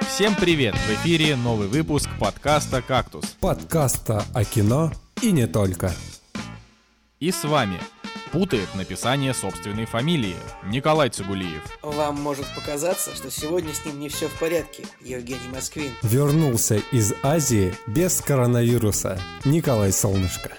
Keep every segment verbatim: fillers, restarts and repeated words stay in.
Всем привет! В эфире новый выпуск подкаста «Кактус». Подкаста о кино и не только. И с вами путает написание собственной фамилии Николай Цигулиев. Вам может показаться, что сегодня с ним не все в порядке. Евгений Москвин. Вернулся из Азии без коронавируса Николай Солнышко.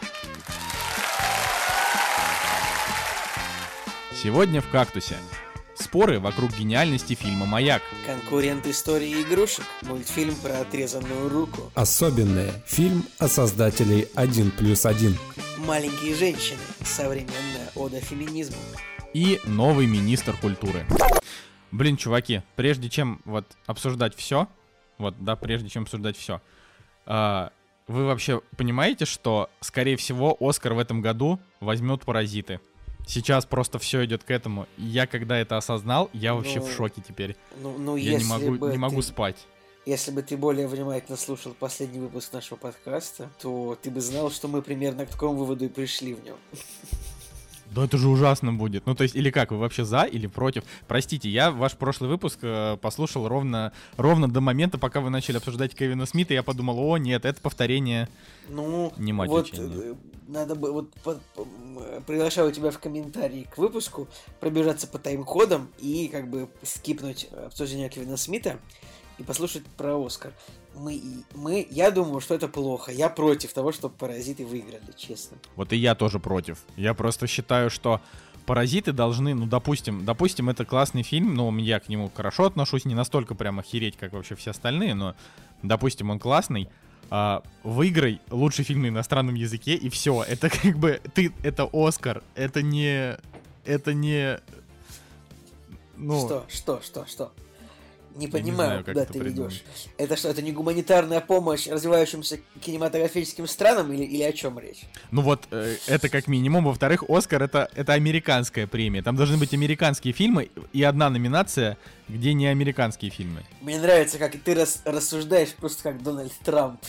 Сегодня в «Кактусе» споры вокруг гениальности фильма «Маяк». Конкурент истории игрушек. Мультфильм про отрезанную руку. Особенное. Фильм о создателей один плюс один. Маленькие женщины. Современная ода феминизму. И новый министр культуры. Блин, чуваки, прежде чем вот обсуждать все, вот, да, прежде чем обсуждать все, э, вы вообще понимаете, что, скорее всего, Оскар в этом году возьмет «Паразиты»? Сейчас просто все идет к этому. И я когда это осознал, я вообще ну, в шоке теперь. Ну, ну, я если не могу, бы не могу ты, спать. Если бы ты более внимательно слушал последний выпуск нашего подкаста, то ты бы знал, что мы примерно к такому выводу и пришли в нем. Да это же ужасно будет. Ну, то есть, или как, вы вообще за или против? Простите, я ваш прошлый выпуск э, послушал ровно, ровно до момента, пока вы начали обсуждать Кевина Смита, и я подумал, о, нет, это повторение. Ну, не мать вот учения. Надо бы, вот по, по, приглашаю тебя в комментарии к выпуску, пробежаться по тайм-кодам и как бы скипнуть обсуждение Кевина Смита и послушать про Оскар. Мы, мы, я думаю, что это плохо. Я против того, чтобы «Паразиты» выиграли, честно. Вот и я тоже против. Я просто считаю, что «Паразиты» должны, ну, допустим, допустим, это классный фильм, но я к нему хорошо отношусь, не настолько прям охереть, как вообще все остальные, но, допустим, он классный. А, выиграй лучший фильм на иностранном языке, и все. Это как бы, ты, это Оскар, это не, это не, ну... Что, что, что, что? Не Я понимаю, не знаю, куда ты ведешь. Это что, это не гуманитарная помощь развивающимся кинематографическим странам или, или о чем речь? Ну вот, э, это как минимум. Во-вторых, «Оскар» это, это американская премия. Там должны быть американские фильмы и одна номинация, где не американские фильмы. Мне нравится, как ты рас, рассуждаешь просто как Дональд Трамп.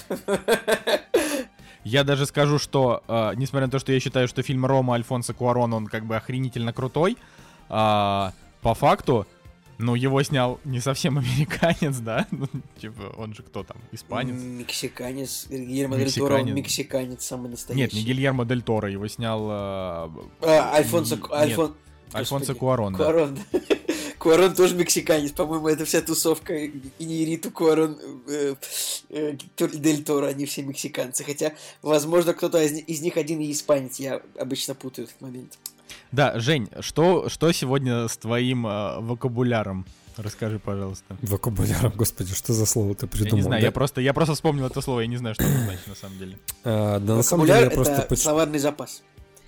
Я даже скажу, что, э, несмотря на то, что я считаю, что фильм «Рома» Альфонсо Куарон, он как бы охренительно крутой, э, по факту, ну, его снял не совсем американец, да? Ну, типа, он же кто там? Испанец? Мексиканец. Гильермо дель Торо, он мексиканец, самый настоящий. Нет, не Гильермо дель Торо, его снял... Э, а, Альфонсо... Нет, Альфон... Альфонсо Куарон, Куарон, да. Куарон тоже мексиканец, по-моему, это вся тусовка Иньярриту, Куарон, э, э, дель Торо, они все мексиканцы. Хотя, возможно, кто-то из, из них один и испанец, я обычно путаю этот момент. Да, Жень, что, что сегодня с твоим э, вокабуляром? Расскажи, пожалуйста. Вокабуляром, господи, что за слово ты придумал? Я не знаю, да? я, просто, я просто вспомнил это слово, я не знаю, что оно значит на самом деле. А, да, на самом деле я это просто поч... словарный запас.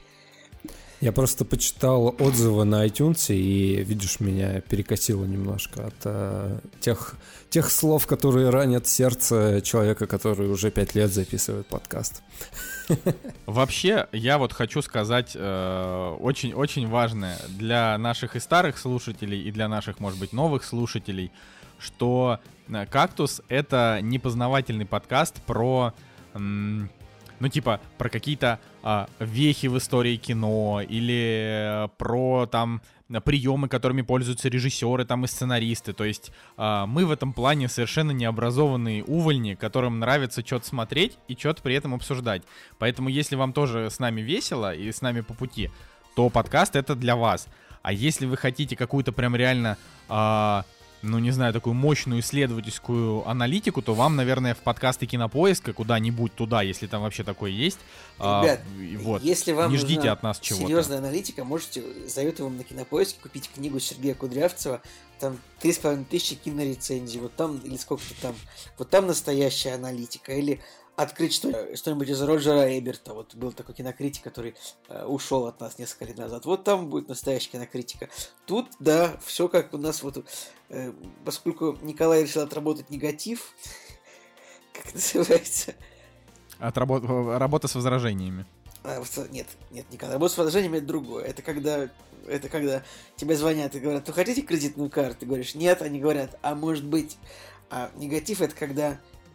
Я просто почитал отзывы на iTunes, и, видишь, меня перекосило немножко от э, тех, тех слов, которые ранят сердце человека, который уже пять лет записывает подкаст. Вообще, я вот хочу сказать очень-очень э, важное для наших и старых слушателей, и для наших, может быть, новых слушателей, что «Кактус» — это не познавательный подкаст про... М- Ну, типа, про какие-то а, вехи в истории кино или про, там, приемы, которыми пользуются режиссеры, там, и сценаристы. То есть а, мы в этом плане совершенно необразованные увольни, которым нравится что-то смотреть и что-то при этом обсуждать. Поэтому, если вам тоже с нами весело и с нами по пути, то подкаст — это для вас. А если вы хотите какую-то прям реально... А, ну, не знаю, такую мощную исследовательскую аналитику, то вам, наверное, в подкасты Кинопоиска куда-нибудь туда, если там вообще такое есть. Ребят, а, вот, если вам не ждите от нас чего-то. Серьезная аналитика, можете, советую вам на Кинопоиске купить книгу Сергея Кудрявцева, там три с половиной тысячи кинорецензий, вот там, или сколько-то там, вот там настоящая аналитика, или открыть что, что-нибудь из Роджера Эберта, вот был такой кинокритик, который э, ушел от нас несколько лет назад, вот там будет настоящая кинокритика. Тут, да, все как у нас вот, э, поскольку Николай решил отработать негатив, как называется? Отработ... Работа с возражениями. А, нет, нет, Николай, работа с возражениями — это другое, это когда... Это когда тебе звонят и говорят: вы хотите кредитную карту? Ты говоришь: нет, они говорят: а может быть. А негатив — это когда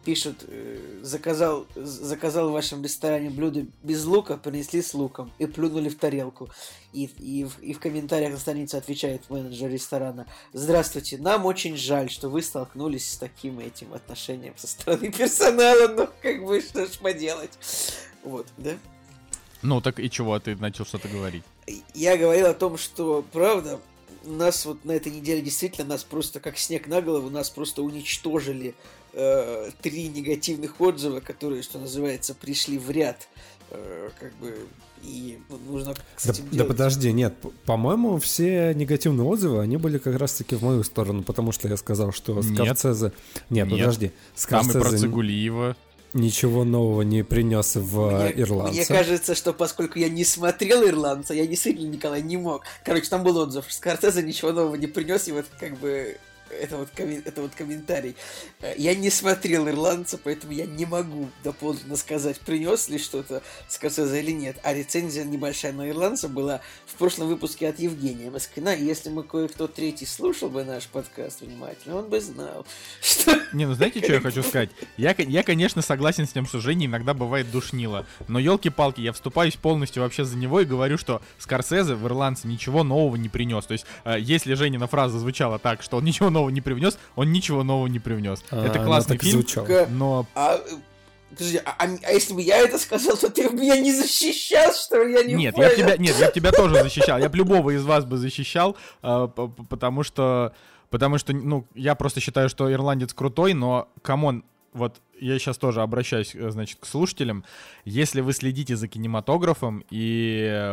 пишут, э, заказал, заказал в вашем ресторане блюдо без лука, принесли с луком и плюнули в тарелку. И, и, в, и в комментариях на странице отвечает менеджер ресторана: здравствуйте, нам очень жаль, что вы столкнулись с таким этим отношением со стороны персонала, но как бы что ж поделать. Вот, да? Ну так и чего, ты начал что-то говорить? Я говорил о том, что, правда, нас вот на этой неделе действительно, нас просто как снег на голову, нас просто уничтожили э, три негативных отзыва, которые, что называется, пришли в ряд. Э, как бы, и ну, нужно с да, этим да делать. подожди, нет, по-моему, все негативные отзывы, они были как раз-таки в мою сторону, потому что я сказал, что Скорсезе... Нет, нет, подожди. Скорсезе... Там и про Цигулиева... Ничего нового не принес в мне, «Ирландца». Мне кажется, что поскольку я не смотрел «Ирландца», я действительно, Николай, не мог. Короче, там был отзыв. Скорсезе ничего нового не принес, и вот как бы... Это вот, коммен... это вот комментарий. Я не смотрел «Ирландца», поэтому я не могу дополнительно сказать, принес ли что-то Скорсезе или нет. А рецензия небольшая на «Ирландца» была в прошлом выпуске от Евгения Москвина. И если мы кое-кто третий слушал бы наш подкаст внимательно, он бы знал, что... Не, ну знаете, что я хочу сказать? Я, я, конечно, согласен с тем, что Женя иногда бывает душнило. Но, елки-палки, я вступаюсь полностью вообще за него и говорю, что Скорсезе в «Ирландце» ничего нового не принес. То есть, если Женина фраза звучала так, что он ничего нового не привнес, он ничего нового не привнес. А, это классный фильм, но... А, подожди, а, а если бы я это сказал, то ты бы меня не защищал, что ли? Я не нет, понял. я тебя, нет, я тебя тоже защищал. Я бы любого из вас бы защищал, потому что, потому что, ну, я просто считаю, что «Ирландец» крутой, но, камон, вот я сейчас тоже обращаюсь, значит, к слушателям. Если вы следите за кинематографом и,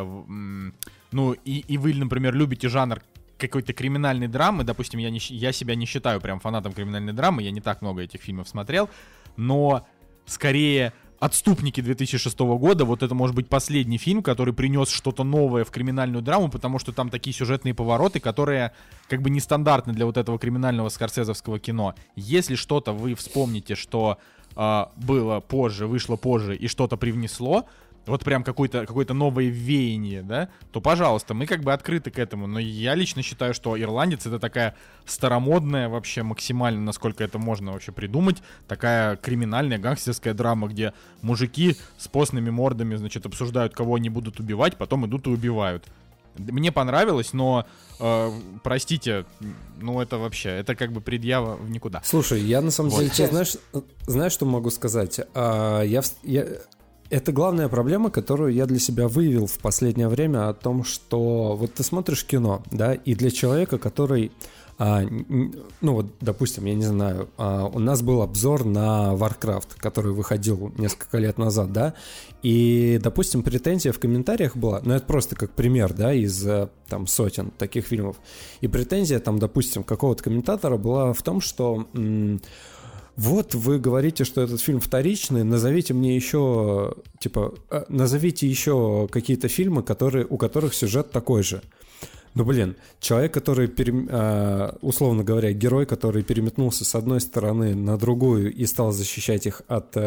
ну, и, и вы, например, любите жанр какой-то криминальной драмы, допустим, я, не, я себя не считаю прям фанатом криминальной драмы, я не так много этих фильмов смотрел, но скорее «Отступники» две тысячи шестого года, вот это может быть последний фильм, который принес что-то новое в криминальную драму, потому что там такие сюжетные повороты, которые как бы нестандартны для вот этого криминального скорсезовского кино. Если что-то вы вспомните, что э, было позже, вышло позже и что-то привнесло, вот прям какое-то, какое-то новое веяние, да, то, пожалуйста, мы как бы открыты к этому. Но я лично считаю, что «Ирландец» — это такая старомодная вообще максимально, насколько это можно вообще придумать, такая криминальная гангстерская драма, где мужики с постными мордами, значит, обсуждают, кого они будут убивать, потом идут и убивают. Мне понравилось, но, э, простите, ну это вообще, это как бы предъява в никуда. Слушай, я на самом вот. деле, тебе знаешь, знаешь, что могу сказать? А, я... я... Это главная проблема, которую я для себя выявил в последнее время, о том, что вот ты смотришь кино, да, и для человека, который, а, ну вот, допустим, я не знаю, а, у нас был обзор на Warcraft, который выходил несколько лет назад, да, и, допустим, претензия в комментариях была, ну это просто как пример, да, из там сотен таких фильмов, и претензия там, допустим, какого-то комментатора была в том, что... М- Вот вы говорите, что этот фильм вторичный, назовите мне еще, типа, назовите еще какие-то фильмы, которые, у которых сюжет такой же. Ну, блин, человек, который, условно говоря, герой, который переметнулся с одной стороны на другую и стал защищать их от,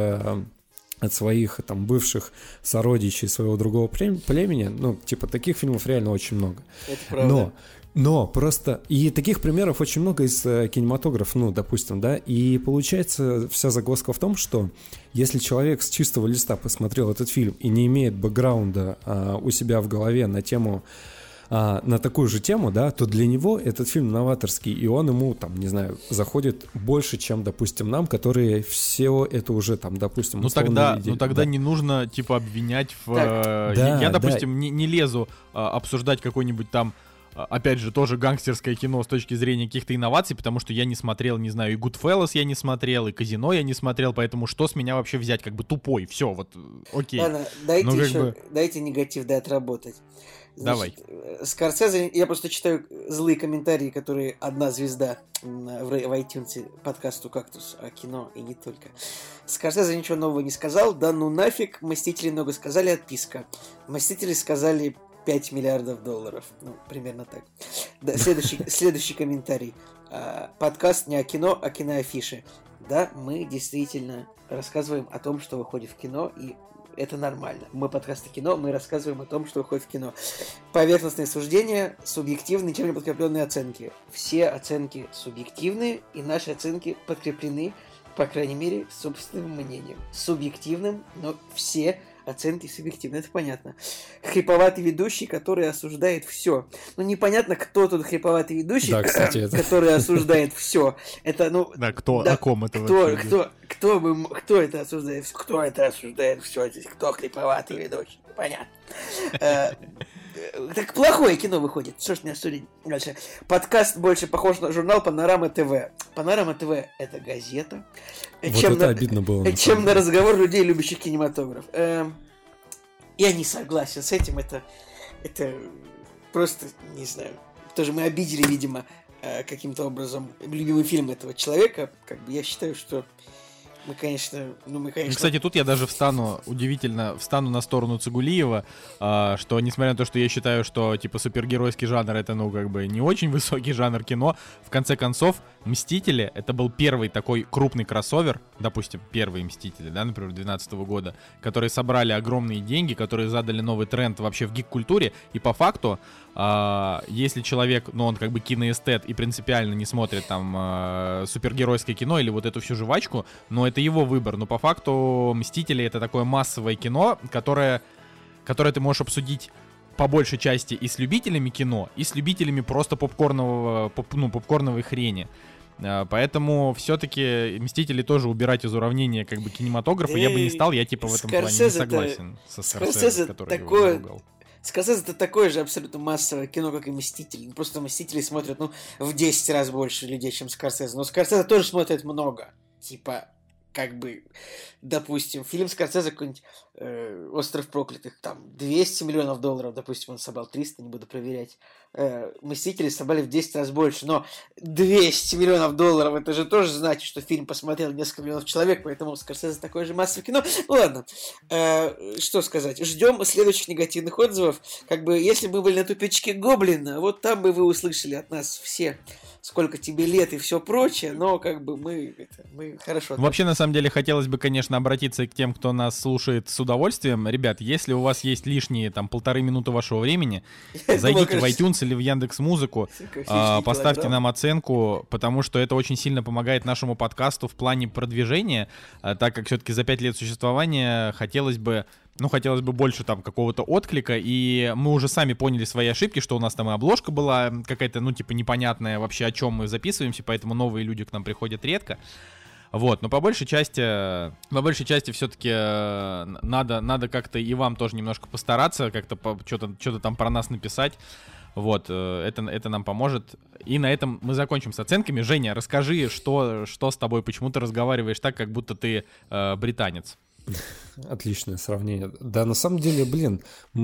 от своих там бывших сородичей, своего другого племени, ну, типа, таких фильмов реально очень много. Это правда. Но... Но просто... И таких примеров очень много из э, кинематографа, ну, допустим, да, и получается вся загвоздка в том, что если человек с чистого листа посмотрел этот фильм и не имеет бэкграунда э, у себя в голове на тему, э, на такую же тему, да, то для него этот фильм новаторский, и он ему, там, не знаю, заходит больше, чем, допустим, нам, которые все это уже, там, допустим... Ну тогда, видели, ну, тогда да. не нужно, типа, обвинять в... Э, да, я, я, допустим, да. не, не лезу э, обсуждать какой-нибудь там опять же, тоже гангстерское кино с точки зрения каких-то инноваций, потому что я не смотрел, не знаю, и Goodfellas я не смотрел, и Казино я не смотрел, поэтому что с меня вообще взять, как бы тупой, все, вот, окей. Ладно, дайте ну, еще, бы... дайте негатив, да, отработать. Значит, Давай. Скорсезе, я просто читаю злые комментарии, которые одна звезда в, в iTunes подкасту «Кактус», о кино и не только. Скорсезе ничего нового не сказал, да ну нафиг, Мстители много сказали, отписка. Мстители сказали пять миллиардов долларов. Ну, примерно так. Да, следующий, следующий комментарий. А, подкаст не о кино, а киноафиши. Да, мы действительно рассказываем о том, что выходит в кино, и это нормально. Мы подкаст о кино, мы рассказываем о том, что выходит в кино. Поверхностные суждения, субъективные, ничем не подкрепленные оценки. Все оценки субъективные, и наши оценки подкреплены по крайней мере, собственным мнением. Субъективным, но все оценки субъективны, это понятно. Хриповатый ведущий, который осуждает все. Ну, непонятно, кто тут хриповатый ведущий, да, кстати, это... который осуждает все. Это, ну... Да, кто, да, о ком это кто, вообще? Кто, кто, бы, кто это осуждает все? Кто это осуждает все здесь? Кто хриповатый ведущий? Понятно. Так плохое кино выходит. Что ж мне судить дальше? Подкаст больше похож на журнал Панорама ТВ. Панорама ТВ — это газета. Вот чем это на, обидно было. На чем на разговор людей, любящих кинематограф. Эм, я не согласен с этим. Это, это просто, не знаю. Тоже мы обидели, видимо, каким-то образом любимый фильм этого человека. Как бы я считаю, что Мы, конечно, ну мы, конечно... Кстати, тут я даже встану, удивительно, встану на сторону Цигулиева, а, что, несмотря на то, что я считаю, что, типа, супергеройский жанр — это, ну, как бы, не очень высокий жанр кино, в конце концов, «Мстители» — это был первый такой крупный кроссовер, допустим, первые «Мстители», да, например, две тысячи двенадцатого года, которые собрали огромные деньги, которые задали новый тренд вообще в гик-культуре, и по факту, а, если человек, ну, он как бы киноэстет и принципиально не смотрит, там, а, супергеройское кино или вот эту всю жвачку, но это его выбор, но по факту «Мстители» — это такое массовое кино, которое, которое ты можешь обсудить по большей части и с любителями кино, и с любителями просто попкорнового, поп, ну, попкорновой хрени. Поэтому все-таки «Мстители» тоже убирать из уравнения как бы кинематографа да я бы не стал, я типа в этом плане не согласен со Скорсезе, который такое... его ругал. Скорсезе — это такое же абсолютно массовое кино, как и «Мстители». Просто «Мстители» смотрят, ну, в десять раз больше людей, чем Скорсезе. Но Скорсезе тоже смотрит много. Типа, как бы, допустим, фильм Скорсезе какой-нибудь э, «Остров проклятых», там, двести миллионов долларов, допустим, он собрал триста, не буду проверять. Э, «Мстители» собрали в десять раз больше, но двести миллионов долларов, это же тоже значит, что фильм посмотрел несколько миллионов человек, поэтому Скорсезе такое же массовое кино. Ну ладно, э, что сказать, ждем следующих негативных отзывов. Как бы, если бы вы были на тупичке Гоблина, вот там бы вы услышали от нас все, сколько тебе лет и все прочее, но как бы мы, это, мы хорошо. Вообще, на самом деле, хотелось бы, конечно, обратиться к тем, кто нас слушает с удовольствием. Ребят, если у вас есть лишние там полторы минуты вашего времени, зайдите в iTunes или в Яндекс.Музыку, а, поставьте нам оценку, потому что это очень сильно помогает нашему подкасту в плане продвижения, а, так как все-таки за пять лет существования хотелось бы Ну, хотелось бы больше там какого-то отклика, и мы уже сами поняли свои ошибки, что у нас там и обложка была какая-то, ну, типа, непонятная вообще, о чем мы записываемся, поэтому новые люди к нам приходят редко. Вот, но по большей части, по большей части все-таки надо, надо как-то и вам тоже немножко постараться, как-то по, что-то, что-то там про нас написать. Вот, это, это нам поможет. И на этом мы закончим с оценками. Женя, расскажи, что, что с тобой, почему ты разговариваешь так, как будто ты э, британец. Отличное сравнение. Да, на самом деле, блин,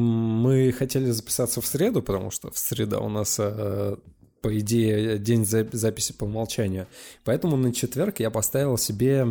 мы хотели записаться в среду, потому что в среду у нас, по идее, день записи по умолчанию. Поэтому на четверг я поставил себе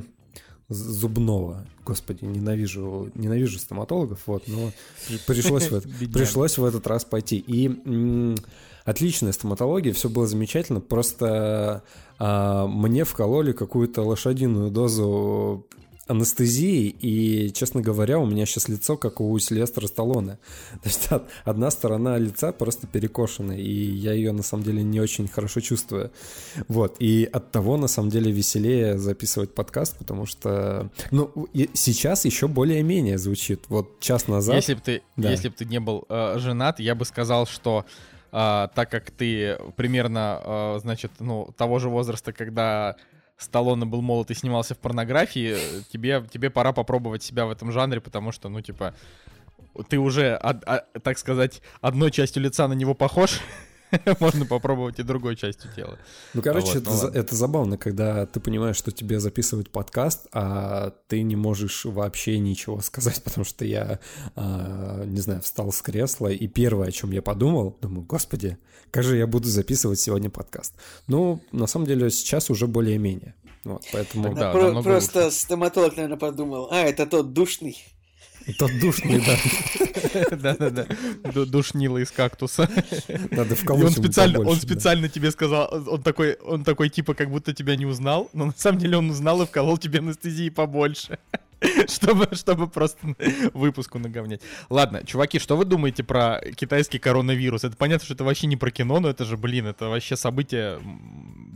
зубного. Господи, ненавижу, ненавижу стоматологов, вот, но пришлось в, пришлось в этот раз пойти. И м- отличная стоматология, все было замечательно, просто а, мне вкололи какую-то лошадиную дозу анестезии, и, честно говоря, у меня сейчас лицо, как у Сильвестра Сталлоне. То есть одна сторона лица просто перекошена, и я ее, на самом деле, не очень хорошо чувствую. Вот, и от того, на самом деле, веселее записывать подкаст, потому что, ну, сейчас еще более-менее звучит. Вот час назад... Если бы ты, да. если бы ты не был э, женат, я бы сказал, что э, так как ты примерно, э, значит, ну, того же возраста, когда... Сталлоне был молод и снимался в порнографии, тебе, тебе пора попробовать себя в этом жанре, потому что, ну, типа, ты уже, а, а, так сказать, одной частью лица на него похож, можно попробовать и другой частью тела. Ну, короче, вот, это, ну, это забавно, когда ты понимаешь, что тебе записывают подкаст, а ты не можешь вообще ничего сказать, потому что я, а, не знаю, встал с кресла, и первое, о чем я подумал, думаю, господи, как же я буду записывать сегодня подкаст? Ну, на самом деле, сейчас уже более-менее. Вот, поэтому... Тогда, да, про- просто лучше. Стоматолог, наверное, подумал, а, это тот душный. Тот душный, да. Да-да-да, душнило из кактуса. Надо вколоть ему побольше. Он специально тебе сказал, он такой, он такой типа как будто тебя не узнал, но на самом деле он узнал и вколол тебе анестезии побольше. Чтобы, чтобы просто выпуску наговнять. Ладно, чуваки, что вы думаете про китайский коронавирус? Это понятно, что это вообще не про кино, но это же, блин, это вообще событие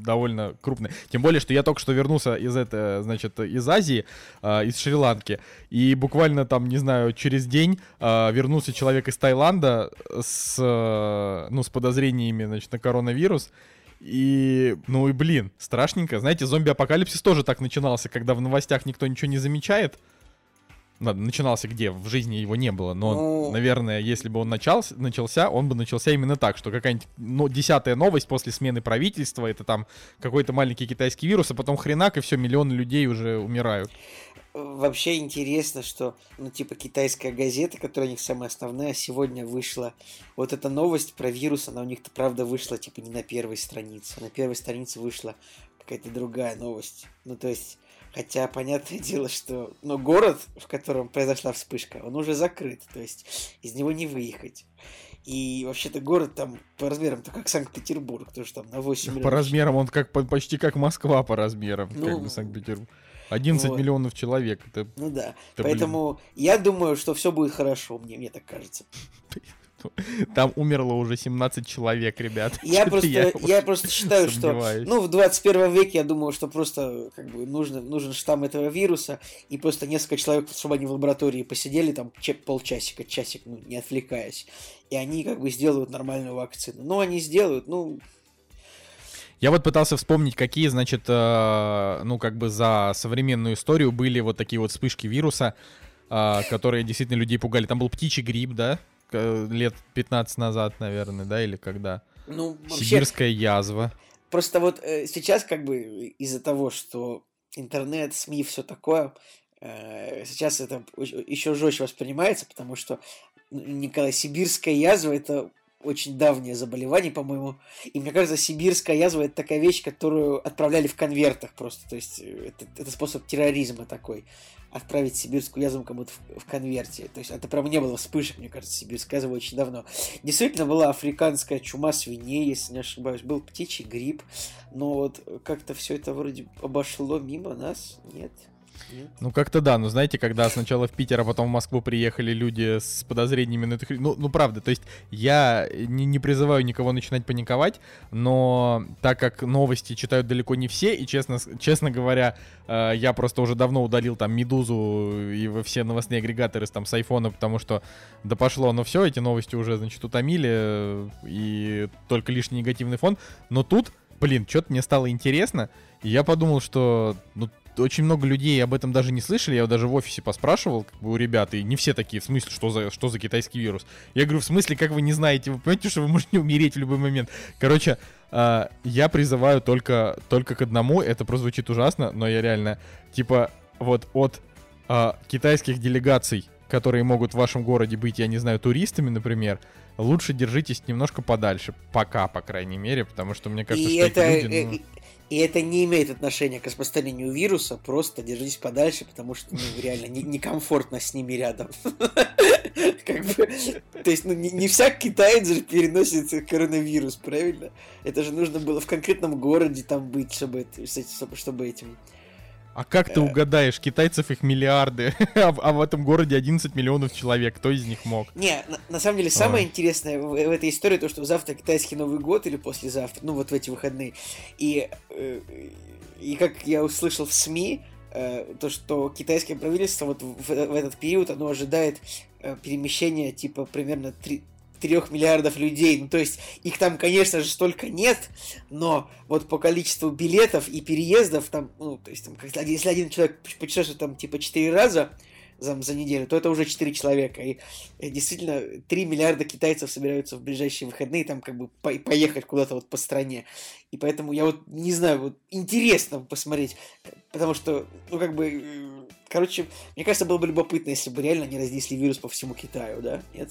довольно крупный. Тем более, что я только что вернулся из это, значит, из Азии, э, из Шри-Ланки, и буквально там, не знаю, через день э, вернулся человек из Таиланда с, э, ну, с подозрениями, значит, на коронавирус. И, ну и блин, страшненько. Знаете, зомби-апокалипсис тоже так начинался, когда в новостях никто ничего не замечает. Ладно, начинался где? В жизни его не было. Но, ну... наверное, если бы он начался, начался, он бы начался именно так, что какая-нибудь ну, десятая новость после смены правительства, это там какой-то маленький китайский вирус, а потом хренак, и все, миллионы людей уже умирают. Вообще интересно, что, ну, типа, китайская газета, которая у них самая основная, сегодня вышла. Вот эта новость про вирус, она у них-то, правда, вышла, типа, не на первой странице. На первой странице вышла какая-то другая новость. Ну, то есть, хотя, понятное дело, что... Но город, в котором произошла вспышка, он уже закрыт. То есть, из него не выехать. И вообще-то город там по размерам-то как Санкт-Петербург, тоже там на восемь миллионов. По размерам он как, почти как Москва по размерам, ну, как бы Санкт-Петербург. одиннадцать вот. Миллионов человек. Это, ну да. это, Поэтому блин. Я думаю, что все будет хорошо, мне, мне так кажется. Там умерло уже семнадцать человек, ребят. Я просто, я, я просто считаю, сомневаюсь. Что ну, в двадцать первом веке, я думаю, что просто как бы, нужно, нужен штамм этого вируса, и просто несколько человек, чтобы они в лаборатории посидели там полчасика, часик, ну, не отвлекаясь, и они как бы сделают нормальную вакцину. Ну, они сделают, ну... Я вот пытался вспомнить, какие, значит, э, ну, как бы за современную историю были вот такие вот вспышки вируса, э, которые действительно людей пугали. Там был птичий грипп, да, лет пятнадцать назад, наверное, да, или когда? Ну, вообще, сибирская язва. Просто вот э, сейчас как бы из-за того, что интернет, СМИ, все такое, э, сейчас это еще жестче воспринимается, потому что, Николай, сибирская язва — это... очень давнее заболевание, по-моему. И мне кажется, сибирская язва — это такая вещь, которую отправляли в конвертах просто. То есть это, это способ терроризма такой. Отправить сибирскую язву кому-то в, в конверте. То есть это прям не было вспышек, мне кажется, сибирская язва очень давно. Действительно была африканская чума свиней, если не ошибаюсь. Был птичий грипп. Но вот как-то все это вроде обошло мимо нас. Нет. Нет. Ну, как-то да, но знаете, когда сначала в Питер, а потом в Москву приехали люди с подозрениями на это... Ну, ну правда, то есть я не, не призываю никого начинать паниковать, но так как новости читают далеко не все, и, честно, честно говоря, э, я просто уже давно удалил там «Медузу» и все новостные агрегаторы там с айфона, потому что да пошло, но все, эти новости уже, значит, утомили, э, и только лишний негативный фон, но тут, блин, что-то мне стало интересно, и я подумал, что... ну, очень много людей об этом даже не слышали. Я даже в офисе поспрашивал как бы, у ребят, и не все такие, в смысле, что за, что за китайский вирус. Я говорю, в смысле, как вы не знаете? Вы понимаете, что вы можете умереть в любой момент? Короче, э, я призываю только, только к одному. Это прозвучит ужасно, но я реально, типа, вот от э, китайских делегаций, которые могут в вашем городе быть, я не знаю, туристами, например, лучше держитесь немножко подальше. Пока, по крайней мере, потому что мне кажется, и что это, эти люди... Ну... И это не имеет отношения к распространению вируса, просто держитесь подальше, потому что, ну, реально некомфортно с ними рядом. Как бы, то есть, ну, не, не всякий китаец же переносит коронавирус, правильно? Это же нужно было в конкретном городе там быть, чтобы, чтобы, чтобы этим... А как ты угадаешь? Китайцев их миллиарды, а, а в этом городе одиннадцать миллионов человек. Кто из них мог? Не, на, на самом деле, самое Ой. интересное в, в этой истории то, что завтра китайский Новый год или послезавтра, ну вот в эти выходные. И, э, и как я услышал в СМИ, э, то, что китайское правительство вот в, в этот период, оно ожидает э, перемещения типа примерно три... трех миллиардов людей. Ну, то есть, их там, конечно же, столько нет, но вот по количеству билетов и переездов там, ну, то есть, там, если один человек путешествует там, типа, четыре раза за, за неделю, то это уже четыре человека. И, и действительно, три миллиарда китайцев собираются в ближайшие выходные там, как бы, по- поехать куда-то вот по стране. И поэтому я вот не знаю, вот интересно посмотреть, потому что, ну, как бы, короче, мне кажется, было бы любопытно, если бы реально не разнесли вирус по всему Китаю, да? Нет?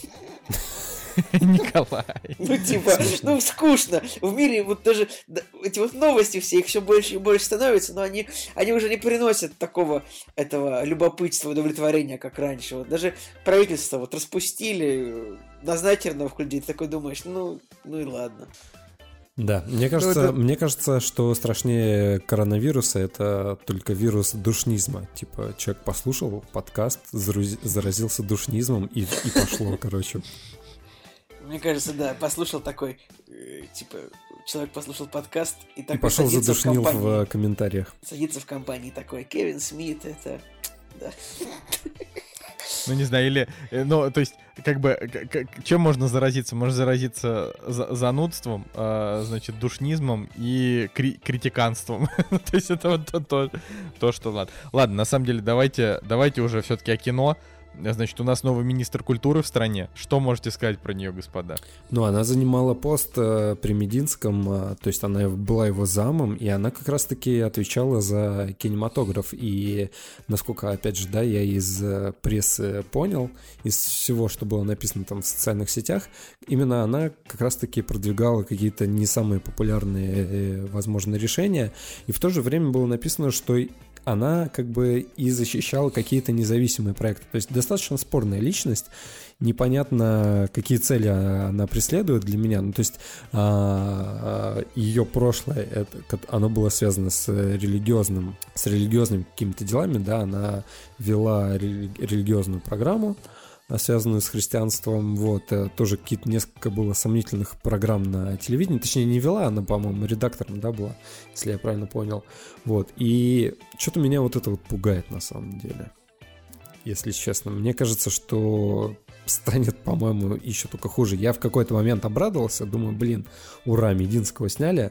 Николай. Ну, типа, ну, скучно. В мире вот даже да, эти вот новости все, их все больше и больше становится, но они, они уже не приносят такого этого любопытства, удовлетворения, как раньше. Вот даже правительство вот распустили, назначили новых людей, ты такой думаешь, ну, ну и ладно. Да, мне кажется, ну, это... мне кажется, что страшнее коронавируса это только вирус душнизма. Типа, человек послушал подкаст, заразился душнизмом и, и пошло, короче. Мне кажется, да, послушал такой, э, типа, человек послушал подкаст и такой и пошел садится задушнил в компании. в комментариях. Садится в компании такой, Кевин Смит, это... Да. Ну, не знаю, или... Ну, то есть, как бы, как, чем можно заразиться? Можно заразиться за, занудством, э, значит, душнизмом и кри- критиканством. То есть это вот то, то, то, что... Ладно, ладно, на самом деле, давайте, давайте уже все-таки о кино. Значит, у нас новый министр культуры в стране. Что можете сказать про нее, господа? Ну, она занимала пост э, при Мединском, э, то есть она была его замом, и она как раз-таки отвечала за кинематограф. И, насколько, опять же, да, я из э, прессы понял, из всего, что было написано там в социальных сетях, именно она как раз-таки продвигала какие-то не самые популярные, э, возможно, решения. И в то же время было написано, что она как бы и защищала какие-то независимые проекты. То есть достаточно спорная личность, непонятно, какие цели она преследует для меня. Ну, то есть а, а, ее прошлое, это, оно было связано с религиозным, с религиозными какими-то делами, да, она вела рели- религиозную программу, связанную с христианством, вот, тоже какие-то несколько было сомнительных программ на телевидении, точнее, не вела, она, по-моему, редактором, да, была, если я правильно понял, вот, и что-то меня вот это вот пугает на самом деле, если честно, мне кажется, что станет, по-моему, еще только хуже. Я в какой-то момент обрадовался, думаю, блин, ура, Мединского сняли,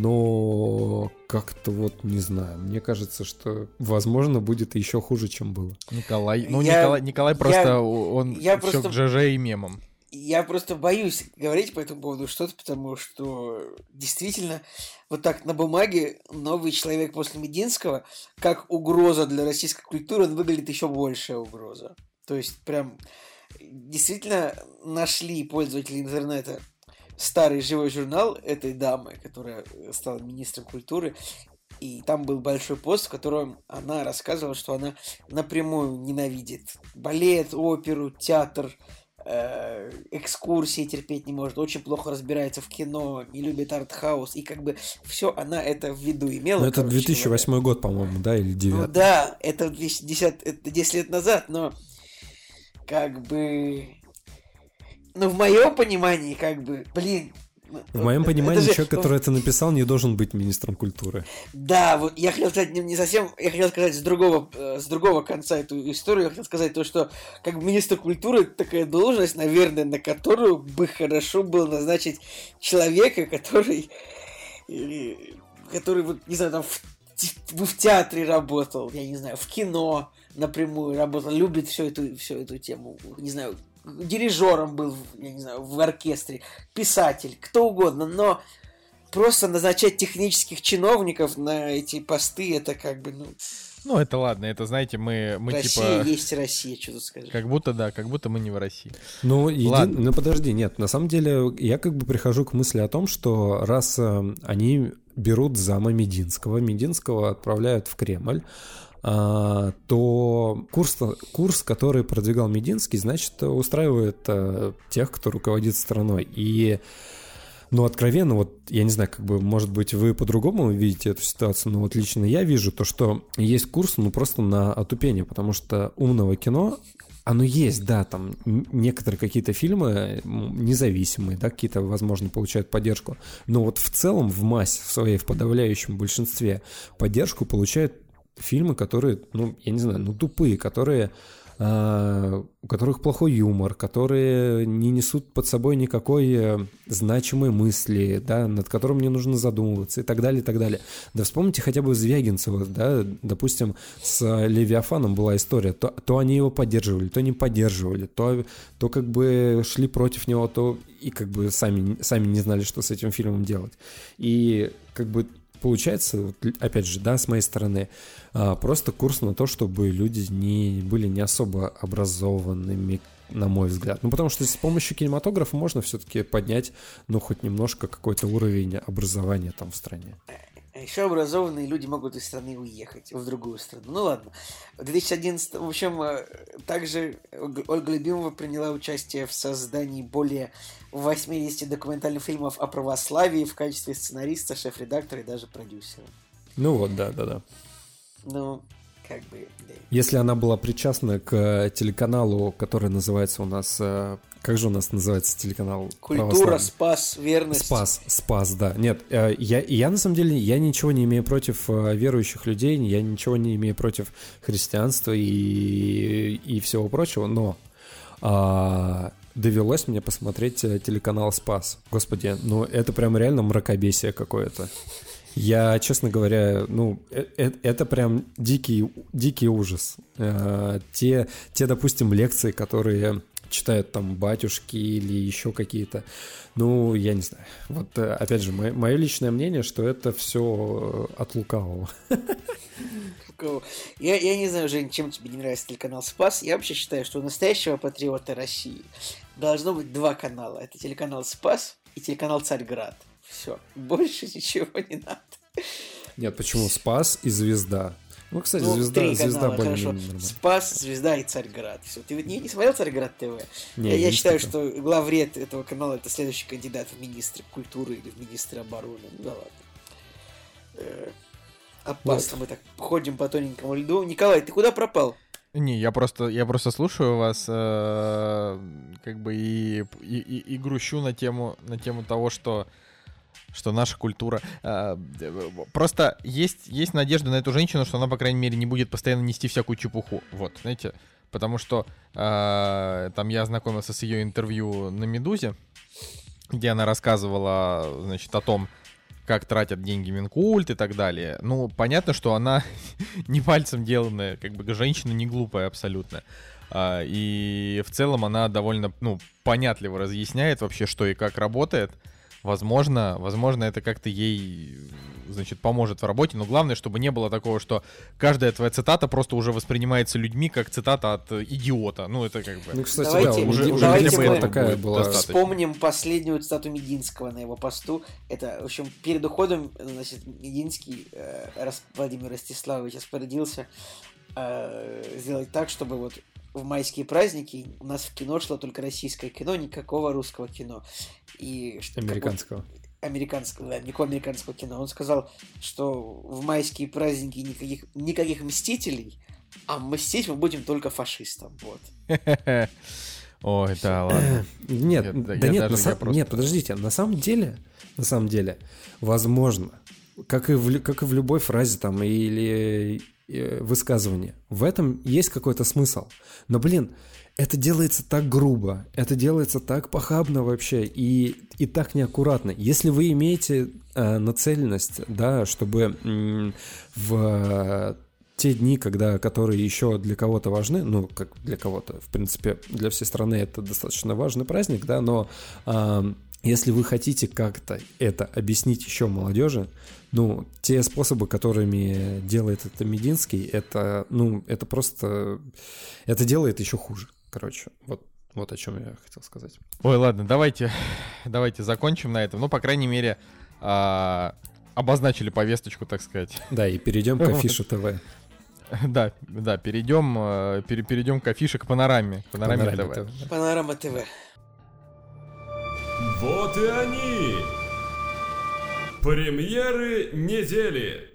но как-то вот не знаю, мне кажется, что, возможно, будет еще хуже, чем было. Николай, ну я, Николай, Николай просто, я, он я все просто, к ЖЖ и мемам. Я просто боюсь говорить по этому поводу что-то, потому что действительно вот так на бумаге новый человек после Мединского, как угроза для российской культуры, он выглядит еще большая угроза. То есть прям действительно нашли пользователи интернета старый живой журнал этой дамы, которая стала министром культуры, и там был большой пост, в котором она рассказывала, что она напрямую ненавидит балет, оперу, театр, э, экскурсии терпеть не может, очень плохо разбирается в кино, не любит артхаус, и как бы все она это в виду имела. Ну, это две тысячи восьмой год, по-моему, да, или девятый? Ну да, это десять, это десять лет назад, но как бы... Ну, в моем понимании, как бы, блин... В моем понимании, же... человек, который это написал, не должен быть министром культуры. Да, вот я хотел сказать не, не совсем... Я хотел сказать с другого, с другого конца эту историю. Я хотел сказать то, что как бы министр культуры такая должность, наверное, на которую бы хорошо было назначить человека, который... Который, вот, не знаю, там в, в театре работал, я не знаю, в кино напрямую работал, любит всю эту, всю эту тему, не знаю, дирижером был, я не знаю, в оркестре, писатель, кто угодно, но просто назначать технических чиновников на эти посты, это как бы, ну... Ну, это ладно, это, знаете, мы, мы Россия типа... есть Россия, что тут скажешь. Как будто, да, как будто мы не в России. Ну, еди... ну, подожди, нет, на самом деле я как бы прихожу к мысли о том, что раз э, они берут зама Мединского, Мединского отправляют в Кремль, а, то курс, курс, который продвигал Мединский, значит, устраивает а, тех, кто руководит страной. И, ну, откровенно, вот, я не знаю, как бы, может быть, вы по-другому видите эту ситуацию, но вот лично я вижу то, что есть курс, ну, просто на отупение, потому что умного кино, оно есть, да, там некоторые какие-то фильмы независимые, да, какие-то, возможно, получают поддержку, но вот в целом, в массе, в своей, в подавляющем большинстве поддержку получают фильмы, которые, ну, я не знаю, ну, тупые, которые, э, у которых плохой юмор, которые не несут под собой никакой э, значимой мысли, да, над которым не нужно задумываться и так далее, и так далее. Да вспомните хотя бы Звягинцева, да, допустим, с Левиафаном была история, то, то они его поддерживали, то не поддерживали, то, то как бы шли против него, то и как бы сами, сами не знали, что с этим фильмом делать. И как бы получается, опять же, да, с моей стороны, просто курс на то, чтобы люди не были не особо образованными, на мой взгляд. Ну, потому что с помощью кинематографа можно все-таки поднять, ну, хоть немножко какой-то уровень образования там в стране. Еще образованные люди могут из страны уехать в другую страну. Ну ладно. В две тысячи одиннадцатом, в общем, также Ольга Любимова приняла участие в создании более восьмидесяти документальных фильмов о православии в качестве сценариста, шеф-редактора и даже продюсера. Ну вот, да-да-да. Ну, как бы... Да. Если она была причастна к телеканалу, который называется у нас... Как же у нас называется телеканал? Культура, Спас, Верность. Спас, Спас, да. Нет, я, я на самом деле, я ничего не имею против верующих людей, я ничего не имею против христианства и, и всего прочего, но а, довелось мне посмотреть телеканал Спас. Господи, ну это прям реально мракобесие какое-то. Я, честно говоря, ну, это прям дикий, дикий ужас. Те, те, допустим, лекции, которые читают там батюшки или еще какие-то, ну, я не знаю. Вот, опять же, мое, мое личное мнение, что это все от лукавого. Я, я не знаю, Жень, чем тебе не нравится телеканал Спас. Я вообще считаю, что у настоящего патриота России должно быть два канала. Это телеканал Спас и телеканал Царьград. Все, больше ничего не надо. Нет, почему Спас и Звезда? Ну, кстати, ну, звезда, звезда более-менее нормально. Спас, Звезда и Царьград. Все. Ты ведь не, не смотрел Царьград ТВ? Не, я я считаю, такое. что главред этого канала это следующий кандидат в министры культуры или в министры обороны. Ну да ладно. Э, опасно вот. Мы так ходим по тоненькому льду. Николай, ты куда пропал? Не, я просто, я просто слушаю вас, э, как бы и, и, и, и грущу на тему, на тему того, что что наша культура... Э, просто есть, есть надежда на эту женщину, что она, по крайней мере, не будет постоянно нести всякую чепуху. Вот, знаете, потому что э, там я ознакомился с ее интервью на «Медузе», где она рассказывала, значит, о том, как тратят деньги Минкульт и так далее. Ну, понятно, что она не пальцем деланная, как бы женщина не глупая абсолютно. А, и в целом она довольно, ну, понятливо разъясняет вообще, что и как работает. Возможно, возможно, это как-то ей, значит, поможет в работе, но главное, чтобы не было такого, что каждая твоя цитата просто уже воспринимается людьми как цитата от идиота. Ну, это как бы... Ну, кстати, давайте, да, уже, уже давайте мы мы такая была. Вспомним последнюю цитату Мединского на его посту. Это, в общем, перед уходом, значит, Мединский, э, Владимир Ростиславович, распорядился э, сделать так, чтобы вот в майские праздники у нас в кино шло только российское кино, никакого русского кино. И, американского. Как, американского, да, никакого американского кино. Он сказал, что в майские праздники никаких, никаких мстителей, а мстить мы будем только фашистам. Вот. Ой, да, ладно. Нет, я, да, да нет, на сам... просто... нет, подождите, на самом деле, на самом деле, возможно, как и в, как и в любой фразе там или высказывании, в этом есть какой-то смысл. Но, блин, это делается так грубо, это делается так похабно вообще и, и так неаккуратно. Если вы имеете э, нацеленность, да, чтобы м- в те дни, когда, которые еще для кого-то важны, ну, как для кого-то, в принципе, для всей страны это достаточно важный праздник, да, но э, если вы хотите как-то это объяснить еще молодежи, ну, те способы, которыми делает это Мединский, это, ну, это просто, это делает еще хуже, короче, вот, вот о чем я хотел сказать. Ой, ладно, давайте, давайте закончим на этом, ну, по крайней мере, а, обозначили повесточку, так сказать. Да, и перейдем к Афише ТВ. Да, да, перейдем, пере, перейдем к афише, к панораме, панораме, панораме ТВ. ТВ. Панорама ТВ. Вот и они! Премьеры недели!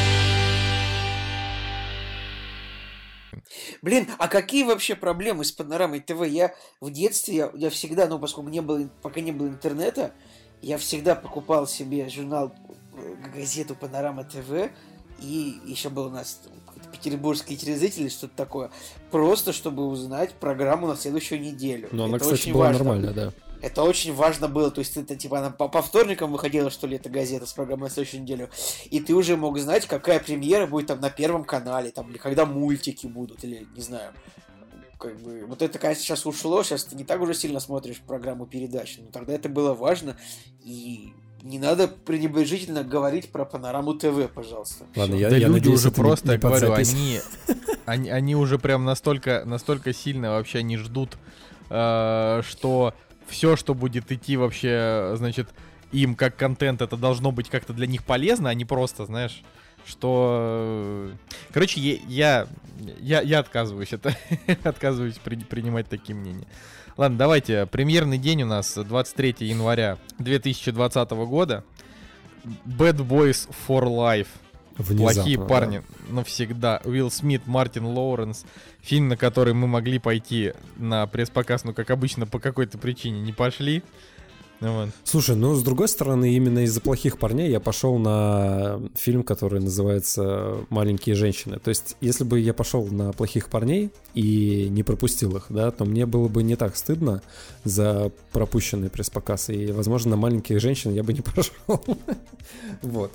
Блин, а какие вообще проблемы с Панорамой ТВ? Я в детстве, я, я всегда, ну, поскольку не было, пока не было интернета, я всегда покупал себе журнал, газету Панорама ТВ, и еще был у нас петербургский телезритель, что-то такое, просто чтобы узнать программу на следующую неделю. Но она, это кстати, была важно. Нормальная, да. Это очень важно было, то есть это типа она по, по вторникам выходила, что ли, эта газета с программой на следующую неделю, и ты уже мог знать, какая премьера будет там на Первом канале, там, или когда мультики будут, или, не знаю, как бы, вот это, конечно, сейчас ушло, сейчас ты не так уже сильно смотришь программу передач, но тогда это было важно, и не надо пренебрежительно говорить про Панораму ТВ, пожалуйста. Ладно, я, да я люди надеюсь, уже просто, я говорю, они, они, они уже прям настолько, настолько сильно вообще не ждут, э, что все, что будет идти вообще, значит, им как контент, это должно быть как-то для них полезно, а не просто, знаешь, что... Короче, я, я, я отказываюсь, это, отказываюсь при, принимать такие мнения. Ладно, давайте, премьерный день у нас двадцать третьего января две тысячи двадцатого года. Bad Boys for Life. Внезапно, «Плохие да. парни навсегда». Уилл Смит, Мартин Лоуренс. Фильм, на который мы могли пойти на пресс-показ, но, как обычно, по какой-то причине не пошли. Вот. Слушай, ну, с другой стороны, именно из-за «Плохих парней» я пошел на фильм, который называется «Маленькие женщины». То есть, если бы я пошел на «Плохих парней» и не пропустил их, да, то мне было бы не так стыдно за пропущенный пресс-показ. И, возможно, на «Маленьких женщин» я бы не пошел. Вот.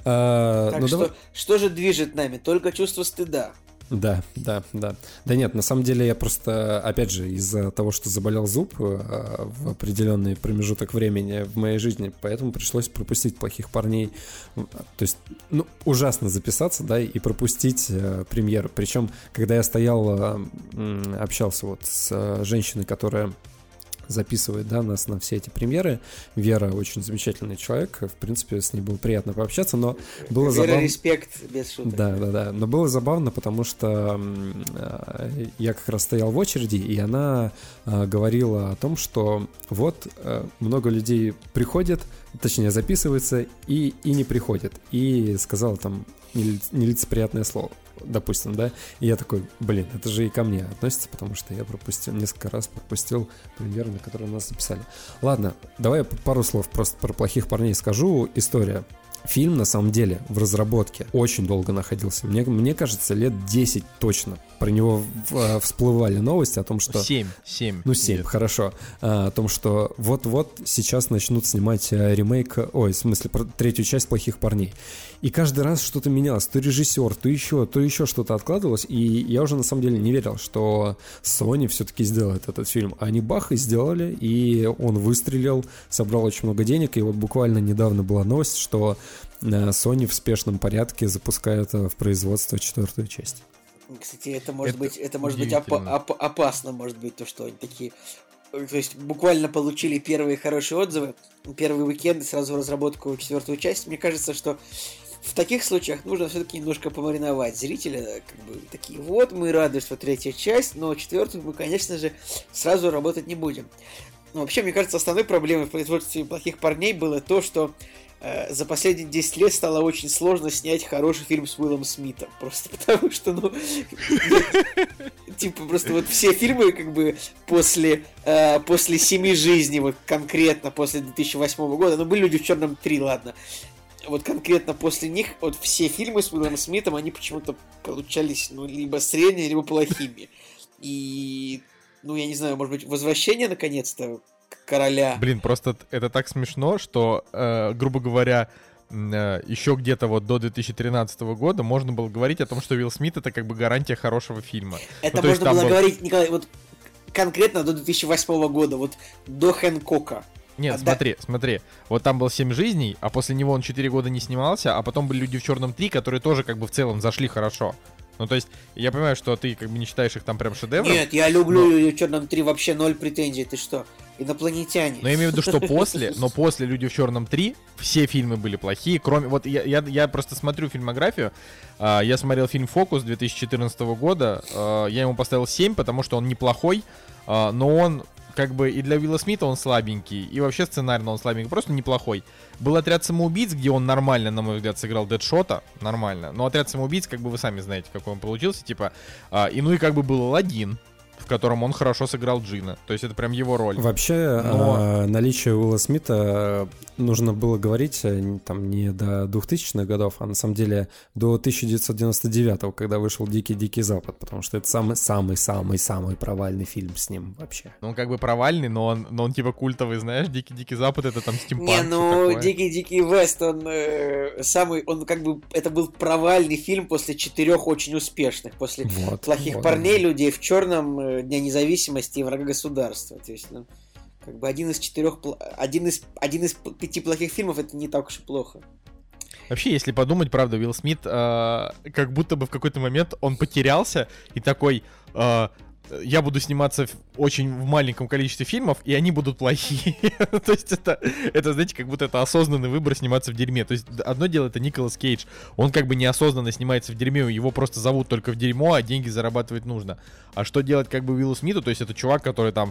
Так что, что же движет нами? Только чувство стыда. Да, да, да. Да нет, на самом деле я просто, опять же, из-за того, что заболел зуб э, в определенный промежуток времени в моей жизни, поэтому пришлось пропустить «Плохих парней». То есть, ну, ужасно записаться, да, и пропустить э, премьеру. Причем, когда я стоял, э, общался вот с э, женщиной, которая записывает, да, нас на все эти премьеры. Вера очень замечательный человек, в принципе, с ней было приятно пообщаться, но было Вера, забавно... респект, без шуток. Да, да, да, но было забавно, потому что э, я как раз стоял в очереди, и она э, говорила о том, что вот э, много людей приходят, точнее записываются и, и не приходят, и сказала там нелицеприятное слово, допустим, да, и я такой, блин, это же и ко мне относится, потому что я пропустил, несколько раз пропустил премьеру, на которую нас записали. Ладно, давай я пару слов просто про «Плохих парней» скажу. История. Фильм, на самом деле, в разработке очень долго находился. Мне, мне кажется, лет десять точно. Про него в, всплывали новости о том, что... семь, семь. Ну, семь, нет. Хорошо. А, о том, что вот-вот сейчас начнут снимать ремейк... Ой, в смысле, про третью часть «Плохих парней». И каждый раз что-то менялось. То режиссер, то еще, то еще что-то откладывалось. И я уже, на самом деле, не верил, что Sony все-таки сделает этот фильм. Они бах и сделали, и он выстрелил, собрал очень много денег. И вот буквально недавно была новость, что Sony в спешном порядке запускает в производство четвертую часть. Кстати, это может это быть, это может быть оп- оп- опасно, может быть, то, что они такие, то есть буквально получили первые хорошие отзывы, первый уикенд сразу разработку четвертую часть. Мне кажется, что в таких случаях нужно все-таки немножко помариновать зрителя, как бы такие, вот мы рады, что третья часть, но четвертую мы, конечно же, сразу работать не будем. Но вообще, мне кажется, основной проблемой в производстве «Плохих парней» было то, что за последние десять лет стало очень сложно снять хороший фильм с Уиллом Смитом. Просто потому что, ну... Типа, просто вот все фильмы, как бы, после после «Семи жизней», вот конкретно после две тысячи восьмого года, ну, были «Люди в черном три», ладно. Вот конкретно после них, вот все фильмы с Уиллом Смитом, они почему-то получались, ну, либо средними, либо плохими. И, ну, я не знаю, может быть, «Возвращение», наконец-то, короля. Блин, просто это так смешно, что, э, грубо говоря, э, еще где-то вот до две тысячи тринадцатого года можно было говорить о том, что Уилл Смит — это как бы гарантия хорошего фильма. Это ну, можно было был... говорить, Николай, вот конкретно до две тысячи восьмого года, вот до Хэнкока. Нет, а смотри, да... смотри. Вот там был «Семь жизней», а после него он четыре года не снимался, а потом были «Люди в черном три», которые тоже как бы в целом зашли хорошо. Ну, то есть, я понимаю, что ты как бы не считаешь их там прям шедевром. Нет, я люблю но... «Люди в черном три», вообще ноль претензий, ты что? Инопланетяне. Но я имею в виду, что после, но после «Люди в черном три» все фильмы были плохие, кроме... Вот я, я, я просто смотрю фильмографию, uh, я смотрел фильм «Фокус» две тысячи четырнадцатого года, uh, я ему поставил семь, потому что он неплохой, uh, но он как бы и для Уилла Смита он слабенький, и вообще сценарно он слабенький, просто неплохой. Был «Отряд самоубийц», где он нормально, на мой взгляд, сыграл Дэдшота, нормально, но «Отряд самоубийц», как бы вы сами знаете, какой он получился, типа, uh, и ну и как бы был «Аладдин», в котором он хорошо сыграл Джина. То есть это прям его роль. Вообще, Но... э, наличие Уилла Смита нужно было говорить там не до двухтысячных годов, а на самом деле до тысяча девятьсот девяносто девятого, когда вышел «Дикий-дикий Запад», потому что это самый-самый-самый-самый провальный фильм с ним вообще. Ну, он как бы провальный, но он, но он типа культовый, знаешь, «Дикий-дикий Запад» — это там стимпанк. Не, ну, «Дикий-дикий Вест», он э, самый, он как бы, это был провальный фильм после четырех очень успешных, после вот, «Плохих вот, парней», да. «Людей в черном», Дня независимости и «Врага государства». То есть, ну, как бы один из четырех, один из, один из пяти плохих фильмов — это не так уж и плохо. Вообще, если подумать, правда, Уилл Смит, э, как будто бы в какой-то момент он потерялся и такой... Э, я буду сниматься в очень в маленьком количестве фильмов, и они будут плохие. То есть это, это, знаете, как будто это осознанный выбор сниматься в дерьме. То есть одно дело — это Николас Кейдж. Он как бы неосознанно снимается в дерьме, его просто зовут только в дерьмо, а деньги зарабатывать нужно. А что делать как бы Уиллу Смиту? То есть это чувак, который там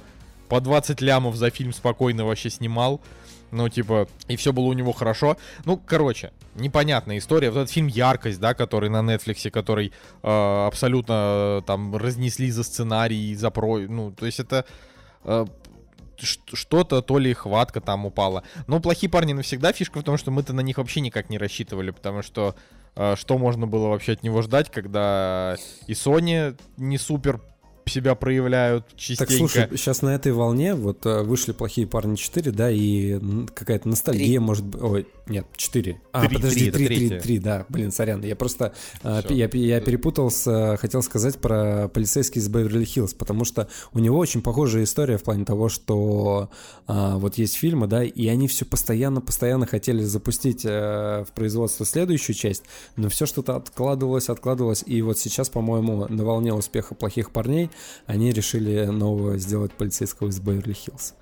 по двадцать лямов за фильм спокойно вообще снимал. Ну, типа, и все было у него хорошо. Ну, короче, непонятная история. Вот этот фильм «Яркость», да, который на Netflix, который э, абсолютно э, там разнесли за сценарий, за про... Ну, то есть это... Э, что-то, то ли хватка там упала. Но «Плохие парни навсегда» фишка в том, что мы-то на них вообще никак не рассчитывали, потому что э, что можно было вообще от него ждать, когда и Sony не супер себя проявляют частенько. Так, слушай, сейчас на этой волне вот вышли «Плохие парни четыре», да, и какая-то ностальгия, три. Может быть... Ой, нет, четыре. А, три, подожди, три, три, три, три, да, блин, сорян. Я просто... Я, я перепутался, хотел сказать про «Полицейский из Беверли-Хиллз», потому что у него очень похожая история в плане того, что а, вот есть фильмы, да, и они все постоянно-постоянно хотели запустить а, в производство следующую часть, но все что-то откладывалось, откладывалось, и вот сейчас, по-моему, на волне успеха «Плохих парней» они решили нового сделать «Полицейского из Беверли-Хиллз».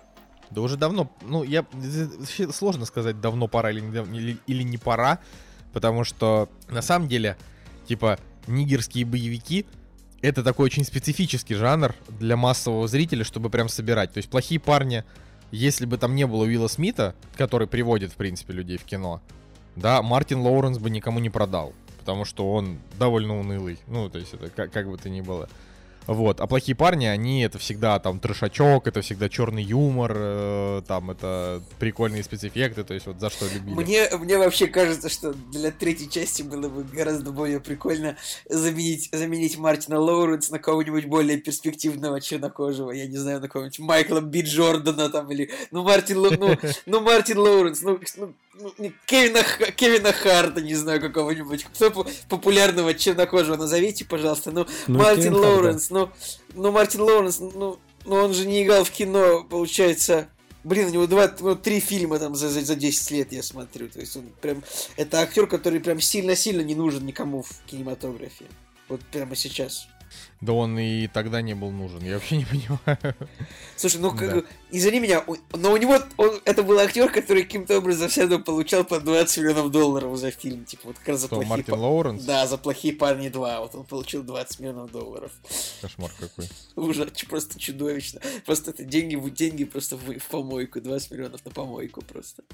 Да уже давно, ну, я сложно сказать, давно пора или не, или, или не пора, потому что, на самом деле, типа, нигерские боевики — это такой очень специфический жанр для массового зрителя, чтобы прям собирать. То есть «Плохие парни», если бы там не было Уилла Смита, который приводит, в принципе, людей в кино, да, Мартин Лоуренс бы никому не продал, потому что он довольно унылый, ну, то есть это как, как бы то ни было. Вот, а «Плохие парни», они это всегда там трешачок, это всегда черный юмор, э, там это прикольные спецэффекты, то есть вот за что любили. Мне, мне вообще кажется, что для третьей части было бы гораздо более прикольно заменить, заменить Мартина Лоуренса на кого-нибудь более перспективного чернокожего, я не знаю, на кого-нибудь Майкла Би Джордана там, или, ну, Мартин, Ло, ну, ну, Мартин Лоуренс, ну, ну Кевина, Кевина Харта, не знаю, какого-нибудь, кто популярного чернокожего назовите, пожалуйста, ну, ну Мартин Лоуренс, ну, ну, Мартин Лоуренс, ну, ну, он же не играл в кино, получается, блин, у него два, ну, три фильма там за, за десять лет, я смотрю, то есть он прям, это актер, который прям сильно-сильно не нужен никому в кинематографе, вот прямо сейчас. Да он и тогда не был нужен, я вообще не понимаю. Слушай, ну, как, да. Извини меня, но у него, он, это был актер, который каким-то образом все равно получал по двадцать миллионов долларов за фильм, типа, вот как раз за Что, «Плохие Мартин парни». Лоуренс? Да, за «Плохие парни два», вот он получил двадцать миллионов долларов. Кошмар какой. Ужас, просто чудовищно. Просто это деньги, деньги просто в, в помойку, двадцать миллионов на помойку просто.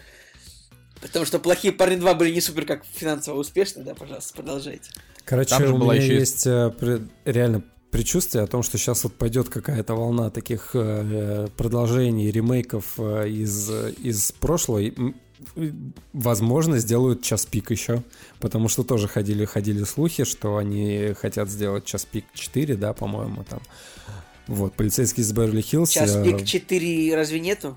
Потому что «Плохие парни два» были не супер как финансово успешны, да, пожалуйста, продолжайте. Короче, у меня есть реально предчувствие о том, что сейчас вот пойдет какая-то волна таких э, продолжений, ремейков э, из, из прошлого. Возможно, сделают «Час пик» еще, потому что тоже ходили, ходили слухи, что они хотят сделать «Час пик четыре», да, по-моему, там. Вот, «Полицейский из Беверли-Хиллз». «Час пик четыре» разве нету?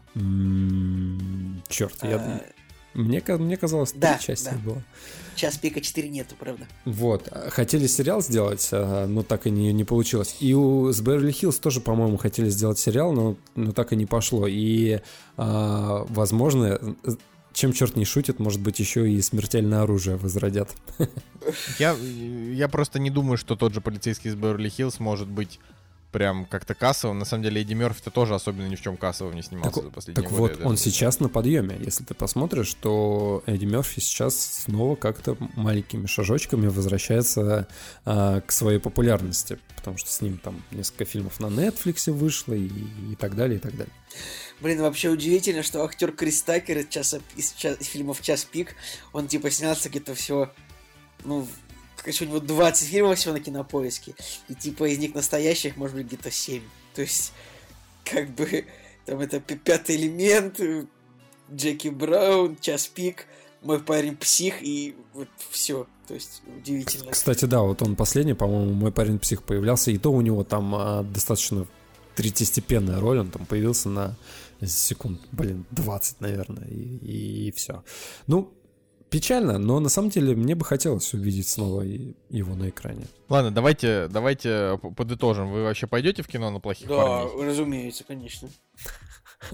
М-м, черт, а... я... Мне, мне казалось, да, три части да. было. «Час пика четыре» нету, правда. Вот. Хотели сериал сделать, но так и не, не получилось. И у, с Беверли-Хиллз тоже, по-моему, хотели сделать сериал, но, но так и не пошло. И, а, возможно, чем черт не шутит, может быть, еще и «Смертельное оружие» возродят. Я, я просто не думаю, что тот же «Полицейский из Беверли-Хиллз» может быть прям как-то кассовым. На самом деле Эдди Мерфи-то тоже особенно ни в чем кассовым не снимался так, за последние так годы. Так вот, он сейчас на подъеме. Если ты посмотришь, то Эдди Мерфи сейчас снова как-то маленькими шажочками возвращается а, к своей популярности. Потому что с ним там несколько фильмов на Netflix вышло и, и так далее, и так далее. Блин, вообще удивительно, что актер Крис Такер из, часа, из, час, из фильмов «Час пик», он типа снялся где-то всего, ну, короче, у него двадцать фильмов всего на Кинопоиске, и типа из них настоящих, может быть, где-то семь. То есть, как бы, там это «Пятый элемент», Джеки Браун, «Час пик», «Мой парень псих», и вот все. То есть, удивительно. Кстати, да, вот он последний, по-моему, «Мой парень псих» появлялся, и то у него там а, достаточно третьестепенная роль, он там появился на секунд, блин, двадцать, наверное, и, и все. Ну, печально, но на самом деле мне бы хотелось увидеть снова его на экране. Ладно, давайте, давайте подытожим. Вы вообще пойдете в кино на «Плохих да, парней»? Да, разумеется, конечно.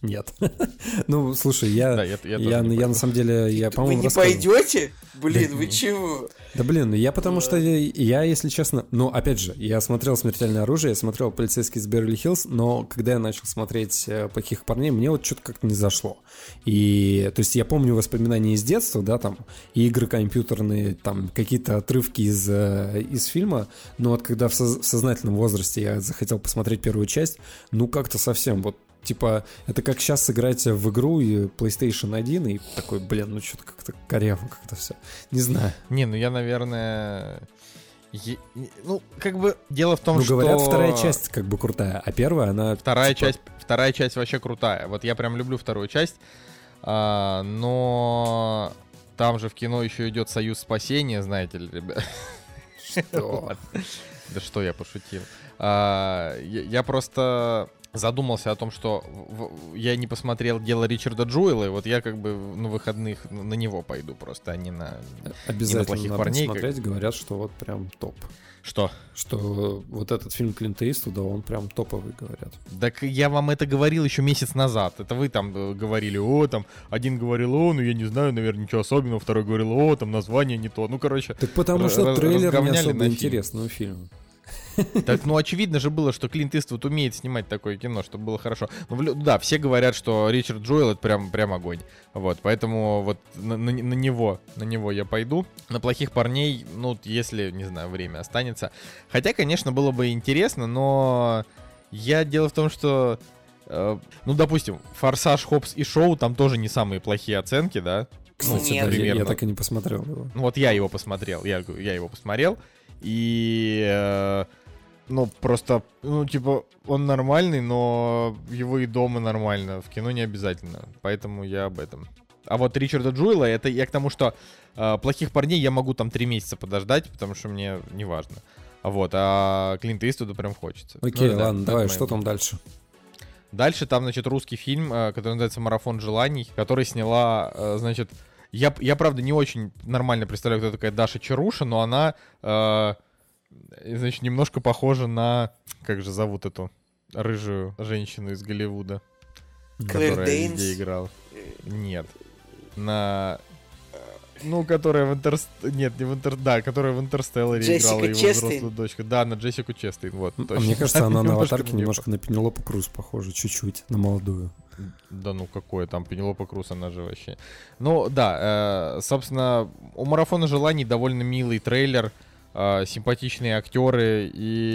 Нет. Ну, слушай, я, Да, я- я тоже я, не я пойду. на самом деле, я, Вы по-моему, не рассказывал. пойдете? Блин, Да вы не. чего? Да блин, я потому что я, я, если честно, ну, опять же, я смотрел «Смертельное оружие», я смотрел «Полицейский из Беверли-Хиллз», но когда я начал смотреть э, «Плохих парней», мне вот что-то как-то не зашло. И, то есть, я помню воспоминания из детства, да, там, игры компьютерные, там, какие-то отрывки из, э, из фильма, но вот когда в, соз- в сознательном возрасте я захотел посмотреть первую часть, ну, как-то совсем вот. Типа, это как сейчас сыграть в игру и PlayStation один и такой, блин, ну что-то как-то коряво как-то все. Не знаю. Не, ну я, наверное... е- не- Ну, как бы дело в том, Ну, что... говорят, вторая часть как бы крутая, а первая, она... Вторая типа, часть, вторая часть вообще крутая. Вот я прям люблю вторую часть, а, но там же в кино еще идет «Союз спасения», знаете ли, ребят. Что? Да что я пошутил. А, я, я просто задумался о том, что в- в- я не посмотрел «Дело Ричарда Джуэла», и вот я как бы на выходных на на него пойду просто, а не на... Обязательно «Плохих надо парней», как- смотреть, говорят, что вот прям топ. Что? Что вот этот фильм Клинта Иствуда, он прям топовый, говорят. Так я вам это говорил еще месяц назад. Это вы там э, говорили, о, там, один говорил, о, ну я не знаю, наверное, ничего особенного, второй говорил, о, там название не то. Ну, короче, Так потому р- что раз- трейлер не разговняли особо на фильм. интересный у фильма. Так, ну, очевидно же было, что Клинт Иствуд умеет снимать такое кино, чтобы было хорошо. Ну, в лю- да, все говорят, что Ричард Джуэл — это прям, прям огонь. Вот, поэтому вот на, на- на него, на него я пойду. На «Плохих парней», ну, если, не знаю, время останется. Хотя, конечно, было бы интересно, но я... Дело в том, что... э, ну, допустим, «Форсаж», «Хопс» и «Шоу» там тоже не самые плохие оценки, да? Кстати, Нет. да, я- я примерно. так и не посмотрел его. Ну, вот я его посмотрел, я, г- я его посмотрел, и, э, ну, просто, ну, типа, он нормальный, но его и дома нормально, в кино не обязательно, поэтому я об этом. А вот Ричарда Джуэла, это я к тому, что э, «Плохих парней» я могу там три месяца подождать, потому что мне не важно. Вот, а Клинта Иствуда прям хочется. Окей, Ну, да, ладно, это давай, мои что там мысли. дальше? Дальше там, значит, русский фильм, э, который называется «Марафон желаний», который сняла, э, значит, я, я, правда, не очень нормально представляю, кто такая Даша Чаруша, но она, э, значит, немножко похожа на, как же зовут эту рыжую женщину из Голливуда, Клэр которая Дейнс. везде играла. Нет. На... Ну, которая в Интерст... Нет, не в Интер... Да, которая в Интерстелларе Джессика играла его Честейн. взрослую дочку. Да, на Джессику Честейн, вот. А точно. мне кажется, она на Немножко аватарке на неё немножко на Пенелопу Круз похожа, чуть-чуть, на молодую. Да ну какое там, Пенелопа Круз, она же вообще. Ну да, э, собственно, у «Марафона желаний» довольно милый трейлер, э, симпатичные актеры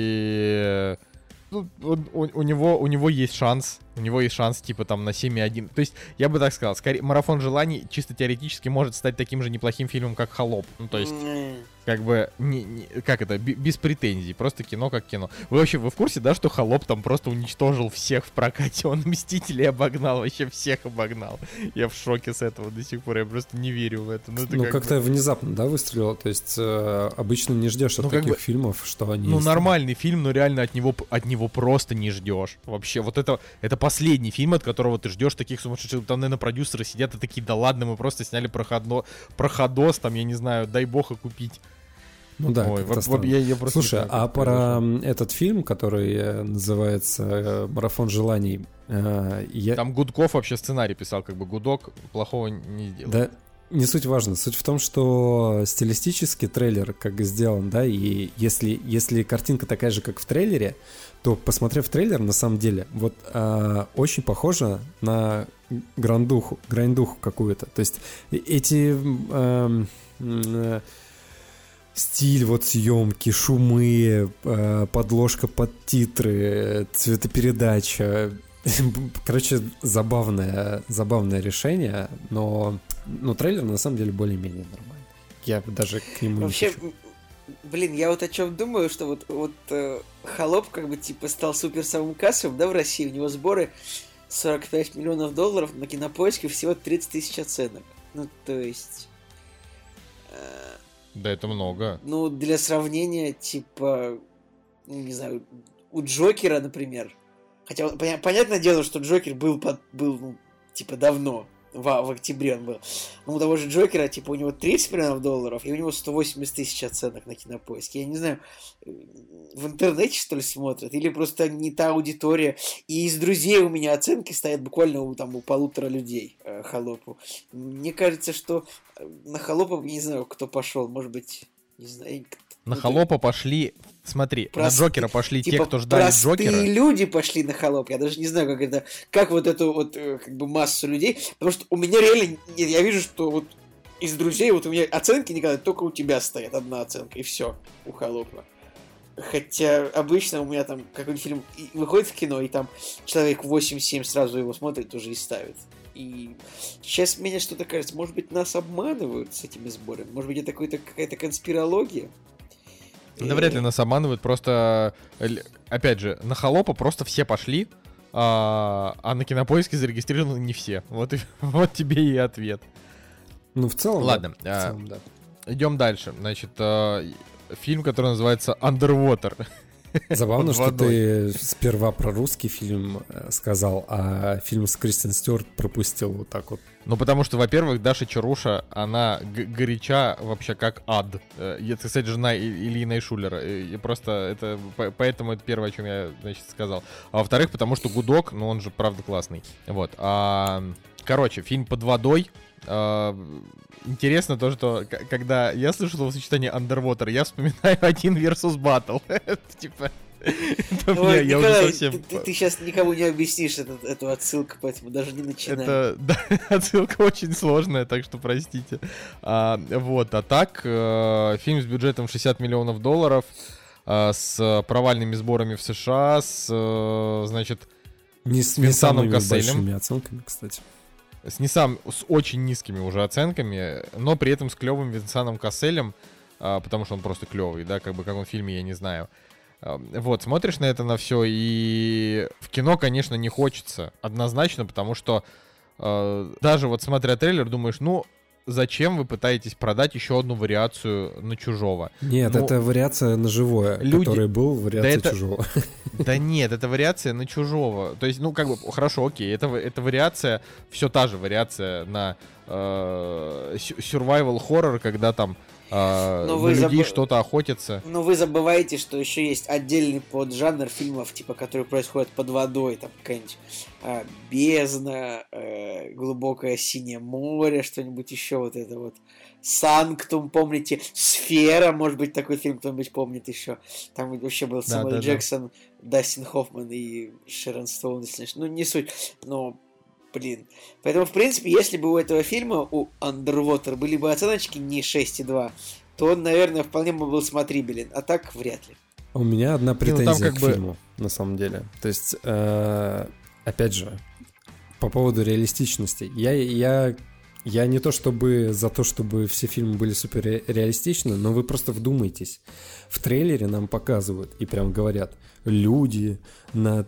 и... Ну, он- у, у него, у него есть шанс, у него есть шанс типа там на семь и один. То есть, я бы так сказал, скорее, «Марафон желаний» чисто теоретически может стать таким же неплохим фильмом, как «Холоп». Ну то есть, М, как бы, не, не- как это, би- без претензий, просто кино как кино. Вы вообще, вы в курсе, да, что «Холоп» там просто уничтожил всех в прокате, он «Мстителей» обогнал, вообще всех обогнал. Я в шоке с этого до сих пор, я просто не верю в это. Ну, это Ну, как как-то бы- внезапно, да, выстрелило? То есть э, обычно не ждешь от Ну, как таких бы- фильмов, что они... Ну, нормальный фильм, но реально от него, от него просто не ждешь. Вообще, вот это, это последний фильм, от которого ты ждешь таких сумасшедших. Там, наверное, продюсеры сидят и такие, да ладно, мы просто сняли проходно, проходос, там, я не знаю, дай бог окупить. Ну да, Ой, как-то во- странно. во- я- я просто не Слушай, знаю, а как это про произошло. м, этот фильм, который э, называется э, «Марафон желаний», э, я... Там Гудков вообще сценарий писал, как бы Гудок плохого не сделал. Да, не суть важно. Суть в том, что стилистически трейлер как сделан, да, и если, если картинка такая же, как в трейлере, то, посмотрев трейлер, на самом деле, вот а, очень похоже на грандуху, грандуху какую-то. То есть э- эти... м, м, стиль вот съемки, шумы, э, подложка под титры, цветопередача. Короче, забавное, забавное решение, но ну, трейлер на самом деле более-менее нормальный. Я даже к нему Вообще, не хочу. м, блин, я вот о чем думаю, что вот, вот э, «Холоп» как бы типа стал супер самым кассовым, да, в России. У него сборы сорок пять миллионов долларов, на Кинопоиске всего тридцать тысяч оценок. Ну, то есть... э, Да это много. Ну, для сравнения, типа, ну, не знаю, у Джокера, например. Хотя, поня- понятное дело, что Джокер был, под, был ну, типа, давно. в, в октябре он был. Ну, у того же Джокера, типа, у него тридцать миллионов долларов, и у него сто восемьдесят тысяч оценок на Кинопоиске. Я не знаю, в интернете, что ли, смотрят, или просто не та аудитория. И из друзей у меня оценки стоят буквально у, там, у полутора людей э, «Холопу». Мне кажется, что на «Холопа», не знаю, кто пошел, может быть, не знаю... На «Холопа» пошли, смотри, Прост... на «Джокера» пошли типа те, кто ждали простые «Джокера». Простые люди пошли на «Холоп». Я даже не знаю, как это, как вот эту вот как бы массу людей, потому что у меня реально, я вижу, что вот из друзей вот у меня оценки никогда, только у тебя стоит одна оценка, и все у «Холопа». Хотя обычно у меня там какой-нибудь фильм выходит в кино, и там человек восемь-семь сразу его смотрит уже и ставит. И сейчас мне что-то кажется, может быть, нас обманывают с этими сборами, может быть, это какая-то конспирология. Да вряд ли нас обманывают, просто, опять же, на «Холопа» просто все пошли, а, а на Кинопоиске зарегистрированы не все. Вот, и, вот тебе и ответ. Ну, в целом, Ладно, да. В целом, да. Идем дальше. Значит, фильм, который называется «Underwater». Забавно, что ты сперва про русский фильм сказал, а фильм с Кристен Стюарт пропустил вот так вот. Ну, потому что, во-первых, Даша Чаруша, она г- горяча вообще как ад. Это, кстати, жена Ильи Найшулера. И просто это... Поэтому это первое, о чем я, значит, сказал. А во-вторых, потому что Гудок, ну, он же, правда, классный. Вот. А, короче, фильм «Под водой». Uh, интересно то, что к- когда я слышу словосочетание Underwater, я вспоминаю один versus Battle. Типа, Ой, я Николай, уже совсем... ты, ты сейчас никому не объяснишь этот, эту отсылку, поэтому даже не начинай. Это, да, отсылка очень сложная, так что простите. А, вот, а так, э, фильм с бюджетом шестьдесят миллионов долларов, э, с провальными сборами в США, с, э, значит, не с Винсаном Касселем. Большими оценками, кстати. С не сам, с очень низкими уже оценками, но при этом с клевым Винсаном Касселем, а, потому что он просто клевый, да, как бы как он в фильме, я не знаю. А, вот, смотришь на это на все, и в кино, конечно, не хочется однозначно, потому что а, даже вот смотря трейлер, думаешь, ну, зачем вы пытаетесь продать еще одну вариацию на «Чужого»? Нет, ну, это вариация на «Живое», люди... который был вариация да это... «Чужого». Да нет, это вариация на «Чужого». То есть, ну, как бы, хорошо, окей, это, это вариация, все та же вариация на э, survival horror, когда там э, на людей заб... что-то охотятся. Но вы забываете, что еще есть отдельный поджанр фильмов, типа, которые происходят под водой, там, какая-нибудь э, «Бездна», э, «Глубокое синее море», что-нибудь еще вот это вот. «Санктум», помните? «Сфера», может быть, такой фильм кто-нибудь помнит еще. Там вообще был да, Сэмюэл да, Джексон, да. Дастин Хоффман и Шерон Стоун, если ну, не суть, но, блин. Поэтому, в принципе, если бы у этого фильма, у Underwater, были бы оценочки не шесть и два, то он, наверное, вполне бы был смотрибелен, а так вряд ли. У меня одна претензия ну, как к бы... фильму, на самом деле. То есть, э, опять же, по поводу реалистичности. Я... я... Я не то чтобы за то, чтобы все фильмы были супер реалистичны, но вы просто вдумайтесь. В трейлере нам показывают и прям говорят, люди на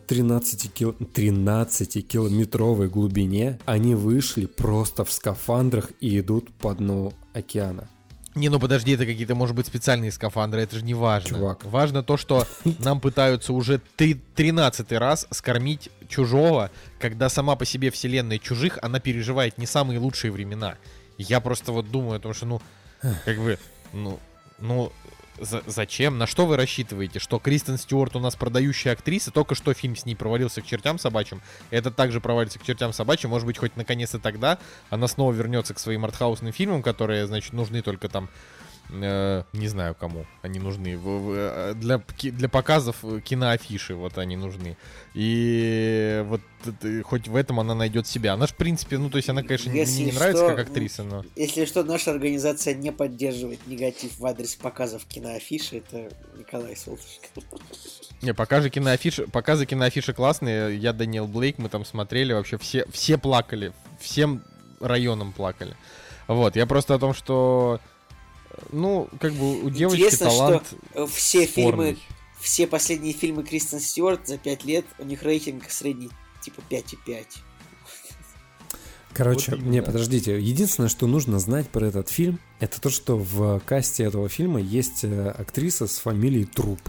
тринадцатикилометровой глубине, они вышли просто в скафандрах и идут по дну океана. Не, ну подожди, это какие-то, может быть, специальные скафандры, это же не важно. Чувак. Важно то, что нам пытаются уже тринадцатый раз скормить «Чужого», когда сама по себе вселенная «Чужих», она переживает не самые лучшие времена. Я просто вот думаю о том, что, ну, как бы, ну, ну, за- зачем? На что вы рассчитываете? Что Кристен Стюарт у нас продающая актриса, только что фильм с ней провалился к чертям собачьим, этот также провалится к чертям собачьим, может быть, хоть наконец-то тогда она снова вернется к своим артхаусным фильмам, которые, значит, нужны только там, э, не знаю кому они нужны, в, в, для, для показов киноафиши вот они нужны. И вот это, хоть в этом она найдет себя. Она же, в принципе, ну, то есть она, конечно, мне не что, нравится как актриса, но... Если что, наша организация не поддерживает негатив в адрес показов киноафиши, это Николай Солнышко. Не, показы киноафиши, показы киноафиши классные. Я, Дэниел Блейк, мы там смотрели, вообще все, все плакали, всем районом плакали. Вот, я просто о том, что, ну, как бы у девочки интересно, талант что все спорный. фильмы, все последние фильмы Кристен Стюарт за пять лет, у них рейтинг средний, типа пять и пять. Короче, вот не, подождите. Единственное, что нужно знать про этот фильм, это то, что в касте этого фильма есть актриса с фамилией Труп.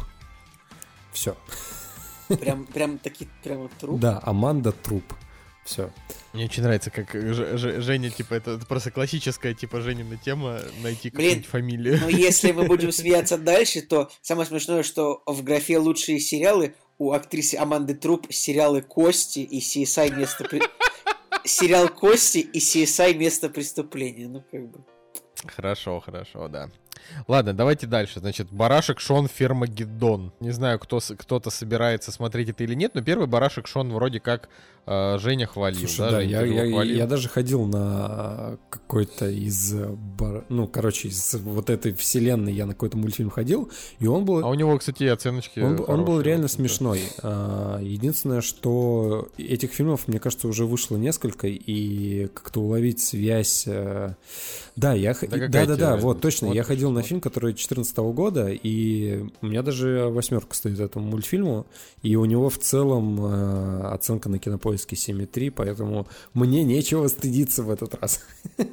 Все. Прям, прям таки, прямо Труп? Да, Аманда Труп. Все. Мне очень нравится, как Ж- Ж- Женя, типа, это, это просто классическая, типа, Женина тема, найти какую-нибудь фамилию. Но если мы будем смеяться дальше, то самое смешное, что в графе «Лучшие сериалы» у актрисы Аманды Труп сериалы «Кости» и «Си Эс Ай. Место при... сериал «Кости» и «Си Эс Ай. Место преступления». Ну, как бы... Хорошо, хорошо, да. Ладно, давайте дальше. Значит, барашек Шон Фермагеддон. Не знаю, кто, кто-то собирается смотреть это или нет, но первый барашек Шон вроде как э, Женя хвалил. Слушай, да, да, Женя, я, ты его я, хвалил? я даже ходил на какой-то из, бар... ну, короче, из вот этой вселенной я на какой-то мультфильм ходил, и он был... А у него, кстати, оценочки Он, хорошие, он был реально вот, смешной. А, единственное, что этих фильмов, мне кажется, уже вышло несколько, и как-то уловить связь... э, Да, я... х- Да какая Да, да, тебе да, разница? вот, точно. Я Смотришь, ходил на смотришь. фильм, который четырнадцатого года, и у меня даже восьмерка стоит этому мультфильму, и у него в целом э, оценка на Кинопоиске семь и три, поэтому мне нечего стыдиться в этот раз.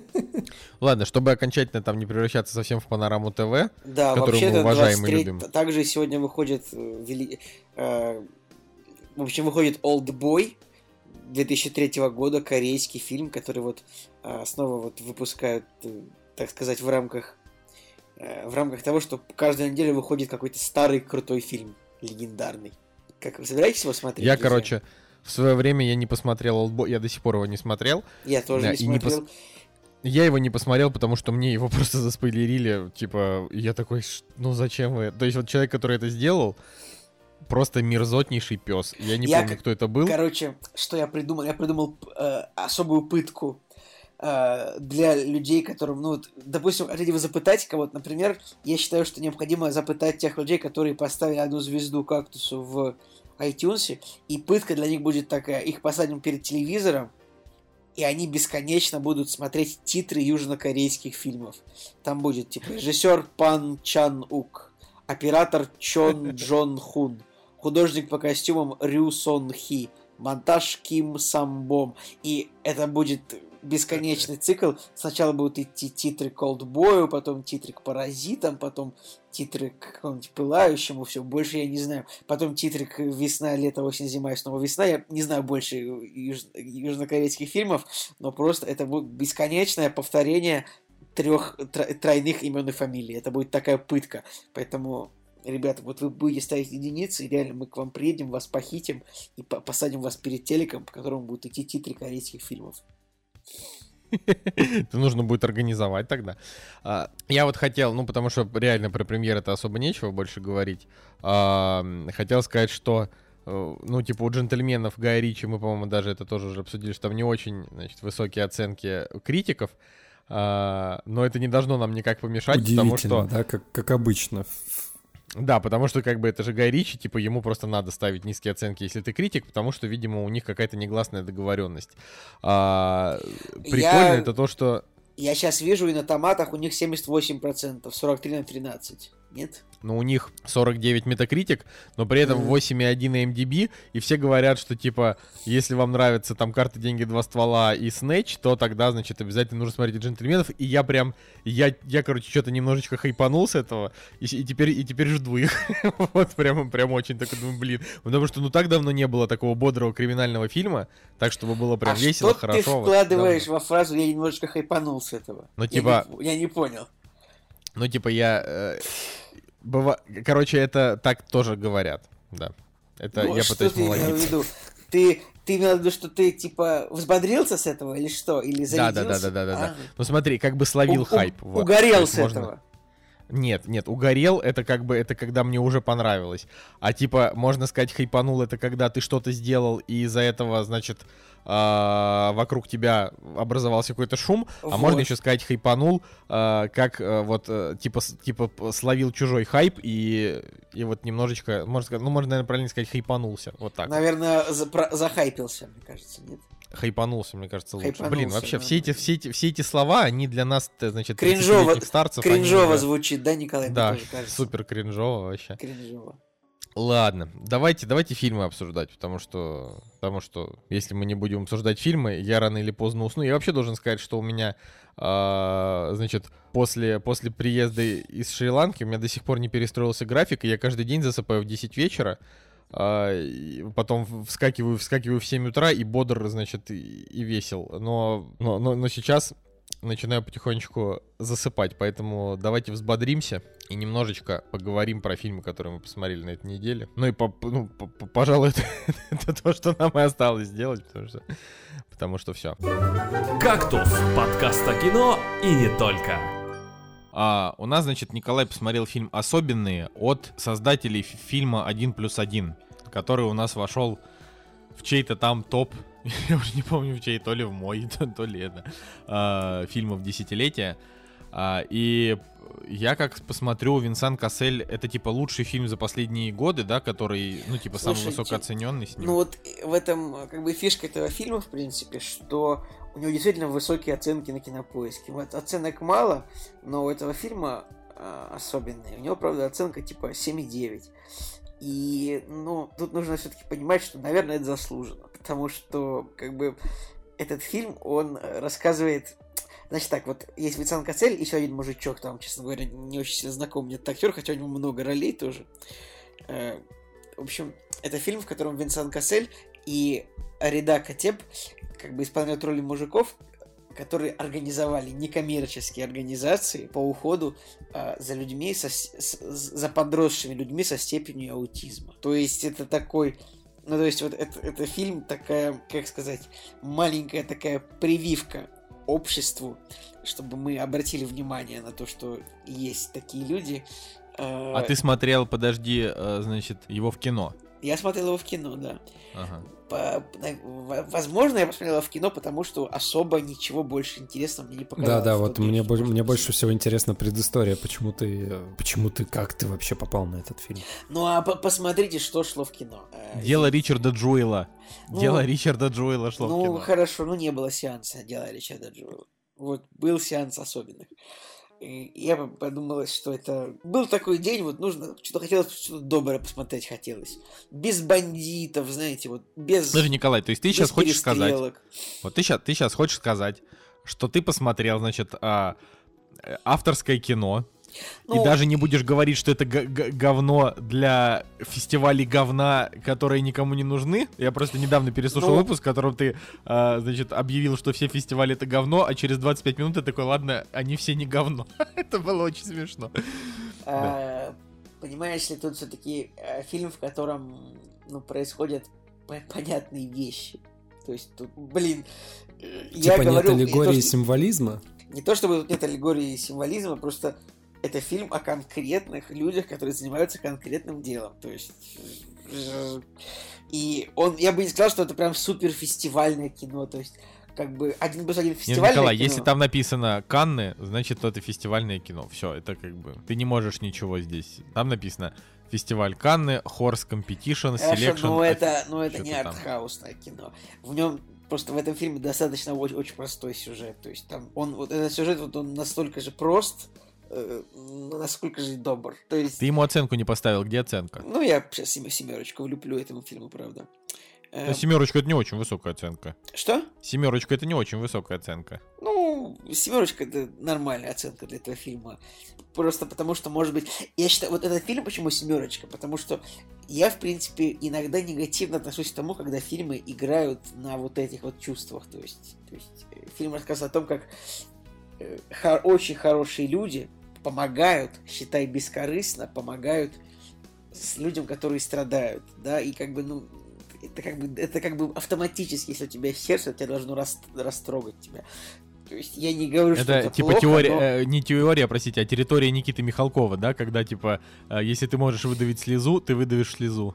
Ладно, чтобы окончательно там не превращаться совсем в панораму ТВ, Да, которую вообще-то мы уважаем и двадцать три любим. также сегодня выходит э, вели... э, в общем, выходит «Олдбой» две тысячи третьего года, корейский фильм, который вот э, снова вот выпускают, э, так сказать, в рамках э, в рамках того, что каждую неделю выходит какой-то старый крутой фильм, легендарный. Как вы собираетесь его смотреть? Я, друзья? короче, в свое время я не посмотрел «Олдбой», я до сих пор его не смотрел. Я тоже да, не и не смотрел. пос- Я его не посмотрел, потому что мне его просто заспойлерили, типа, и я такой, «Ш- ну зачем вы? То есть вот человек, который это сделал, просто мерзотнейший пес. Я не Я помню, к- кто это был. Короче, что я придумал? Я придумал э, особую пытку э, для людей, которым, ну, вот, допустим, хотите вы запытать кого-то, например, я считаю, что необходимо запытать тех людей, которые поставили одну звезду кактусу в iTunes, и пытка для них будет такая: их посадим перед телевизором, и они бесконечно будут смотреть титры южнокорейских фильмов. Там будет, типа, режиссер Пан Чан Ук, оператор Чон Джон Хун, художник по костюмам Рю Сон Хи, монтаж Ким Самбом. И это будет бесконечный цикл. Сначала будут идти титры к «Олдбою», потом титры к «Паразитам», потом титры к какому-нибудь «Пылающему», все, больше я не знаю. Потом титры к «Весна, лето, осень, зима и снова весна». Я не знаю больше юж... южнокорейских фильмов, но просто это будет бесконечное повторение трех тройных имен и фамилий. Это будет такая пытка. Поэтому, ребята, вот вы будете ставить единицы, и реально мы к вам приедем, вас похитим и посадим вас перед телеком, по которому будут идти титры корейских фильмов. Это нужно будет организовать тогда. А, я вот хотел, ну, потому что реально про премьеры-то особо нечего больше говорить. А, хотел сказать, что, э, ну, типа, у «Джентльменов» Гая Ричи, мы, по-моему, даже это тоже уже обсудили, что там не очень, значит, высокие оценки критиков. А, но это не должно нам никак помешать, потому Удивительно, что... да, как, как обычно. Да, потому что, как бы, это же Гай Ричи, типа, ему просто надо ставить низкие оценки, если ты критик, потому что, видимо, у них какая-то негласная договоренность. А, прикольно Я- это то, что... Я сейчас вижу, и на томатах у них семьдесят восемь процентов, сорок три на тринадцать. Нет? Ну, у них сорок девять Metacritic, но при этом Мгм. восемь и один на эм ди би, и все говорят, что, типа, если вам нравится там «Карты, деньги, два ствола» и «Снэч», то тогда, значит, обязательно нужно смотреть «Джентльменов», и я прям, я, я короче, что-то немножечко хайпанул с этого, и, и теперь, и теперь жду их. Вот прям, прям очень такой, думаю, блин, потому что, ну, так давно не было такого бодрого криминального фильма, так, чтобы было прям а весело, что хорошо. ты вот вкладываешь давно. во фразу «я немножечко хайпанул с этого»? Ну, Я типа- не- Я не понял. Ну, типа, я... э, быва- Короче, это так тоже говорят, да. Это Ну, я что пытаюсь ты имел в молодиться. виду? Ты, ты имел в виду, что ты, типа, взбодрился с этого или что? Или Да, да, зарядился? да, да, да, да. А. Ну смотри, как бы словил У- у- хайп. вот. Угорел То есть с можно- этого. Нет, нет, угорел это как бы это когда мне уже понравилось. А типа, можно сказать, хайпанул это когда ты что-то сделал, и из-за этого, значит, а, вокруг тебя образовался какой-то шум. А Вот. можно еще сказать, хайпанул, а, как а, вот а, типа, с- типа п- словил чужой хайп и, и вот немножечко, можно сказать, ну можно, наверное, правильно сказать, хайпанулся. Вот так. Наверное, за- про- захайпился, мне кажется, нет? Хайпанулся, мне кажется, лучше. Хайпанулся, Блин, вообще, да. все эти, все, эти, все эти слова, они для нас, т- значит, Кринжово, тридцатилетних старцев, они кринжово уже- звучит, да, Николай? Мне Да, тоже кажется. супер кринжово вообще. Кринжово. Ладно, давайте, давайте фильмы обсуждать, потому что, потому что если мы не будем обсуждать фильмы, я рано или поздно усну. Я вообще должен сказать, что у меня, а, значит, после, после приезда из Шри-Ланки у меня до сих пор не перестроился график, и я каждый день засыпаю в десять вечера, а, и потом вскакиваю, вскакиваю в семь утра и бодр, значит, и, и весел. Но, но, но, но сейчас начинаю потихонечку засыпать, поэтому давайте взбодримся и немножечко поговорим про фильмы, которые мы посмотрели на этой неделе. Ну и, по, ну, по, по, пожалуй, это, это то, что нам и осталось сделать, потому что, потому что все. «Кактус» — подкаст о кино и не только. А, у нас, значит, Николай посмотрел фильм «Особенные» от создателей фильма «Один плюс один», который у нас вошел в чей-то там топ, я уже не помню в чей, то ли в мой, то, то ли это, а, фильмов десятилетия. А, и я как посмотрю, Венсан Кассель — это типа лучший фильм за последние годы, да, который, ну, типа, Слушай, самый высокооцененный с ним. Ну вот в этом как бы фишка этого фильма, в принципе, что у него действительно высокие оценки на Кинопоиске. Вот оценок мало, но у этого фильма а, особенные. У него, правда, оценка типа семь и девять. И, ну, тут нужно все-таки понимать, что, наверное, это заслуженно. Потому что, как бы, этот фильм, он рассказывает... Значит так, вот есть Венсан Кассель, еще один мужичок, там, честно говоря, не очень сильно знаком мне этот актер, хотя у него много ролей тоже. В общем, это фильм, в котором Венсан Кассель и Арида Катеб как бы исполняют роли мужиков, которые организовали некоммерческие организации по уходу а, за людьми, со, с, за подросшими людьми со степенью аутизма. То есть это такой... Ну, то есть вот это, это фильм такая, как сказать, маленькая такая прививка обществу, чтобы мы обратили внимание на то, что есть такие люди. А ты смотрел, подожди, значит, его в кино? Я смотрел его в кино, да. Ага. По, возможно, я посмотрел его в кино, потому что особо ничего больше интересного мне не показалось. Да, да, вот мне, бо- мне больше всего интересна предыстория, почему ты, почему ты, как ты вообще попал на этот фильм. Ну, а по- посмотрите, что шло в кино. Дело Ричарда Джуэла. Ну, Дело Ричарда Джуэла шло ну, в кино. Ну, хорошо, ну не было сеанса Дела Ричарда Джуэла. Вот, был сеанс особенных. И я подумала, что это... Был такой день, вот нужно... Что-то хотелось, что-то доброе посмотреть хотелось. Без бандитов, знаете, вот без... Слушай, Николай, то есть ты сейчас хочешь сказать... Вот ты сейчас, ты сейчас хочешь сказать, что ты посмотрел, значит, а, авторское кино, ну, и даже не будешь говорить, что это г- г- говно для фестивалей говна, которые никому не нужны. Я просто недавно переслушал ну, выпуск, в котором ты, а, значит, объявил, что все фестивали это говно, а через двадцать пять минут ты такой, ладно, они все не говно. Это было очень смешно. А, понимаешь ли, тут все-таки фильм, в котором, ну, происходят понятные вещи. То есть тут, блин, я типа говорю... нет аллегории и то, символизма? Не то, чтобы тут нет аллегории символизма, просто... Это фильм о конкретных людях, которые занимаются конкретным делом. То есть... И он... Я бы не сказал, что это прям супер фестивальное кино. То есть, как бы, один плюс один фестивальное Нет, Николай, кино. если там написано Канны, значит, это фестивальное кино. Все, это как бы... Ты не можешь ничего здесь. Там написано фестиваль Канны, Horse Competition, Selection... Ну, это, ну, это не артхаусное кино. В нем... Просто в этом фильме достаточно очень, очень простой сюжет. То есть, там... он Вот этот сюжет, вот он настолько же прост... насколько же добр. То есть... Ты ему оценку не поставил, где оценка? Ну, я сейчас семерочку влюблю этому фильму, правда. Но семерочка — это не очень высокая оценка. Что? Семерочка — это не очень высокая оценка. Ну, семерочка — это нормальная оценка для этого фильма. Просто потому что, может быть... Я считаю, вот этот фильм почему семерочка? Потому что я, в принципе, иногда негативно отношусь к тому, когда фильмы играют на вот этих вот чувствах. То есть, то есть фильм рассказывает о том, как э, хор- очень хорошие люди помогают, считай, бескорыстно, помогают с людям, которые страдают, да, и как бы, ну, это как бы, это как бы автоматически, если у тебя сердце, тебя должно рас, растрогать тебя. То есть я не говорю, это, что это типа плохо, теория, но... э, не теория, простите, а территория Никиты Михалкова, да, когда, типа, э, если ты можешь выдавить слезу, ты выдавишь слезу.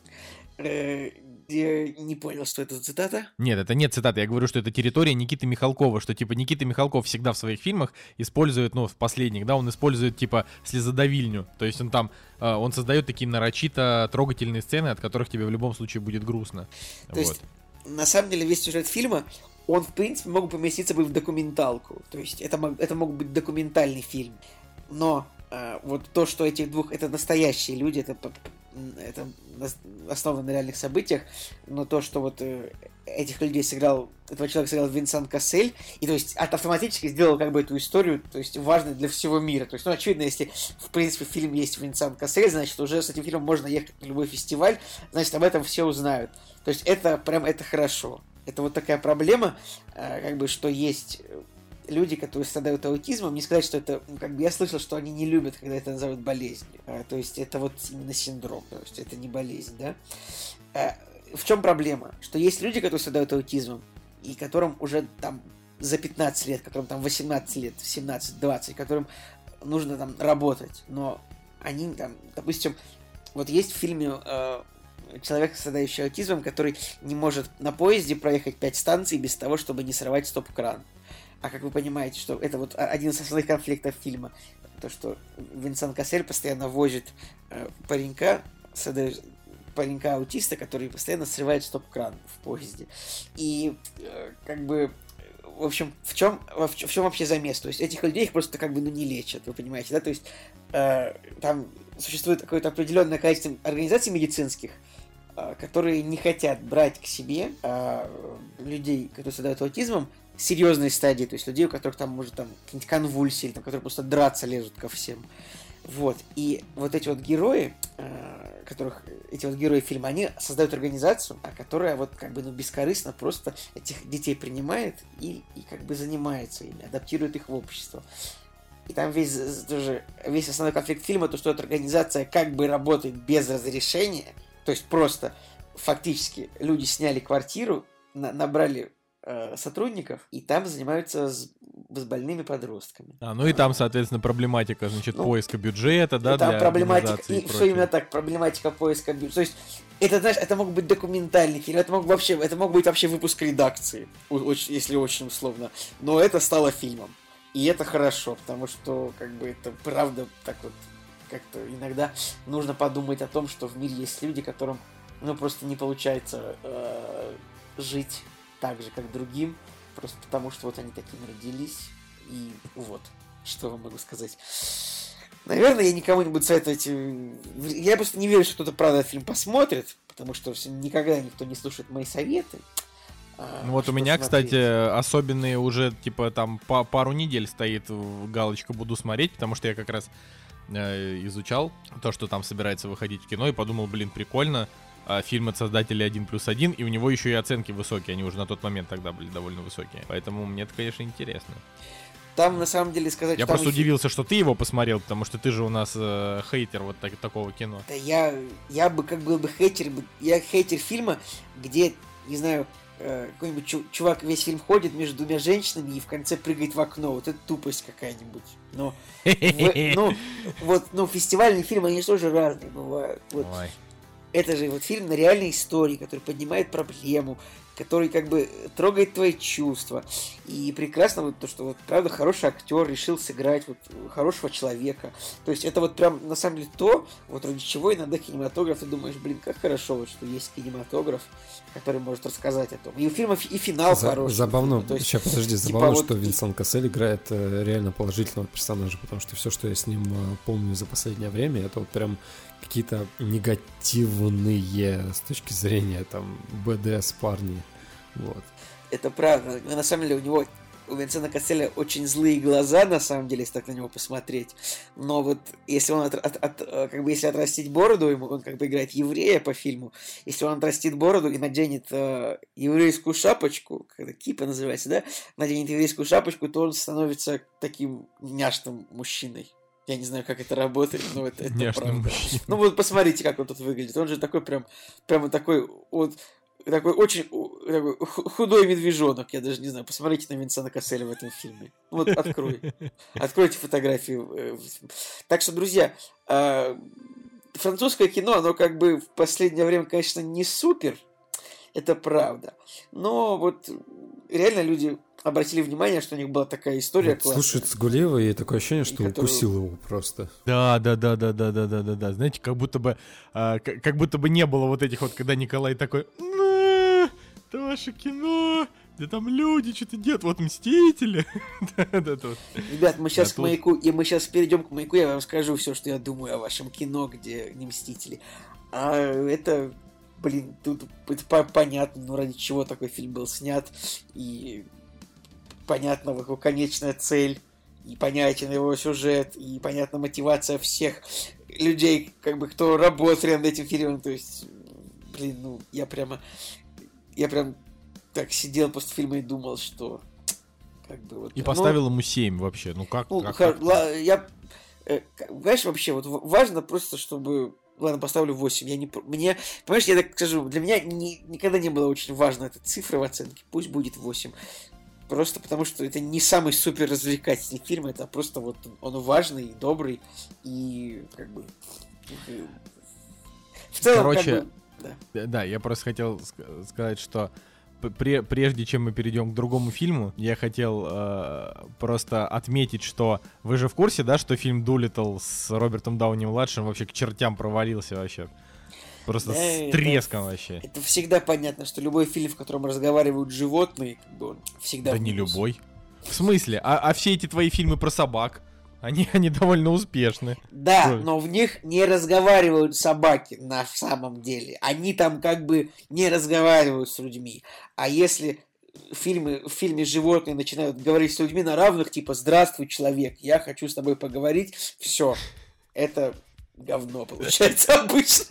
Я не понял, что это за цитата. Нет, это не цитата. Я говорю, что это территория Никиты Михалкова, что, типа, Никита Михалков всегда в своих фильмах использует, ну, в последних, да, он использует, типа, слезодавильню. То есть он там, э, он создает такие нарочито трогательные сцены, от которых тебе в любом случае будет грустно. То вот. есть, на самом деле, весь сюжет фильма, он, в принципе, мог поместиться бы в документалку. То есть это мог, это мог быть документальный фильм. Но э, вот то, что этих двух... Это настоящие люди, это, это основано на реальных событиях, но то, что вот э, этих людей сыграл, этого человека сыграл Винсан Кассель, и то есть автоматически сделал как бы эту историю, то есть важной для всего мира. То есть, ну, очевидно, если в принципе в фильме есть Винсан Кассель, значит, уже с этим фильмом можно ехать на любой фестиваль, значит, об этом все узнают. То есть это прям, это хорошо. Это вот такая проблема, как бы, что есть люди, которые страдают аутизмом, не сказать, что это, ну, как бы я слышал, что они не любят, когда это называют болезнью. То есть это вот именно синдром, то есть это не болезнь, да. В чем проблема? Что есть люди, которые страдают аутизмом, и которым уже там за пятнадцать лет, которым там восемнадцать лет, семнадцать, двадцать, которым нужно там работать, но они там, допустим, вот есть в фильме э, человек, страдающий аутизмом, который не может на поезде проехать пять станций без того, чтобы не сорвать стоп-кран. А как вы понимаете, что это вот один из основных конфликтов фильма, то, что Винсан Кассель постоянно возит э, паренька, паренька-аутиста, который постоянно срывает стоп-кран в поезде. И э, как бы, в общем, в чем, в, в чем вообще замес? То есть этих людей их просто как бы ну, не лечат, вы понимаете, да? То есть э, там существует какое-то определенное количество организаций медицинских, э, которые не хотят брать к себе э, людей, которые страдают аутизмом, серьезной стадии, то есть людей, у которых там может там какие-нибудь конвульсии, или там, которые просто драться лезут ко всем. Вот. И вот эти вот герои, э, которых эти вот герои фильма, они создают организацию, которая вот как бы ну, бескорыстно просто этих детей принимает и, и как бы занимается ими, адаптирует их в общество. И там весь, тоже, весь основной конфликт фильма, то, что эта организация как бы работает без разрешения, то есть просто фактически люди сняли квартиру, на, набрали э, сотрудников, и там занимаются с, с больными подростками. А, ну и там, соответственно, проблематика, значит, ну, поиска бюджета, да, там для проблематика, организации и, и все именно так, проблематика поиска бюджета. То есть, это, знаешь, это мог быть документальный фильм, это мог вообще, это мог быть вообще выпуск редакции, очень, если очень условно. Но это стало фильмом. И это хорошо, потому что, как бы, это правда так вот, как-то иногда нужно подумать о том, что в мире есть люди, которым, ну, просто не получается э, жить так же, как другим, просто потому что вот они такими родились, и вот, что вам могу сказать. Наверное, я никому не буду советовать, я просто не верю, что кто-то правда этот фильм посмотрит, потому что никогда никто не слушает мои советы. Ну вот у меня, смотреть. Кстати, особенные уже, типа, там по пару недель стоит галочка «Буду смотреть», потому что я как раз э, изучал то, что там собирается выходить в кино, и подумал, блин, прикольно, э, фильм от создателей один плюс один, и у него еще и оценки высокие, они уже на тот момент тогда были довольно высокие, поэтому мне это, конечно, интересно. Там, на самом деле, сказать... Я просто еще... удивился, что ты его посмотрел, потому что ты же у нас э, хейтер вот так, такого кино. Да я, я бы, как был бы хейтер, я хейтер фильма, где, не знаю... какой-нибудь чувак весь фильм ходит между двумя женщинами и в конце прыгает в окно. Вот это тупость какая-нибудь. Но, в, ну, вот, ну, фестивальные фильмы, они тоже разные бывают. Вот. Это же вот фильм на реальной истории, который поднимает проблему, который как бы трогает твои чувства. И прекрасно вот то, что вот, правда, хороший актер решил сыграть вот хорошего человека. То есть это вот прям, на самом деле, то, вот ради чего иногда кинематограф, ты думаешь, блин, как хорошо, вот, что есть кинематограф, который может рассказать о том. И у фильма и финал За- хороший. Забавно, то есть, сейчас подожди, забавно, типа, что вот... Винсан Кассель играет э, реально положительного персонажа, потому что все, что я с ним э, помню за последнее время, это вот прям какие-то негативные с точки зрения там бэ дэ эс парни. Вот. Это правда. Но на самом деле у него, у Винсана Касселя очень злые глаза, на самом деле, если так на него посмотреть. Но вот если он от, от, от, как бы если отрастить бороду, ему он как бы играет еврея по фильму. Если он отрастит бороду и наденет э, еврейскую шапочку, как кипа называется, да, наденет еврейскую шапочку, то он становится таким няшным мужчиной. Я не знаю, как это работает, но это, это правда. Мужчина. Ну вот посмотрите, как он тут выглядит. Он же такой прям, прямо такой вот, такой очень такой худой медвежонок. Я даже не знаю, посмотрите на Винсана Касселя в этом фильме. Вот открой. Откройте фотографии. Так что, друзья, французское кино, оно как бы в последнее время, конечно, не супер. Это правда. Но вот реально люди обратили внимание, что у них была такая история вот классная. Слушает Цгулеева, и такое ощущение, что который... укусил его просто. Да, да, да, да, да, да, да, да, да. Знаете, как будто бы, а, как, как будто бы не было вот этих вот, когда Николай такой, это ваше кино, да там люди что-то делают, вот Мстители. Ребят, мы сейчас к маяку, и мы сейчас перейдем к маяку, я вам скажу все, что я думаю о вашем кино, где не Мстители. А это блин, тут это понятно, ну ради чего такой фильм был снят, и понятна его конечная цель, и понятен его сюжет, и понятна мотивация всех людей, как бы, кто работали над этим фильмом, то есть, блин, ну, я прямо, я прям так сидел после фильма и думал, что, как бы, вот... И ну, поставил ему семь вообще, ну как? Ну, как, ха- как ла- я, э, знаешь, вообще, вот в- важно просто, чтобы... Ладно, поставлю восемь. Я не... пр- Мне... Понимаешь, я так скажу, для меня ни- никогда не было очень важно эта цифра в оценке. Пусть будет восемь. Просто потому, что это не самый супер развлекательный фильм, это просто вот он важный, добрый и как бы... В целом, Короче, как бы... Да. Да, я просто хотел ск- сказать, что пре- прежде чем мы перейдем к другому фильму, я хотел э, просто отметить, что вы же в курсе, да, что фильм «Дулиттл» с Робертом Дауни-младшим вообще к чертям провалился вообще. Просто Да, с это- треском вообще. Это всегда понятно, что любой фильм, в котором разговаривают животные, как бы он всегда... Да в не минус. любой. В смысле? А, а все эти твои фильмы про собак, они, они довольно успешны. Да, Ой. но в них не разговаривают собаки на самом деле. Они там как бы не разговаривают с людьми. А если фильмы, в фильме животные начинают говорить с людьми на равных, типа «Здравствуй, человек, я хочу с тобой поговорить», все, это говно получается обычно.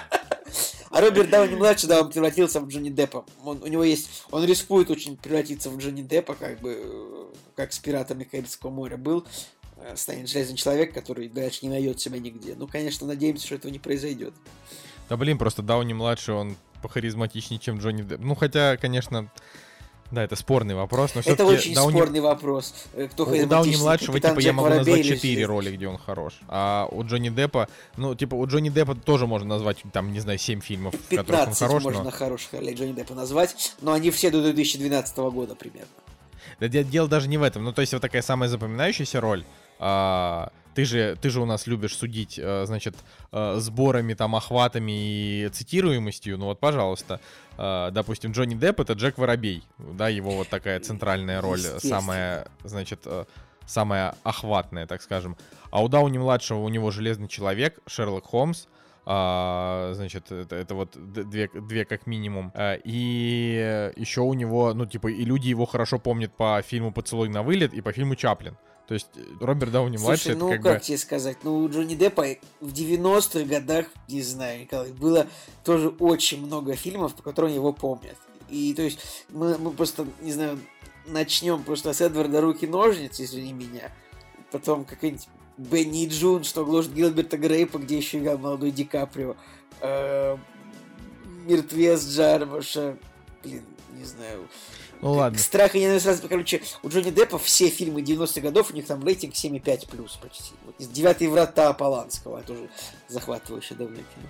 А Роберт Дауни-младший, да, он превратился в Джонни Деппа. Он, у него есть... Он рискует очень превратиться в Джонни Деппа, как бы... э, Как с «Пиратами Карибского моря» был. э, Станет железный человек, который дальше не найдет себя нигде. Ну, конечно, надеемся, что этого не произойдет. Да блин, просто Дауни-младший, он похаризматичнее, чем Джонни Депп. Ну хотя, конечно, да, это спорный вопрос, но Это все-таки очень Дауни... спорный вопрос. Э, Кто У харизматичнее, Дауни-младшего, капитан типа, я Джек могу Воробей назвать или четыре Железный? роли, где он хорош. А у Джонни Деппа, ну, типа, у Джонни Деппа тоже можно назвать, там, не знаю, семь фильмов, в которых он пятнадцать хорош, можно но... хороших ролей Джонни Деппа назвать, но они все до две тысячи двенадцатого года примерно. Да, де- дело даже не в этом. Ну, то есть, вот такая самая запоминающаяся роль. а, ты, же, ты же у нас любишь судить, а, значит, а, сборами, там, охватами и цитируемостью. Ну, вот, пожалуйста. А, допустим, Джонни Депп — это Джек Воробей. Да, его вот такая центральная роль, самая, значит, а, самая охватная, так скажем. А у Дауни-младшего у него Железный человек, Шерлок Холмс. А, значит, это, это вот д- две, две как минимум. А, и еще у него, ну, типа, и люди его хорошо помнят по фильму «Поцелуй на вылет» и по фильму «Чаплин». То есть Роберт Дауни-младший, Слушай, ну это как, как, тебе сказать, ну у Джонни Деппа в девяностых годах, не знаю, Николай, было тоже очень много фильмов, по которым его помнят. И то есть мы, мы просто, не знаю, начнем просто с Эдварда Руки-ножниц, извини меня, потом какой-нибудь Бенни и Джун, что гложет Гилберта Грейпа, где еще играл молодой Ди Каприо, э, Мертвец Джармуша, блин, не знаю... Ну ладно. Страх и ненависть сразу, короче, у Джонни Деппа все фильмы девяностых годов, у них там рейтинг семь и пять плюс почти. Вот, «Девятые врата» Поланского, тоже захватывающее довольно кино.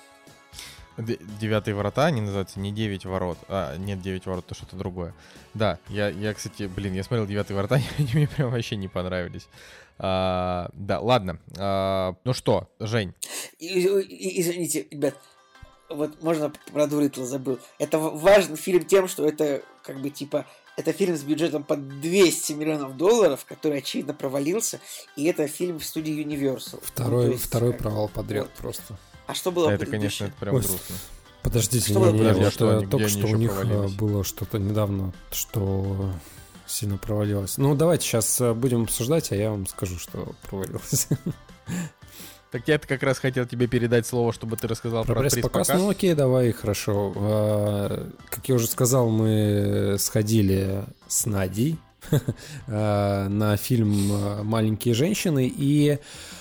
Д- Девятые врата, они называются не девять ворот. А, нет, девять ворот, то что-то другое. Да, я, я, кстати, блин, я смотрел Девятые врата, они мне прям вообще не понравились. А, да, ладно. А, ну что, Жень? И, и- извините, ребят, вот можно про Дулиттла забыл. Это в- важный фильм тем, что это как бы типа это фильм с бюджетом под двести миллионов долларов, который очевидно провалился, и это фильм в студии Universal. Второй, Ну, то есть, второй как- провал подряд вот. просто. А что было Это, предыдущее? конечно, это прям Ой, грустно. Подождите, Что не, было не, подожди, вот, а что э, они- только где что они у еще них э, провалились? было что-то недавно, что сильно провалилось. Ну, давайте сейчас будем обсуждать, а я вам скажу, что провалилось. Так я как раз хотел тебе передать слово, чтобы ты рассказал про, Про пресс-показ? Ну, окей, давай, хорошо. А, Как я уже сказал, мы сходили с Надей а, на фильм «Маленькие женщины», и...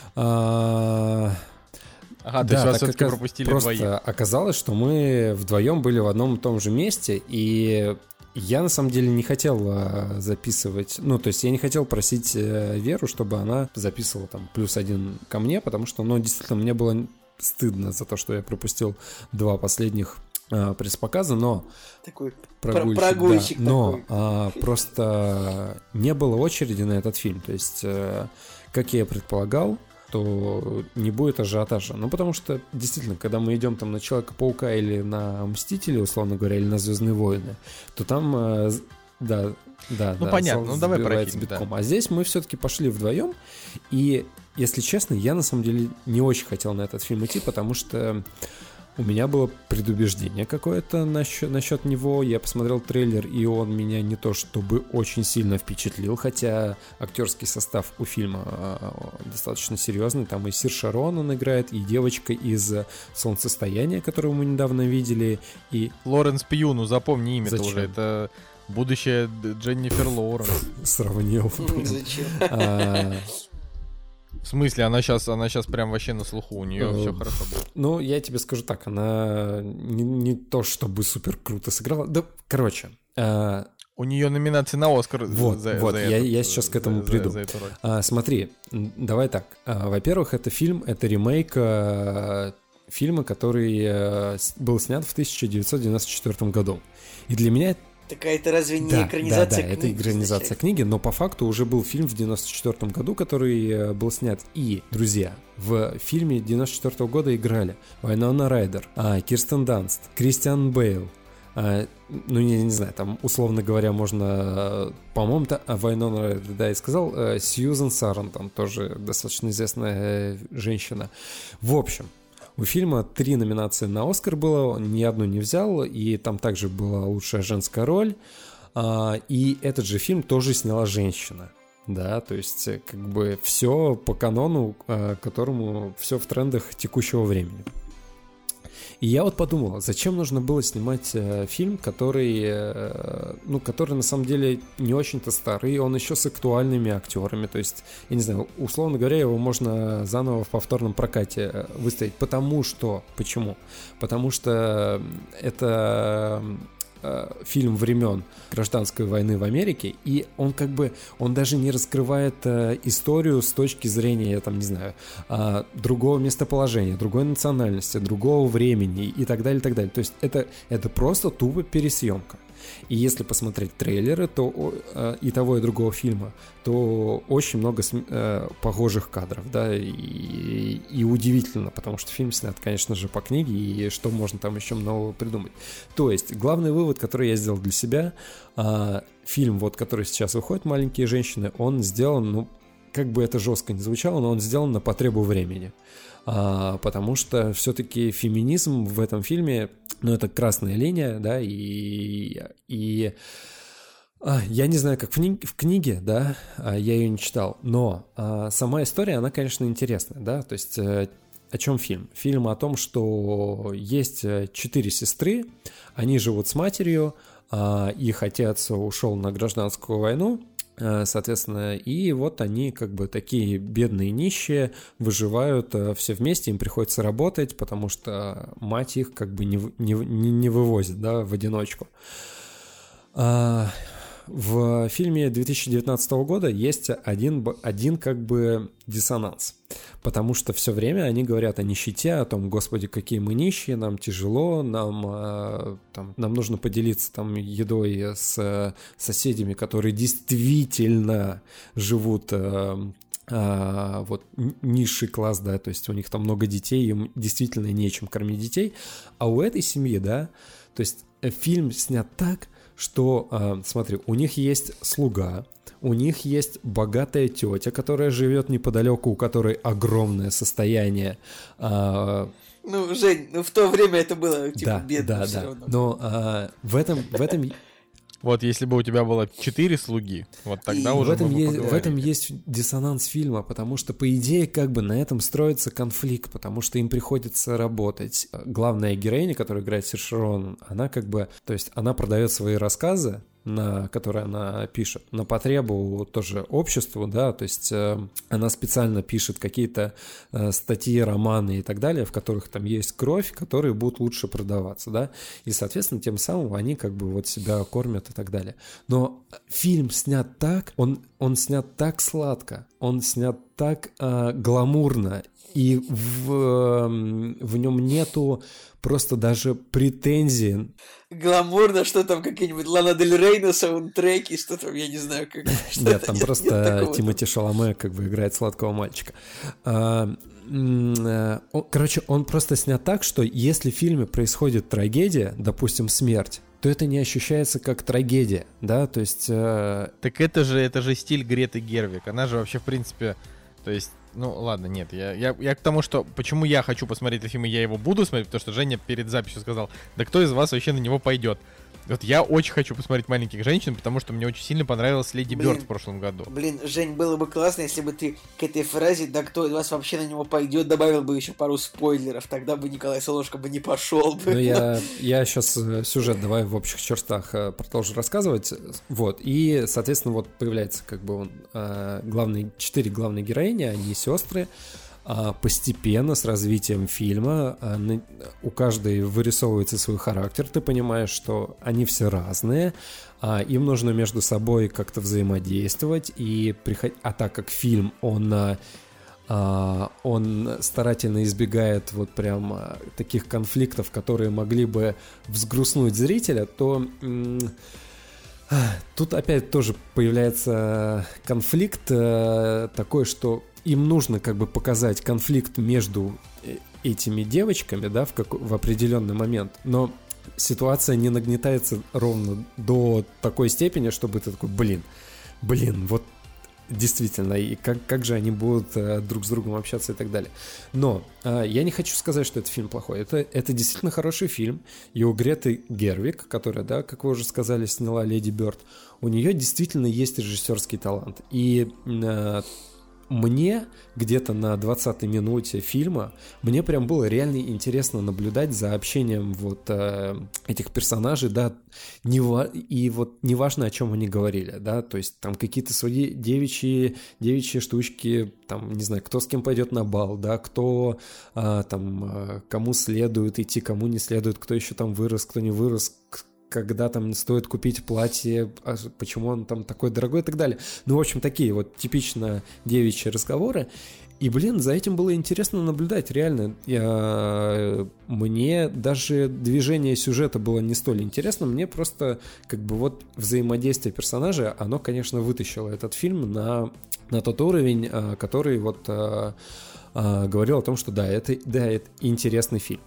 а, Ага, то да, есть вас так все-таки как пропустили просто двоих. оказалось, что мы вдвоем были в одном и том же месте, и я на самом деле не хотел а, записывать, ну, то есть я не хотел просить э, Веру, чтобы она записывала там плюс один ко мне, потому что, ну, действительно, мне было стыдно за то, что я пропустил два последних а, пресс-показа, но... Такой Прогульщик, прогульщик да. Но такой. а, просто не было очереди на этот фильм, то есть, э, как я и предполагал, то не будет ажиотажа. Ну, потому что, действительно, когда мы идем там на Человека-паука или на Мстителей, условно говоря, или на Звездные войны, то там, э, да, да, Ну, да, понятно, зал ну, давай про забивается фильм, да. битком. А здесь мы все-таки пошли вдвоем, и, если честно, я, на самом деле, не очень хотел на этот фильм идти, потому что у меня было предубеждение какое-то насчет, насчет него. Я посмотрел трейлер, и он меня не то чтобы очень сильно впечатлил, хотя актерский состав у фильма достаточно серьезный. Там и Сирша Ронан играет, и девочка из «Солнцестояния», которую мы недавно видели, и... Лоренс Пью, ну запомни имя-то Зачем? уже, это будущая Дженнифер Лоуренс. Сравнил. Зачем? А, В смысле, она сейчас, она сейчас прям вообще на слуху, у нее Э, все хорошо будет. Ну, я тебе скажу так, она не, не то чтобы супер круто сыграла. Да, короче, а, У нее номинации на Оскар Вот, за, вот, за я- этот, я сейчас к этому за- за- приду. за эту роль. а, смотри, м, давай так. А, во-первых, это фильм, это ремейк а, фильма, который а, с- был снят в тысяча девятьсот девяносто четвёртом году. И для меня Такая это разве не да, экранизация да, да, это книги экранизация изначально? книги, но по факту уже был фильм в девяносто четвёртом году, который э, был снят. И, друзья, в фильме девяносто четвёртого года играли Вайнона Райдер, а, Кирстен Данст, Кристиан Бейл. А, ну, я не знаю, там, условно говоря, можно, э, по-моему, та- а, Вайнона Райдер, да, и сказал, э, Сьюзен Сарандон, тоже достаточно известная э, женщина. В общем, у фильма три номинации на Оскар было, ни одну не взял, и там также была лучшая женская роль. А, и этот же фильм тоже сняла женщина. Да, то есть, э, как бы все по канону, э, которому все в трендах текущего времени. И я вот подумал, зачем нужно было снимать э, фильм, который, э, ну, который на самом деле не очень-то старый, он еще с актуальными актерами, то есть, я не знаю, условно говоря, его можно заново в повторном прокате э, выставить, потому что, почему? Потому что это э, фильм времен гражданской войны в Америке, и он как бы, он даже не раскрывает э, историю с точки зрения, там, не знаю, э, другого местоположения, другой национальности, другого времени и так далее, и так далее. То есть это, это просто тупо пересъемка. И если посмотреть трейлеры то, э, и того, и другого фильма, то очень много см- э, похожих кадров, да, и, и удивительно, потому что фильм снят, конечно же, по книге, и что можно там еще нового придумать. То есть, главный вывод, который я сделал для себя, э, фильм, вот, который сейчас выходит, «Маленькие женщины», он сделан, ну, как бы это жестко не звучало, но он сделан на потребу времени. А, потому что все-таки феминизм в этом фильме, ну, это красная линия, да, и, и а, я не знаю, как в, кни- в книге, да, а, я ее не читал, но а, сама история, она, конечно, интересная, да, то есть э, о чем фильм? Фильм о том, что есть четыре сестры, они живут с матерью, а, их отец ушел на гражданскую войну, соответственно, и вот они как бы такие бедные нищие, выживают все вместе, им приходится работать, потому что мать их как бы не, не, не вывозит, да, в одиночку. В фильме две тысячи девятнадцатого года есть один, один как бы диссонанс, потому что все время они говорят о нищете, о том, господи, какие мы нищие, нам тяжело, нам, там, нам нужно поделиться там едой с соседями, которые действительно живут... А, вот низший класс, да, то есть у них там много детей, им действительно нечем кормить детей, а у этой семьи, да, то есть фильм снят так, что, а, смотри, у них есть слуга, у них есть богатая тетя, которая живет неподалеку, у которой огромное состояние. А, ну, Жень, ну в то время это было типа да, бедно да, все да. равно. Но а, в этом, в этом Вот если бы у тебя было четыре слуги, вот тогда И уже в этом, мы бы есть, в поговорили. этом есть диссонанс фильма, потому что, по идее, как бы на этом строится конфликт, потому что им приходится работать. Главная героиня, которая играет Сирша Ронан, она как бы, то есть она продает свои рассказы, на, которые она пишет, на потребу тоже обществу, да, то есть э, она специально пишет какие-то э, статьи, романы и так далее, в которых там есть кровь, которые будут лучше продаваться, да, и, соответственно, тем самым они как бы вот себя кормят и так далее. Но фильм снят так, он, он снят так сладко, он снят так э, гламурно, и в, э, в нем нету просто даже претензий. Гламурно, что там какие-нибудь Лана Дель Рей на саундтреке, что там, я не знаю, как... Нет, там просто Тимоти Шаломе как бы играет сладкого мальчика. А, м, он, короче, он просто снят так, что если в фильме происходит трагедия, допустим, смерть, то это не ощущается как трагедия, да, то есть... Э... Так это же, это же стиль Греты Гервиг, она же вообще, в принципе, то есть Ну, ладно, нет, я, я, я к тому, что почему я хочу посмотреть этот фильм, и я его буду смотреть, потому что Женя перед записью сказал, да кто из вас вообще на него пойдет? Вот я очень хочу посмотреть «Маленьких женщин», потому что мне очень сильно понравилась «Леди Бёрд» в прошлом году. Блин, Жень, было бы классно, если бы ты к этой фразе «да кто из вас вообще на него пойдет» добавил бы еще пару спойлеров, тогда бы Николай Солнышко бы не пошел бы. Ну, я, я сейчас сюжет давай в общих чертах продолжу рассказывать. Вот, и, соответственно, вот появляется как бы он, главные, четыре главные героини, они сестры. Постепенно, с развитием фильма, у каждой вырисовывается свой характер, ты понимаешь, что они все разные, им нужно между собой как-то взаимодействовать, и приход... а так как фильм, он, он старательно избегает вот прям таких конфликтов, которые могли бы взгрустнуть зрителя, то тут опять тоже появляется конфликт такой, что им нужно как бы показать конфликт между этими девочками, да, в, как, в определенный момент, но ситуация не нагнетается ровно до такой степени, чтобы ты такой, блин, блин, вот действительно, и как, как же они будут э, друг с другом общаться и так далее. Но э, я не хочу сказать, что этот фильм плохой. Это, это действительно хороший фильм. И у Греты Гервиг, которая, да, как вы уже сказали, сняла «Леди Бёрд», у нее действительно есть режиссерский талант. И э, мне где-то на двадцатой минуте фильма мне прям было реально интересно наблюдать за общением вот э, этих персонажей, да, не ва- и вот неважно, о чем они говорили, да, то есть там какие-то свои девичьи, девичьи штучки, там, не знаю, кто с кем пойдет на бал, да, кто э, там, э, кому следует идти, кому не следует, кто еще там вырос, кто не вырос, когда там стоит купить платье, почему он там такой дорогой и так далее. Ну, в общем, такие вот типично девичьи разговоры. И, блин, за этим было интересно наблюдать, реально. Я... Мне даже движение сюжета было не столь интересно, мне просто как бы вот взаимодействие персонажей, оно, конечно, вытащило этот фильм на, на тот уровень, который вот говорил о том, что да, это, да, это интересный фильм.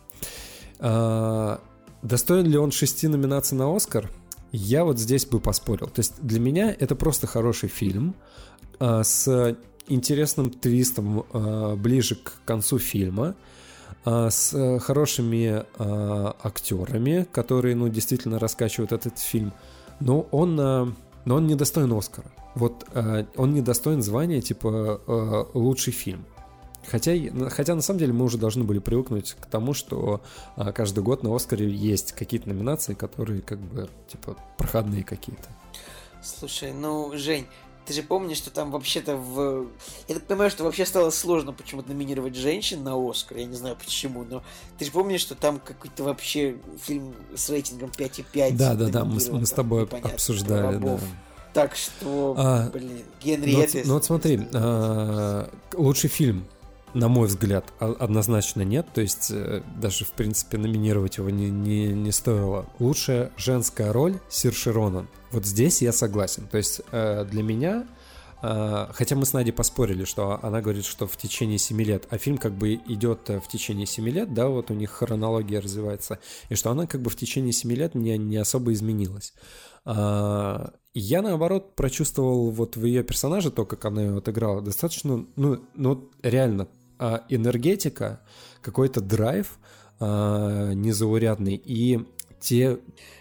Достоин ли он шести номинаций на «Оскар»? Я вот здесь бы поспорил. То есть для меня это просто хороший фильм а, с интересным твистом а, ближе к концу фильма, а, с хорошими а, актерами, которые, ну, действительно раскачивают этот фильм. Но он, а, но он не достоин «Оскара». Вот а, он не достоин звания типа а, «Лучший фильм». Хотя, хотя на самом деле мы уже должны были привыкнуть к тому, что а, каждый год на «Оскаре» есть какие-то номинации, которые как бы типа проходные какие-то. Слушай, ну, Жень, ты же помнишь, что там вообще-то в... Я так понимаю, что вообще стало сложно почему-то номинировать женщин на «Оскар», я не знаю почему, но ты же помнишь, что там какой-то вообще фильм с рейтингом пять и пять. Да-да-да, мы, мы с тобой обсуждали, да. Так что, а, блин, Генриетта... Ну, ну вот смотри, а, лучший фильм, на мой взгляд, однозначно нет. То есть даже, в принципе, номинировать его не, не, не стоило. Лучшая женская роль Сирши Ронан. Вот здесь я согласен. То есть для меня, хотя мы с Надей поспорили, что она говорит, что в течение семи лет, а фильм как бы идет в течение семи лет, да, вот у них хронология развивается, и что она как бы в течение семи лет не, не особо изменилась. Я, наоборот, прочувствовал вот в ее персонаже то, как она ее отыграла, достаточно, ну, ну реально, энергетика, какой-то драйв незаурядный, и те...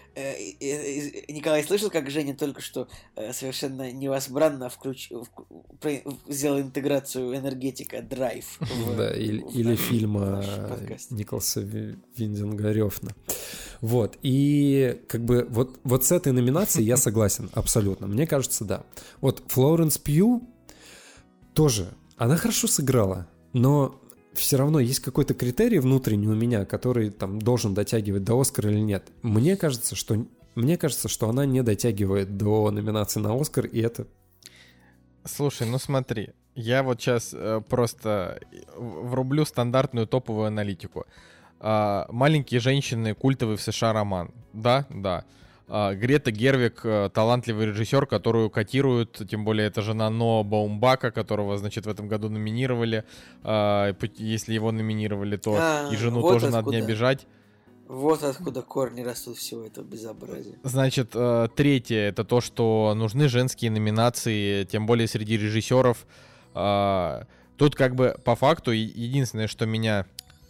Николай слышал, как Женя только что совершенно невозбранно включ... сделал интеграцию энергетика, драйв. Да, или, или фильма Николаса Виндинга Рёфна. Вот, и как бы вот, вот с этой номинацией я согласен абсолютно. Мне кажется, да. Вот Флоренс Пью тоже, она хорошо сыграла, но все равно есть какой-то критерий внутренний у меня, который там должен дотягивать до «Оскара» или нет. Мне кажется, что, мне кажется, что она не дотягивает до номинации на «Оскар», и это... Слушай, ну смотри, я вот сейчас э, просто врублю стандартную топовую аналитику. Э, «Маленькие женщины» — культовый в США роман. Да, да. Uh, Грета Гервиг uh, талантливый режиссер, которую котируют, тем более это жена Ноа Баумбака, которого, значит, в этом году номинировали. Uh, если его номинировали, то а, и жену вот тоже откуда, надо не обижать. Вот откуда корни растут всего этого безобразия. Значит, uh, третье — это то, что нужны женские номинации, тем более среди режиссеров. Uh, Тут как бы по факту единственное, что меня...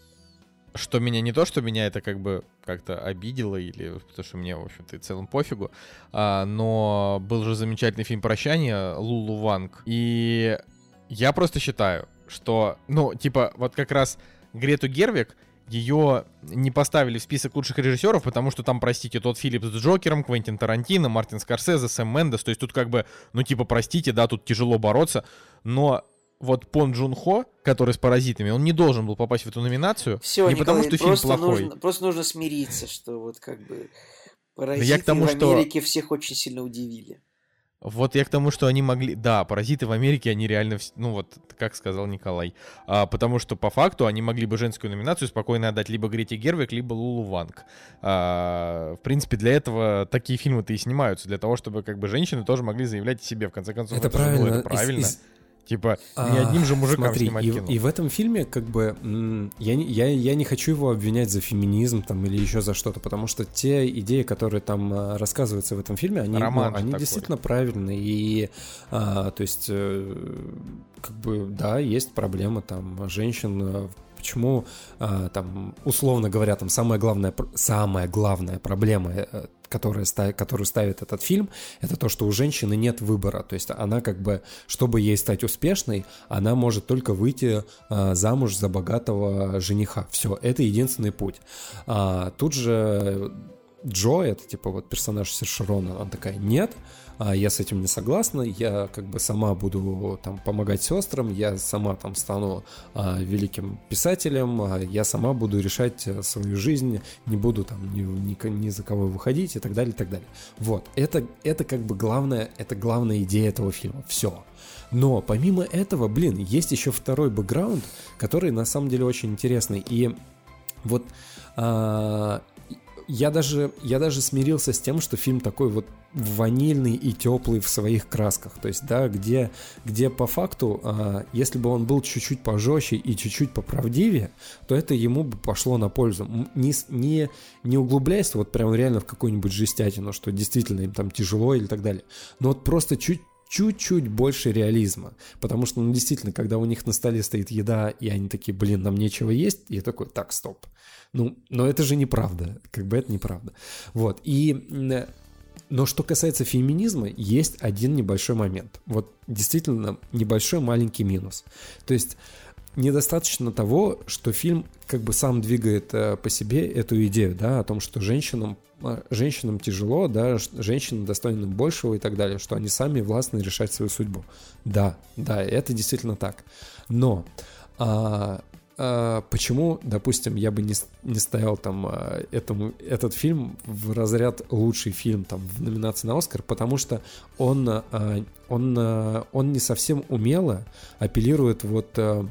Что меня не то, что меня это как бы как-то обидело, или потому что мне, в общем-то, и в целом пофигу, а, но был же замечательный фильм «Прощание» Лулу Ванг, и я просто считаю, что, ну, типа, вот как раз Грету Гервиг, ее не поставили в список лучших режиссеров, потому что там, простите, тот Филлипс с Джокером, Квентин Тарантино, Мартин Скорсезе, Сэм Мендес, то есть тут как бы, ну, типа, простите, да, тут тяжело бороться, но... Вот Пон Джун Хо, который с «Паразитами», он не должен был попасть в эту номинацию. Все, не Николай, потому, что фильм плохой. Нужно, просто нужно смириться, что вот как бы «Паразиты» я к тому, в Америке что... всех очень сильно удивили. Вот я к тому, что они могли... Да, «Паразиты» в Америке, они реально... Ну вот, как сказал Николай. А, потому что по факту они могли бы женскую номинацию спокойно отдать либо Грете Гервиг, либо Лулу Ванг. А, в принципе, для этого такие фильмы-то и снимаются. Для того, чтобы как бы женщины тоже могли заявлять о себе. В конце концов, это, это правильно. Было, это правильно. Из, из... Типа, а, не одним же мужикам смотри, снимать и, кино. И в этом фильме, как бы, я, я, я не хочу его обвинять за феминизм там, или еще за что-то, потому что те идеи, которые там рассказываются в этом фильме, они, ну, они действительно правильные. И, а, то есть, как бы, да, есть проблема там женщин. Почему, а, там, условно говоря, там самая главная, самая главная проблема, которая, которую ставит этот фильм, это то, что у женщины нет выбора. То есть она как бы, чтобы ей стать успешной, она может только выйти а, замуж за богатого жениха. Все, это единственный путь. А, тут же Джо, это типа вот персонаж Саоши Ронан, она такая, нет, я с этим не согласна, я как бы сама буду там помогать сестрам, я сама там стану а, великим писателем, а, я сама буду решать свою жизнь, не буду там ни, ни, ни за кого выходить и так далее, и так далее. Вот, это, это как бы главная, это главная идея этого фильма, все. Но помимо этого, блин, есть еще второй бэкграунд, который на самом деле очень интересный, и вот... А, Я даже, я даже смирился с тем, что фильм такой вот ванильный и теплый в своих красках. То есть, да, где, где по факту, а, если бы он был чуть-чуть пожестче и чуть-чуть поправдивее, то это ему бы пошло на пользу. Не, не, не углубляясь вот прям реально в какую-нибудь жестятину, что действительно им там тяжело или так далее. Но вот просто чуть чуть-чуть больше реализма, потому что, ну, действительно, когда у них на столе стоит еда, и они такие, блин, нам нечего есть, я такой, так, стоп. Ну, но это же неправда, как бы это неправда. Вот, и... Но что касается феминизма, есть один небольшой момент. Вот действительно небольшой маленький минус. То есть недостаточно того, что фильм как бы сам двигает э, по себе эту идею, да, о том, что женщинам, женщинам тяжело, да, женщинам достойны большего и так далее, что они сами властны решать свою судьбу. Да, да, это действительно так. Но а, а, почему, допустим, я бы не, не ставил там этому, этот фильм в разряд лучший фильм там в номинации на Оскар? Потому что он, он, он не совсем умело апеллирует вот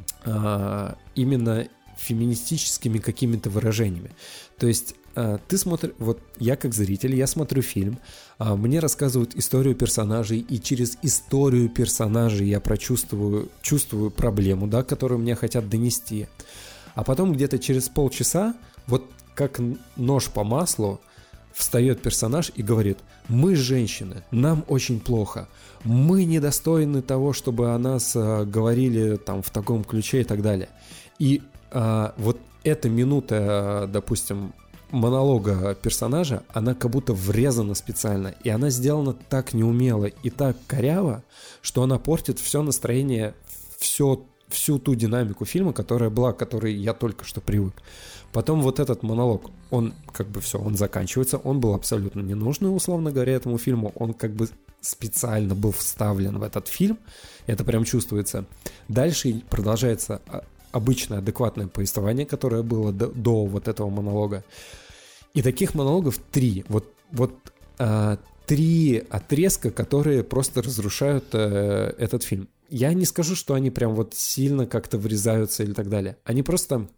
а, именно феминистическими какими-то выражениями. То есть ты смотришь, вот я как зритель, я смотрю фильм, мне рассказывают историю персонажей, и через историю персонажей я прочувствую, чувствую проблему, да, которую мне хотят донести. А потом где-то через полчаса, вот как нож по маслу, встает персонаж и говорит: мы женщины, нам очень плохо, мы недостойны того, чтобы о нас говорили там в таком ключе и так далее. И а, вот эта минута, допустим, монолога персонажа, она как будто врезана специально, и она сделана так неумело и так коряво, что она портит все настроение, все, всю ту динамику фильма, которая была, к которой я только что привык. Потом вот этот монолог, он как бы все, он заканчивается, он был абсолютно ненужный, условно говоря, этому фильму, он как бы специально был вставлен в этот фильм, это прям чувствуется. Дальше продолжается обычное адекватное повествование, которое было до, до вот этого монолога. И таких монологов три. Вот, вот а, три отрезка, которые просто разрушают а, этот фильм. Я не скажу, что они прям вот сильно как-то врезаются или так далее. Они просто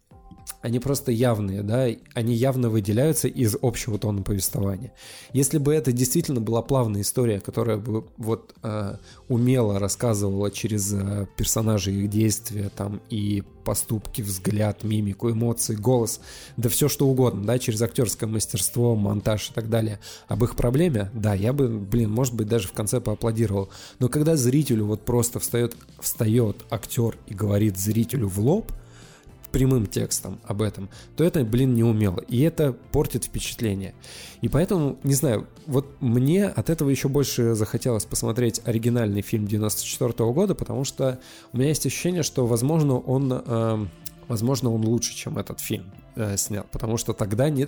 они просто явные, да, они явно выделяются из общего тона повествования. Если бы это действительно была плавная история, которая бы вот э, умело рассказывала через э, персонажей, их действия там и поступки, взгляд, мимику, эмоции, голос, да все что угодно, да, через актерское мастерство, монтаж и так далее, об их проблеме, да, я бы, блин, может быть, даже в конце поаплодировал. Но когда зрителю вот просто встает, встает актер и говорит зрителю в лоб, прямым текстом об этом, то это, блин, неумело. И это портит впечатление. И поэтому, не знаю, вот мне от этого еще больше захотелось посмотреть оригинальный фильм девяносто четвёртого года, потому что у меня есть ощущение, что, возможно, он, э, возможно, он лучше, чем этот фильм э, снял, потому что тогда нет...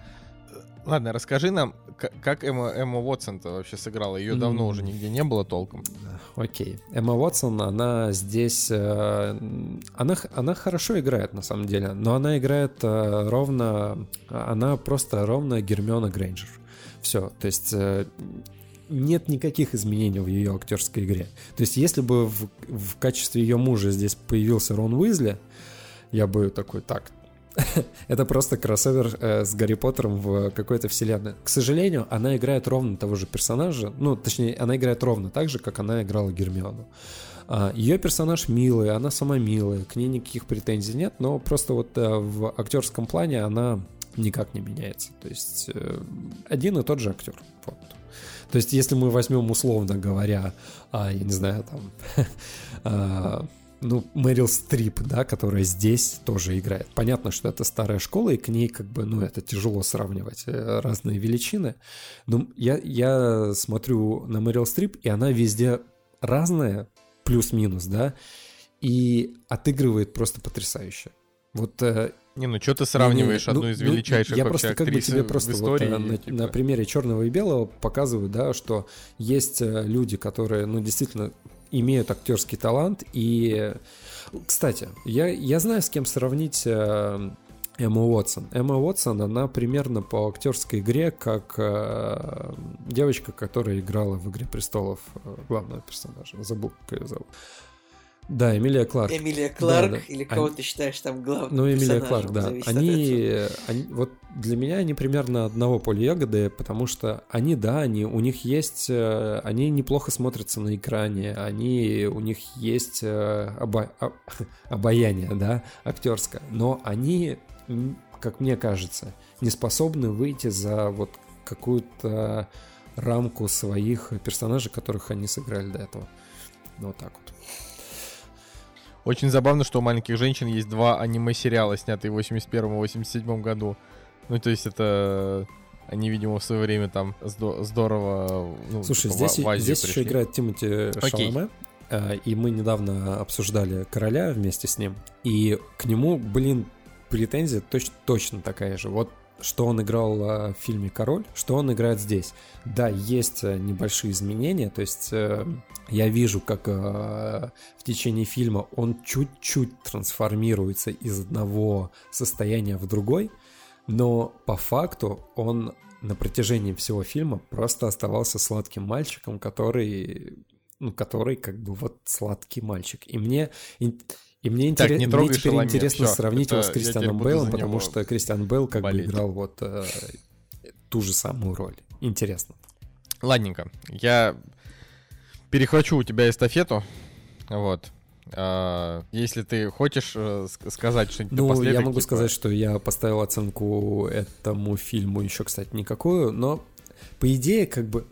Ладно, расскажи нам, как Эмма, Эмма Уотсон-то вообще сыграла? Ее mm. давно уже нигде не было толком. Окей. Okay. Эмма Уотсон, она здесь... Э, она, она хорошо играет, на самом деле, но она играет э, ровно... Она просто ровно Гермиона Грейнджер. Все, то есть... Э, нет никаких изменений в ее актерской игре. То есть если бы в, в качестве ее мужа здесь появился Рон Уизли, я бы такой, так... Это просто кроссовер э, с Гарри Поттером в какой-то вселенной. К сожалению, она играет ровно того же персонажа. Ну, точнее, она играет ровно так же, как она играла Гермиону. А, ее персонаж милый, она сама милая, к ней никаких претензий нет, но просто вот э, в актерском плане она никак не меняется. То есть э, один и тот же актер. Вот. То есть если мы возьмем, условно говоря, а, я не знаю, там... а, ну, Мэрил Стрип, да, которая здесь тоже играет. Понятно, что это старая школа, и к ней как бы, ну, это тяжело сравнивать разные величины. Но я, я смотрю на Мэрил Стрип, и она везде разная, плюс-минус, да, и отыгрывает просто потрясающе. Вот... Не, ну что ты сравниваешь не, не, одну ну, из величайших ну, вообще актрис в истории? Я просто как бы тебе просто вот, на, типа... на примере черного и белого показываю, да, что есть люди, которые, ну, действительно... имеют актерский талант. И, кстати, я, я знаю, с кем сравнить э, Эмму Уотсон. Эмма Уотсон, она примерно по актерской игре, как э, девочка, которая играла в «Игре престолов» э, главного персонажа. Забыл, как ее зовут. Да, Эмилия Кларк. Эмилия Кларк, да, да. Или кого они... ты считаешь там главным Ну, Эмилия персонажем? Кларк, да. Они, они, вот для меня они примерно одного поля ягоды, потому что они, да, они, у них есть, они неплохо смотрятся на экране, они, у них есть обо, обаяние, да, актерское, но они, как мне кажется, не способны выйти за вот какую-то рамку своих персонажей, которых они сыграли до этого. Вот так вот. Очень забавно, что у «Маленьких женщин» есть два аниме-сериала, снятые в восемьдесят первом и восемьдесят седьмом году. Ну, то есть это... Они, видимо, в свое время там здо- здорово... Ну, слушай, типа, здесь, в Азию здесь пришли. еще играет Тимоти Шаломе, и мы недавно обсуждали «Короля» вместе с ним, и к нему, блин, претензия точ- точно такая же. Вот что он играл в фильме «Король», что он играет здесь. Да, есть небольшие изменения, то есть э, я вижу, как э, в течение фильма он чуть-чуть трансформируется из одного состояния в другой, но по факту он на протяжении всего фильма просто оставался сладким мальчиком, который, ну, который как бы вот сладкий мальчик. И мне... И мне, так, интерес... мне теперь Шаломе. интересно Всё, сравнить его с Кристианом Бейлом, потому что Кристиан Бейл как болеть. бы играл вот э, ту же самую роль. Интересно. Ладненько. Я перехвачу у тебя эстафету. Вот. А, если ты хочешь э, сказать что-нибудь ну, напоследок. Я могу типа... сказать, что я поставил оценку этому фильму еще, кстати, никакую, но по идее как бы...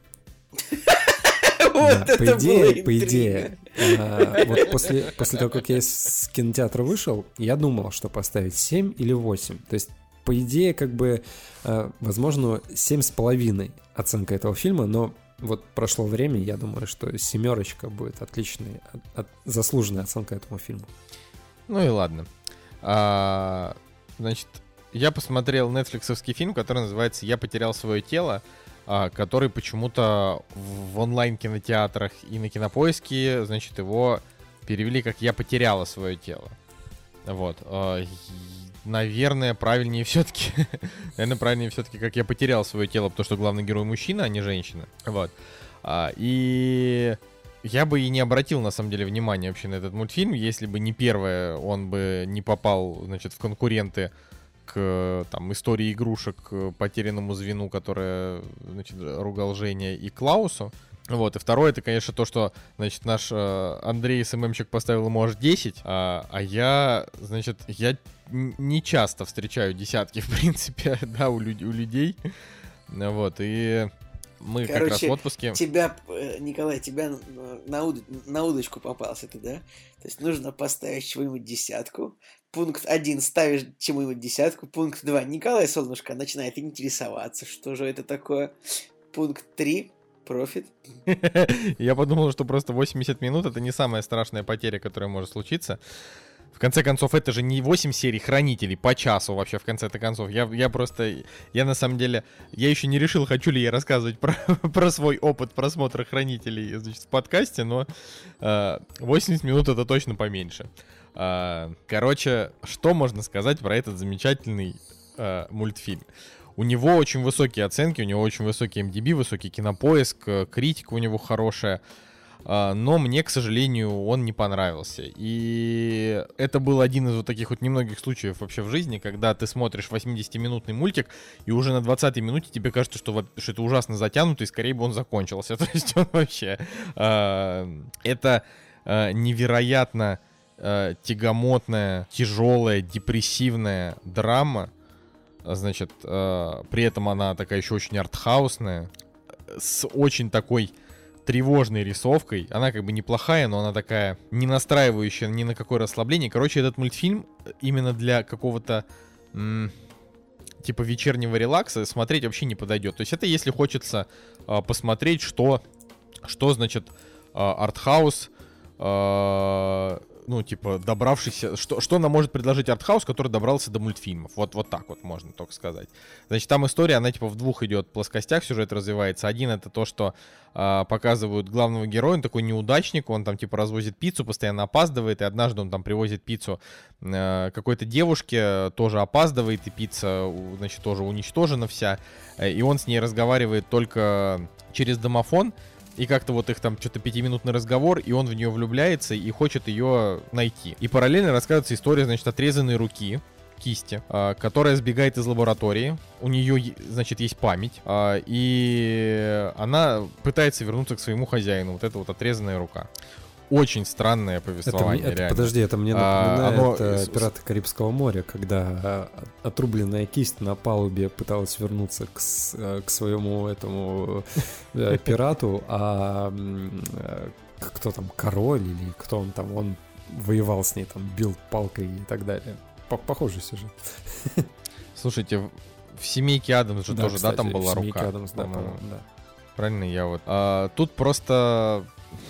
Вот да, это по идее, было по идее, а, вот после, после того, как я из кинотеатра вышел, я думал, что поставить семь или восемь. То есть, по идее, как бы, а, возможно, семь с половиной оценка этого фильма, но вот прошло время, я думаю, что семерочка будет отличной, от, от, заслуженная оценка этому фильму. Ну и ладно. А, значит, я посмотрел нетфликсовский фильм, который называется «Я потерял свое тело», который почему-то в онлайн-кинотеатрах и на Кинопоиске, значит, его перевели как «Я потеряла свое тело». Вот. Наверное, правильнее все-таки... Наверное, правильнее все-таки как «Я потерял свое тело», потому что главный герой мужчина, а не женщина. Вот. И... я бы и не обратил, на самом деле, внимания вообще на этот мультфильм, если бы не первое, он бы не попал, значит, в конкуренты к там, истории игрушек, к потерянному звену, которое, значит, ругал Женя, и Клаусу. Вот, и второе, это, конечно, то, что, значит, наш э, Андрей СММщик поставил ему аж десять, а, а я, значит, я не часто встречаю десятки, в принципе, да, у, люд- у людей. Вот, и мы Короче, как раз в отпуске. Тебя, Николай, тебя на, уд... на удочку попался ты, да? То есть нужно поставить чему-нибудь десятку. Пункт один, ставишь чему-нибудь десятку. Пункт два, Николай Солнышко начинает интересоваться, что же это такое. Пункт три, профит. Я подумал, что просто восемьдесят минут — это не самая страшная потеря, которая может случиться. В конце концов, это же не восемь серий Хранителей по часу вообще, в конце-то концов. Я, я просто, я на самом деле, я еще не решил, хочу ли я рассказывать про, про свой опыт просмотра Хранителей, значит, в подкасте, но э, восемьдесят минут это точно поменьше. Э, короче, что можно сказать про этот замечательный э, мультфильм? У него очень высокие оценки, у него очень высокий эм ди би, высокий Кинопоиск, критика у него хорошая. Но мне, к сожалению, он не понравился. И это был один из вот таких вот немногих случаев вообще в жизни, когда ты смотришь восьмидесятиминутный мультик, и уже на двадцатой минуте тебе кажется, что, что это ужасно затянуто, и скорее бы он закончился. То есть он вообще... Это невероятно тягомотная, тяжелая, депрессивная драма. Значит, при этом она такая еще очень артхаусная, с очень такой... тревожной рисовкой. Она как бы неплохая, но она такая не настраивающая ни на какое расслабление. Короче, этот мультфильм именно для какого-то м- типа вечернего релакса смотреть вообще не подойдет. То есть это если хочется э, посмотреть, что, что значит э, артхаус, э, ну, типа, добравшийся... Что, что нам может предложить артхаус, который добрался до мультфильмов? Вот, вот так вот можно только сказать. Значит, там история, она, типа, в двух идет плоскостях, сюжет развивается. Один — это то, что э, показывают главного героя, он такой неудачник, он там, типа, развозит пиццу, постоянно опаздывает, и однажды он там привозит пиццу э, какой-то девушке, тоже опаздывает, и пицца, значит, тоже уничтожена вся. И он с ней разговаривает только через домофон. И как-то вот их там что-то пятиминутный разговор, и он в нее влюбляется и хочет ее найти. И параллельно рассказывается история, значит, отрезанной руки, кисти, э, которая сбегает из лаборатории. У нее, значит, есть память, э, и она пытается вернуться к своему хозяину. Вот эта вот отрезанная рука. Очень странное повествование, это, это, реально. Подожди, это мне напоминает а, оно... «Пираты Карибского моря», когда отрубленная кисть на палубе пыталась вернуться к, к своему этому пирату, а кто там, король или кто он там, он воевал с ней, там, бил палкой и так далее. Похожий сюжет. Слушайте, в «Семейке Адамс» же да, тоже, кстати, да, там была в «Семейке рука? Адамс», да, по-моему, да. Правильно, я вот. А, тут просто...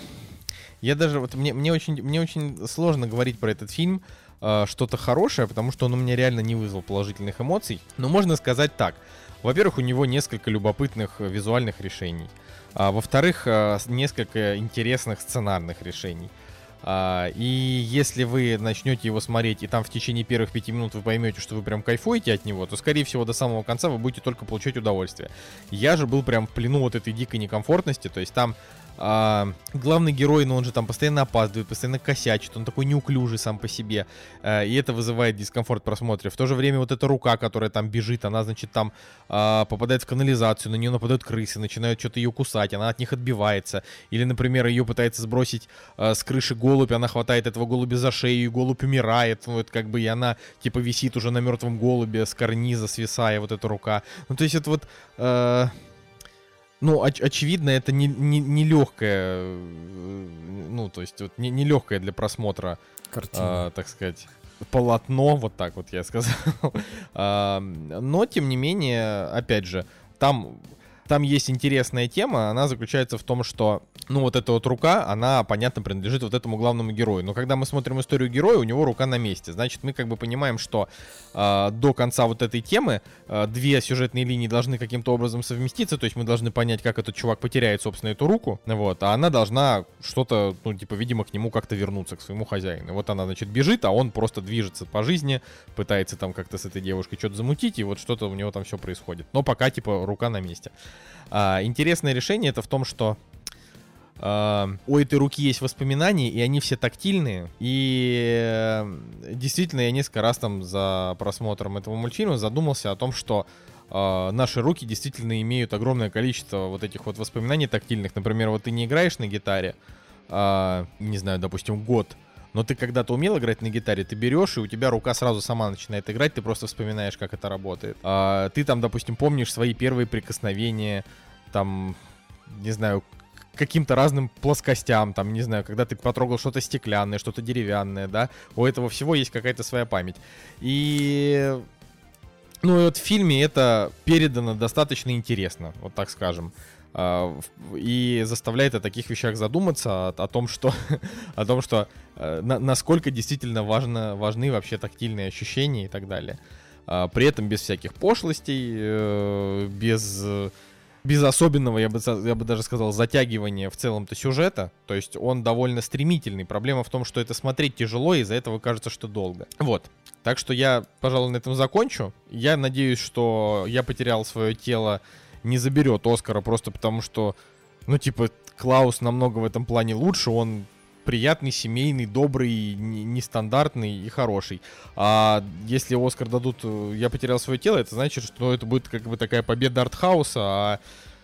Я даже, вот мне, мне, очень, мне очень сложно говорить про этот фильм э, что-то хорошее, потому что он у меня реально не вызвал положительных эмоций. Но можно сказать так. Во-первых, у него несколько любопытных визуальных решений. А, во-вторых, э, несколько интересных сценарных решений. А, и если вы начнете его смотреть, и там в течение первых пяти минут вы поймете, что вы прям кайфуете от него, то, скорее всего, до самого конца вы будете только получать удовольствие. Я же был прям в плену вот этой дикой некомфортности, то есть там А, главный герой, ну он же там постоянно опаздывает, постоянно косячит, он такой неуклюжий сам по себе, а, и это вызывает дискомфорт в просмотре. В то же время вот эта рука, которая там бежит, она, значит, там а, попадает в канализацию, на нее нападают крысы, начинают что-то ее кусать, она от них отбивается. Или, например, ее пытается сбросить а, с крыши голубь, она хватает этого голубя за шею, и голубь умирает, ну, это как бы, и она, типа, висит уже на мертвом голубе с карниза, свисая, вот эта рука. Ну, то есть это вот... А... Ну, оч- очевидно, это не, не, не легкое, ну, то есть вот не, не легкое для просмотра, а, так сказать, полотно, вот так вот я сказал. а, но, тем не менее, опять же, там, там есть интересная тема, она заключается в том, что, ну, вот эта вот рука, она, понятно, принадлежит вот этому главному герою. Но когда мы смотрим историю героя, у него рука на месте. Значит, мы как бы понимаем, что э, до конца вот этой темы э, две сюжетные линии должны каким-то образом совместиться. То есть мы должны понять, как этот чувак потеряет, собственно, эту руку. Вот, а она должна что-то, ну, типа, видимо, к нему как-то вернуться, к своему хозяину. И вот она, значит, бежит, а он просто движется по жизни, пытается там как-то с этой девушкой что-то замутить, и вот что-то у него там все происходит. Но пока, типа, рука на месте. А, интересное решение это в том, что э, у этой руки есть воспоминания, и они все тактильные. И э, действительно, я несколько раз там за просмотром этого мультфильма задумался о том, что э, наши руки действительно имеют огромное количество вот этих вот воспоминаний тактильных. Например, вот ты не играешь на гитаре, э, не знаю, допустим, год, но ты когда-то умел играть на гитаре, ты берешь, и у тебя рука сразу сама начинает играть, ты просто вспоминаешь, как это работает. А, ты там, допустим, помнишь свои первые прикосновения, там, не знаю, к каким-то разным плоскостям, там, не знаю, когда ты потрогал что-то стеклянное, что-то деревянное, да, у этого всего есть какая-то своя память. И, ну, и вот в фильме это передано достаточно интересно, вот так скажем. И заставляет о таких вещах задуматься, о, о том, что, о том, что на, насколько действительно важно, важны вообще тактильные ощущения и так далее. При этом без всяких пошлостей, без, без особенного, я бы, я бы даже сказал, затягивания в целом-то сюжета. То есть он довольно стремительный. Проблема в том, что это смотреть тяжело, и из-за этого кажется, что долго. Вот. Так что я, пожалуй, на этом закончу. Я надеюсь, что я потерял свое тело не заберет Оскара просто потому, что, ну, типа, Клаус намного в этом плане лучше, он приятный, семейный, добрый, нестандартный и хороший. А если Оскар дадут «Я потерял свое тело», это значит, что это будет как бы такая победа артхауса, а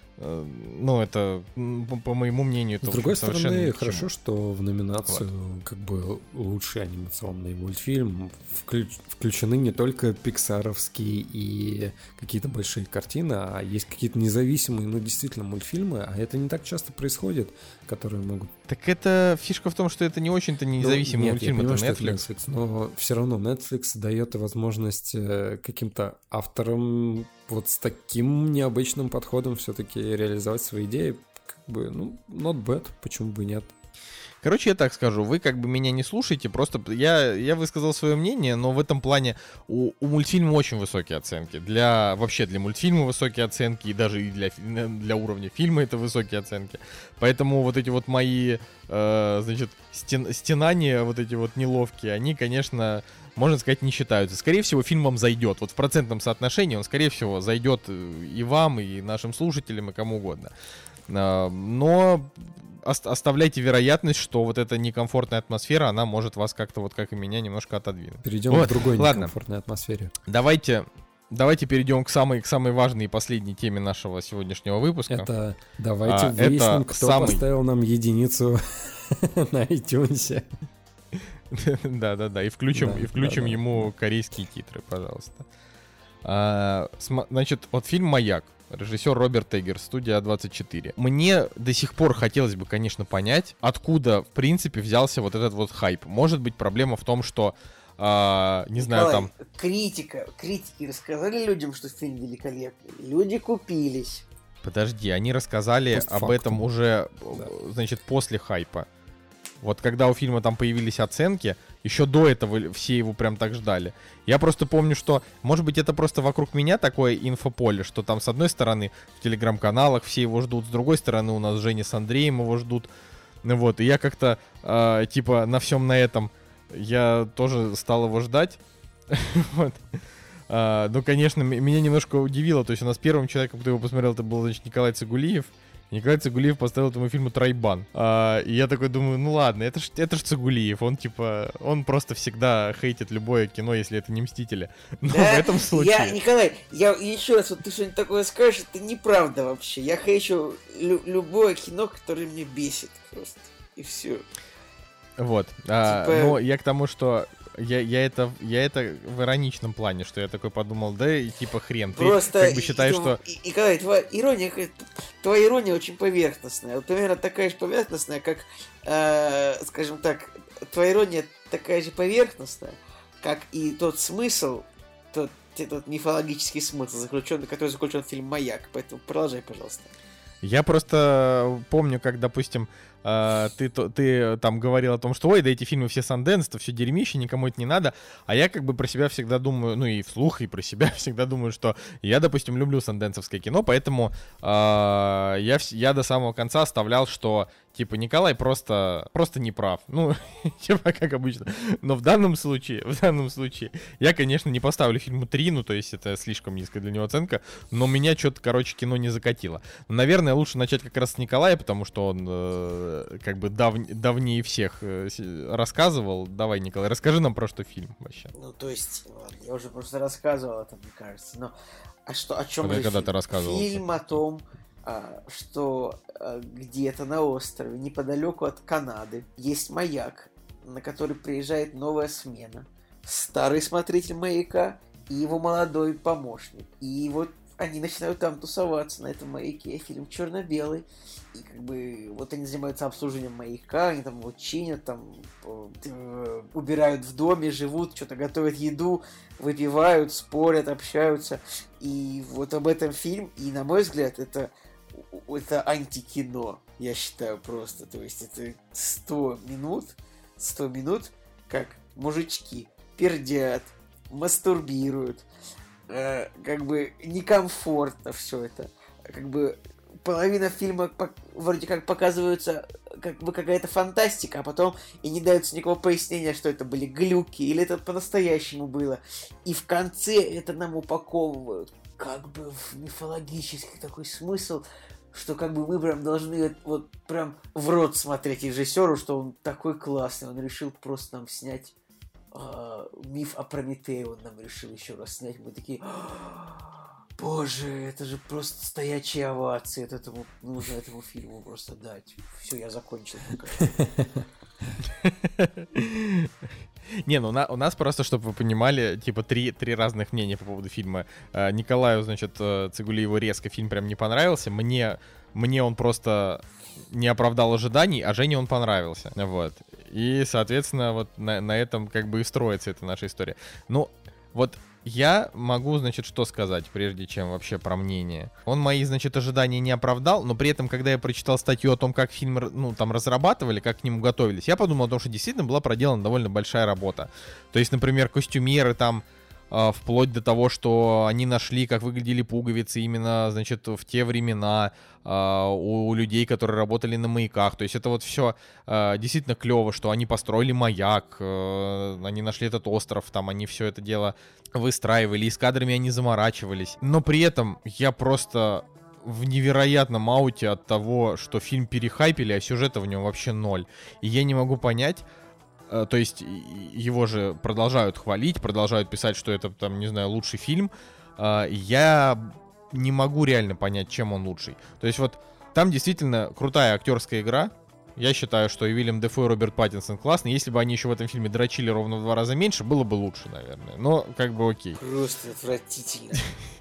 ну, это, по, по моему мнению, это с другой стороны, почему. Хорошо, что в номинацию вот. как бы лучший анимационный мультфильм вклю... включены не только пиксаровские и какие-то большие картины, а есть какие-то независимые, ну, действительно, мультфильмы, а это не так часто происходит, которые могут... Так это фишка в том, что это не очень-то независимый ну, нет, мультфильм, я понимаю, это Netflix. Netflix. Это Netflix. Но все равно Netflix дает возможность каким-то авторам вот с таким необычным подходом все-таки реализовать свои идеи. Как бы, ну, not bad, почему бы нет. Короче, я так скажу, вы как бы меня не слушаете, просто я, я высказал свое мнение, но в этом плане у, у мультфильма очень высокие оценки. Для, вообще для мультфильма высокие оценки, и даже и для, для уровня фильма это высокие оценки. Поэтому вот эти вот мои, э, значит, стен, стенания, вот эти вот неловкие, они, конечно, можно сказать, не считаются. Скорее всего, фильм вам зайдет. Вот в процентном соотношении он, скорее всего, зайдет и вам, и нашим слушателям, и кому угодно. Э, но... оставляйте вероятность, что вот эта некомфортная атмосфера, она может вас как-то, вот как и меня, немножко отодвинуть. Перейдем вот, к другой ладно. некомфортной атмосфере. Давайте, давайте перейдем к самой, к самой важной и последней теме нашего сегодняшнего выпуска. Это давайте а, выясним, это кто самый... поставил нам единицу на iTunes. Да-да-да, и включим, да, и включим да, ему да. корейские титры, пожалуйста. А, см... Значит, вот фильм «Маяк». Режиссер Роберт Эггерс, студия а двадцать четыре. Мне до сих пор хотелось бы, конечно, понять, откуда, в принципе, взялся вот этот вот хайп. Может быть, проблема в том, что, э, не Николай, знаю, там... Критика, критики рассказали людям, что фильм великолепный. Люди купились. Подожди, они рассказали Постфактум. об этом уже, Да. значит, после хайпа. Вот когда у фильма там появились оценки, еще до этого все его прям так ждали. Я просто помню, что, может быть, это просто вокруг меня такое инфополе, что там с одной стороны в телеграм-каналах все его ждут, с другой стороны у нас Женя с Андреем его ждут. Ну вот, и я как-то, э, типа, на всем на этом я тоже стал его ждать. Вот. А, ну, конечно, м- меня немножко удивило. То есть у нас первым человеком, кто его посмотрел, это был, значит, Николай Цигулиев. Николай Цигулиев поставил этому фильму тройбан. А, и я такой думаю, ну ладно, это ж, это ж Цигулиев. Он, типа, он просто всегда хейтит любое кино, если это не «Мстители». Но Да, в этом случае... Я, Николай, я еще раз, вот ты что-нибудь такое скажешь, это неправда вообще. Я хейчу лю- любое кино, которое мне бесит просто. И все. Вот. А, Типа- но я к тому, что... Я, я, это, я это в ироничном плане, что я такой подумал, да и типа хрен. Ты Просто как бы считаешь, и- что... и- Николай, твоя ирония, твоя ирония очень поверхностная. Вот примерно такая же поверхностная, как, э, скажем так, твоя ирония такая же поверхностная, как и тот смысл, тот, тот мифологический смысл, заключенный, который заключен в фильм «Маяк». Поэтому продолжай, пожалуйста. Я просто помню, как, допустим, э, ты, то- ты там говорил о том, что ой, да эти фильмы все Санденс, это все дерьмище, никому это не надо. А я как бы про себя всегда думаю, ну и вслух, и про себя всегда думаю, что я, допустим, люблю санденсовское кино, поэтому э, я, вс- я до самого конца оставлял, что типа Николай просто, просто не прав. Ну, типа как обычно. Но в данном случае, в данном случае, я, конечно, не поставлю фильму три, ну то есть это слишком низкая для него оценка, но меня что-то, короче, кино не закатило. Наверное, лучше начать как раз с Николая, потому что он э, э, как бы дав... давнее всех э, рассказывал. Давай, Николай, расскажи нам про что фильм вообще. Ну, то есть, ладно, я уже просто рассказывал это, мне кажется, но... А что, о чем Когда, же когда фильм? ты рассказывал? Фильм о том, а, что а, где-то на острове, неподалеку от Канады, есть маяк, на который приезжает новая смена. Старый смотритель маяка и его молодой помощник. И вот они начинают там тусоваться на этом маяке. Фильм черно-белый. И как бы вот они занимаются обслуживанием маяка, они там его чинят, там э, убирают в доме, живут, что-то готовят еду, выпивают, спорят, общаются. И вот об этом фильм. И на мой взгляд, это, это антикино, я считаю просто. То есть это сто минут, сто минут, как мужички пердят, мастурбируют, э, как бы некомфортно все это. Как бы половина фильма вроде как показывается как бы какая-то фантастика, а потом и не дается никакого пояснения, что это были глюки, или это по-настоящему было. И в конце это нам упаковывают как бы в мифологический такой смысл, что как бы мы прям должны вот прям в рот смотреть режиссеру, что он такой классный, он решил просто нам снять э, миф о Прометее, он нам решил еще раз снять. Мы такие... Боже, это же просто стоячие овации. Это этому, нужно этому фильму просто дать. Все, я закончил. Не, ну у нас просто, чтобы вы понимали, типа три, три разных мнения по поводу фильма. Николаю, значит, Цигулиеву резко фильм прям не понравился. Мне, мне он просто не оправдал ожиданий, а Жене он понравился. Вот. И, соответственно, вот на, на этом как бы и строится эта наша история. Ну, вот... Я могу, значит, что сказать, прежде чем вообще про мнение. Он мои, значит, ожидания не оправдал, но при этом, когда я прочитал статью о том, как фильм, ну, там, разрабатывали, как к нему готовились, я подумал о том, что действительно была проделана довольно большая работа. То есть, например, костюмеры там, э, вплоть до того, что они нашли, как выглядели пуговицы именно, значит, в те времена э, у людей, которые работали на маяках. То есть это вот все э, действительно клево, что они построили маяк, э, они нашли этот остров, там, они все это дело... выстраивали, и с кадрами они заморачивались. Но при этом я просто в невероятном ауте от того, что фильм перехайпили, а сюжета в нем вообще ноль. И я не могу понять, э, то есть его же продолжают хвалить, продолжают писать, что это, там, не знаю, лучший фильм. Э, я не могу реально понять, чем он лучший. То есть вот там действительно крутая актерская игра. Я считаю, что и Уильям Дефо, и Роберт Паттинсон классные. Если бы они еще в этом фильме дрочили ровно в два раза меньше, было бы лучше, наверное. Но как бы окей. Просто отвратительно.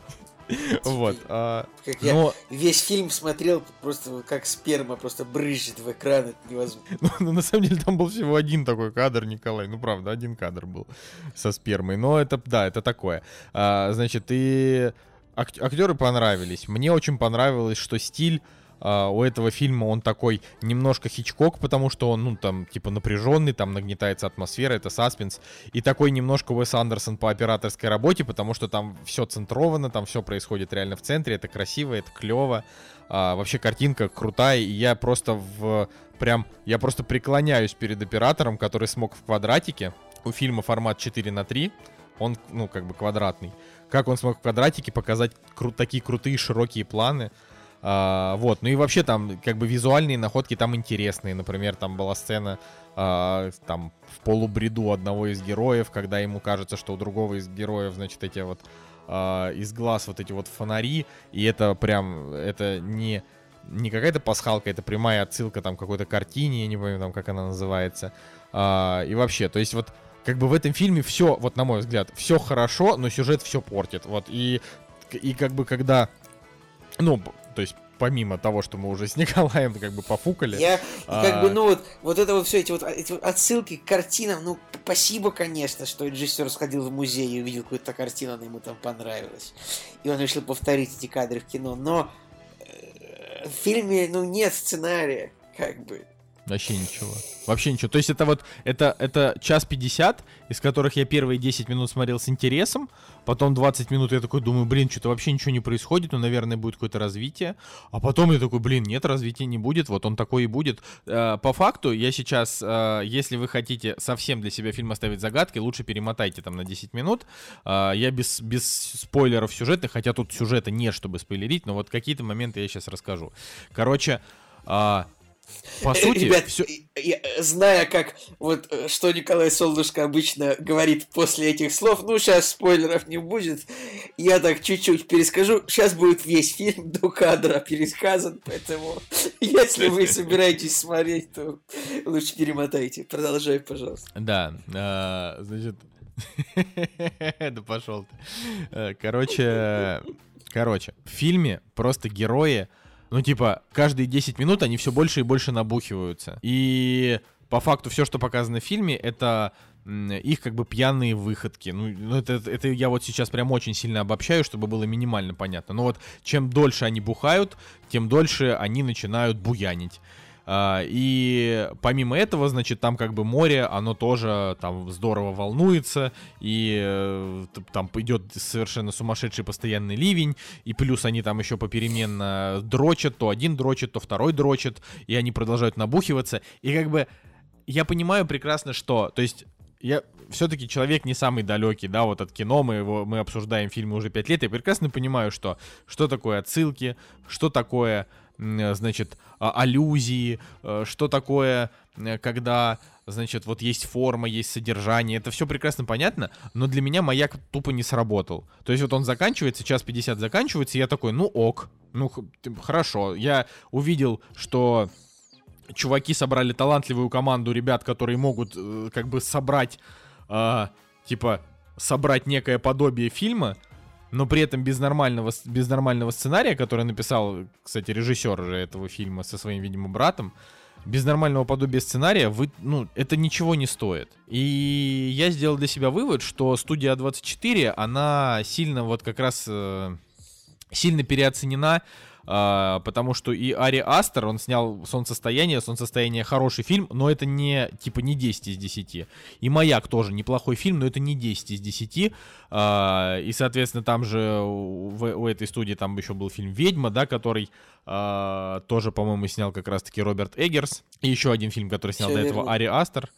Вот. Как я весь фильм смотрел, просто как сперма просто брызжет в экран, это невозможно. Ну, на самом деле, там был всего один такой кадр, Николай. Ну, правда, один кадр был со спермой. Но это, да, это такое. Значит, и актеры понравились. Мне очень понравилось, что стиль Uh, у этого фильма он такой немножко Хичкок, потому что он, ну, там, типа, напряженный, там нагнетается атмосфера, это саспенс. И такой немножко Уэс Андерсон по операторской работе, потому что там все центровано, там все происходит реально в центре, это красиво, это клево. Uh, вообще картинка крутая, и я просто в... Прям, я просто преклоняюсь перед оператором, который смог в квадратике, у фильма формат четыре на три, он, ну, как бы квадратный, как он смог в квадратике показать кру- такие крутые широкие планы. Uh, вот, ну и вообще там как бы визуальные находки там интересные. Например, там была сцена uh, там в полубреду одного из героев, когда ему кажется, что у другого из героев, значит, эти вот uh, из глаз вот эти вот фонари, и это прям, это не, не какая-то пасхалка, это прямая отсылка там к какой-то картине, я не помню там, как она называется. Uh, и вообще, то есть вот как бы в этом фильме все, вот на мой взгляд, все хорошо, но сюжет все портит. Вот, и, и как бы когда, ну, то есть, помимо того, что мы уже с Николаем как бы пофукали. Я, а... как бы, ну вот, вот это вот все, эти вот, эти вот отсылки к картинам, ну, спасибо, конечно, что режиссер сходил в музей и увидел какую-то картину, она ему там понравилась. И он решил повторить эти кадры в кино, но э, в фильме, ну, нет сценария, как бы. Вообще ничего. Вообще ничего. То есть это вот, это, это час пятьдесят, из которых я первые десять минут смотрел с интересом, потом двадцать минут я такой думаю, блин, что-то вообще ничего не происходит, ну, наверное, будет какое-то развитие, а потом я такой, блин, нет, развития не будет, вот он такой и будет. По факту, я сейчас, если вы хотите совсем для себя фильм оставить загадкой, лучше перемотайте там на десять минут. Я без, без спойлеров сюжетных, хотя тут сюжета нет, чтобы спойлерить, но вот какие-то моменты я сейчас расскажу. Короче, По сути, Ребят, всё... я, зная, как вот что Николай Солнышко обычно говорит после этих слов, ну, сейчас спойлеров не будет, я так чуть-чуть перескажу. Сейчас будет весь фильм до кадра пересказан, поэтому если вы собираетесь смотреть, то лучше перемотайте. Продолжай, пожалуйста. Да, а, значит... Да пошел ты. Короче, короче, в фильме просто герои, ну типа, каждые десять минут они все больше и больше набухиваются. И по факту все, что показано в фильме, это их как бы пьяные выходки. Ну, это, это я вот сейчас прям очень сильно обобщаю, чтобы было минимально понятно. Но вот чем дольше они бухают, тем дольше они начинают буянить. И помимо этого, значит, там как бы море, оно тоже там здорово волнуется, и там идет совершенно сумасшедший постоянный ливень, и плюс они там еще попеременно дрочат, то один дрочит, то второй дрочит, и они продолжают набухиваться, и как бы я понимаю прекрасно, что, то есть я все-таки человек не самый далекий, да, вот от кино, мы его, мы обсуждаем фильмы уже пять лет, и прекрасно понимаю, что, что такое отсылки, что такое, значит, аллюзии, что такое, когда, значит, вот есть форма, есть содержание, это все прекрасно понятно, но для меня маяк тупо не сработал. То есть вот он заканчивается, час пятьдесят заканчивается, и я такой, ну ок, ну хорошо, я увидел, что... Чуваки собрали талантливую команду ребят, которые могут э, как бы собрать, э, типа, собрать некое подобие фильма, но при этом без нормального, без нормального сценария, который написал, кстати, режиссер же этого фильма со своим, видимо, братом, без нормального подобия сценария, вы, ну, это ничего не стоит. И я сделал для себя вывод, что студия а двадцать четыре, она сильно вот как раз, э, сильно переоценена, Uh, потому что и Ари Астер, он снял «Солнцестояние», «Солнцестояние» хороший фильм, но это не, типа, не десять из десяти. И «Маяк» тоже неплохой фильм, но это не десять из десяти. Uh, и, соответственно, там же в, у этой студии там еще был фильм «Ведьма», да, который uh, тоже, по-моему, снял как раз-таки Роберт Эггерс. И еще один фильм, который снял Все до верно. этого Ари Астер.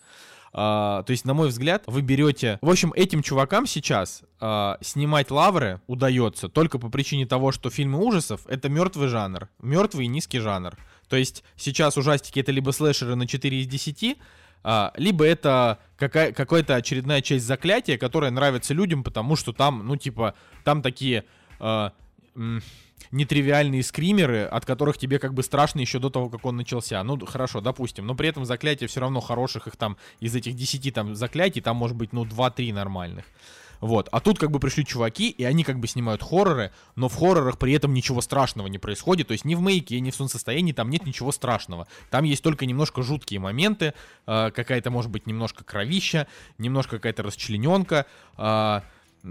Uh, то есть, на мой взгляд, вы берете... В общем, этим чувакам сейчас uh, снимать лавры удается только по причине того, что фильмы ужасов — это мертвый жанр. Мертвый и низкий жанр. То есть, сейчас ужастики — это либо слэшеры на четыре из десяти, uh, либо это какая- какая-то очередная часть заклятия, которая нравится людям, потому что там, ну, типа, там такие... Uh, м- нетривиальные скримеры, от которых тебе как бы страшно еще до того, как он начался. Ну, хорошо, допустим. Но при этом заклятия все равно хороших, их там из этих десяти там заклятий, там может быть, ну, два-три нормальных. Вот. А тут как бы пришли чуваки, и они как бы снимают хорроры, но в хоррорах при этом ничего страшного не происходит. То есть ни в «Маяке», ни в «Солнцестоянии» там нет ничего страшного. Там есть только немножко жуткие моменты, э, какая-то, может быть, немножко кровища, немножко какая-то расчлененка, э,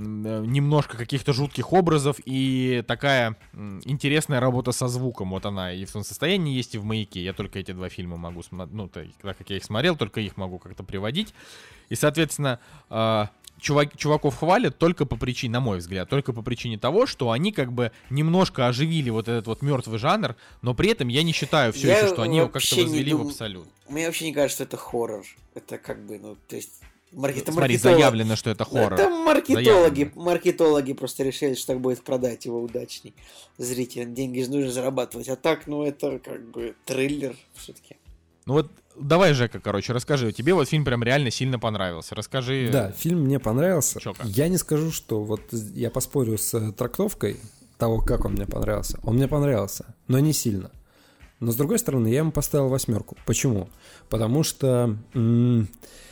немножко каких-то жутких образов и такая м, интересная работа со звуком. Вот она и в «Солнцестоянии» есть, и в «Маяке». Я только эти два фильма могу смотреть, ну, так как я их смотрел, только их могу как-то приводить. И, соответственно, э, чувак, чуваков хвалят только по причине, на мой взгляд, только по причине того, что они как бы немножко оживили вот этот вот мертвый жанр, но при этом я не считаю все я еще, что они его как-то возвели дум... в абсолют. Мне вообще не кажется, что это хоррор. Это как бы, ну, то есть... Марк... Смотри, маркетолог... заявлено, что это хоррор. Это маркетологи, маркетологи просто решили, что так будет продать его удачней зрителям. Деньги же нужно зарабатывать. А так, ну, это как бы триллер все-таки. Ну вот, давай, Жека, короче, расскажи. Тебе вот фильм прям реально сильно понравился. Расскажи. Да, фильм мне понравился. Чё, как? Я не скажу, что вот я поспорю с трактовкой того, как он мне понравился. Он мне понравился, но не сильно. Но, с другой стороны, я ему поставил восьмерку. Почему? Потому что... М-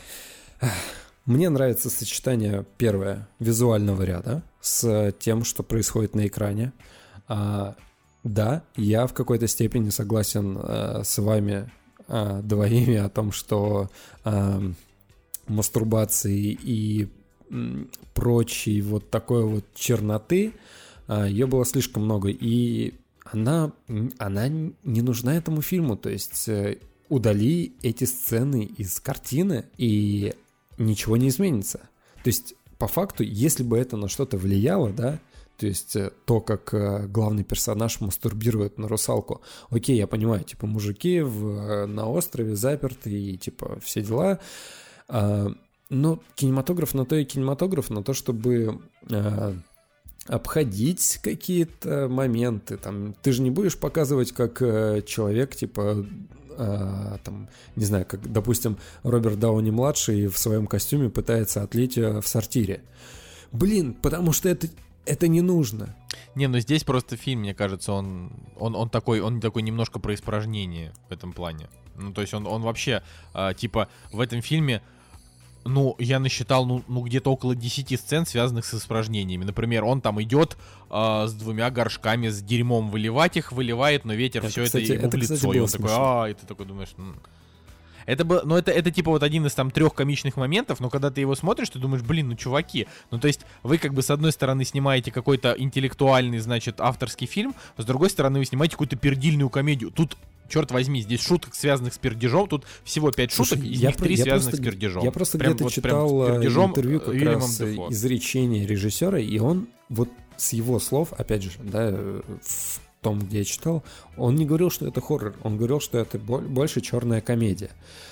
Мне нравится сочетание, первое, визуального ряда с тем, что происходит на экране. А, да, я в какой-то степени согласен а, с вами а, двоими о том, что а, мастурбации и м, прочей вот такой вот черноты, а, ее было слишком много, и она, она не нужна этому фильму, то есть удали эти сцены из картины, и ничего не изменится. То есть, по факту, если бы это на что-то влияло, да, то есть то, как главный персонаж мастурбирует на русалку, окей, я понимаю, типа, мужики в, на острове заперты и, типа, все дела, а, но кинематограф на то и кинематограф, на то, чтобы а, обходить какие-то моменты, там, ты же не будешь показывать, как человек, типа, э, там, не знаю, как, допустим, Роберт Дауни-младший в своем костюме пытается отлить в сортире. Блин, потому что это, это не нужно. Не, ну здесь просто фильм, мне кажется, он, он, он, такой, он такой немножко про испражнение в этом плане. Ну, то есть он, он вообще, э, типа, в этом фильме, ну, я насчитал, ну, ну где-то около десяти сцен, связанных с испражнениями. Например, он там идет э, с двумя горшками с дерьмом выливать их, выливает, но ветер это, все кстати, это ему это, в лицо. Кстати, и он такой, а, и ты такой думаешь... М-". Это был, ну это, это типа вот один из там трех комичных моментов, но когда ты его смотришь, ты думаешь, блин, ну чуваки, ну то есть вы как бы с одной стороны снимаете какой-то интеллектуальный, значит, авторский фильм, с другой стороны вы снимаете какую-то пердильную комедию. Тут, черт возьми, здесь шуток, связанных с пердежом, тут всего пять шуток, из них три связанных просто, с пердежом. Я просто прям, где-то вот, читал интервью как Уильямом раз Дефо. изречения режиссера, и он вот с его слов, опять же, да, в том, где я читал, он не говорил, что это хоррор, он говорил, что это больше черная комедия.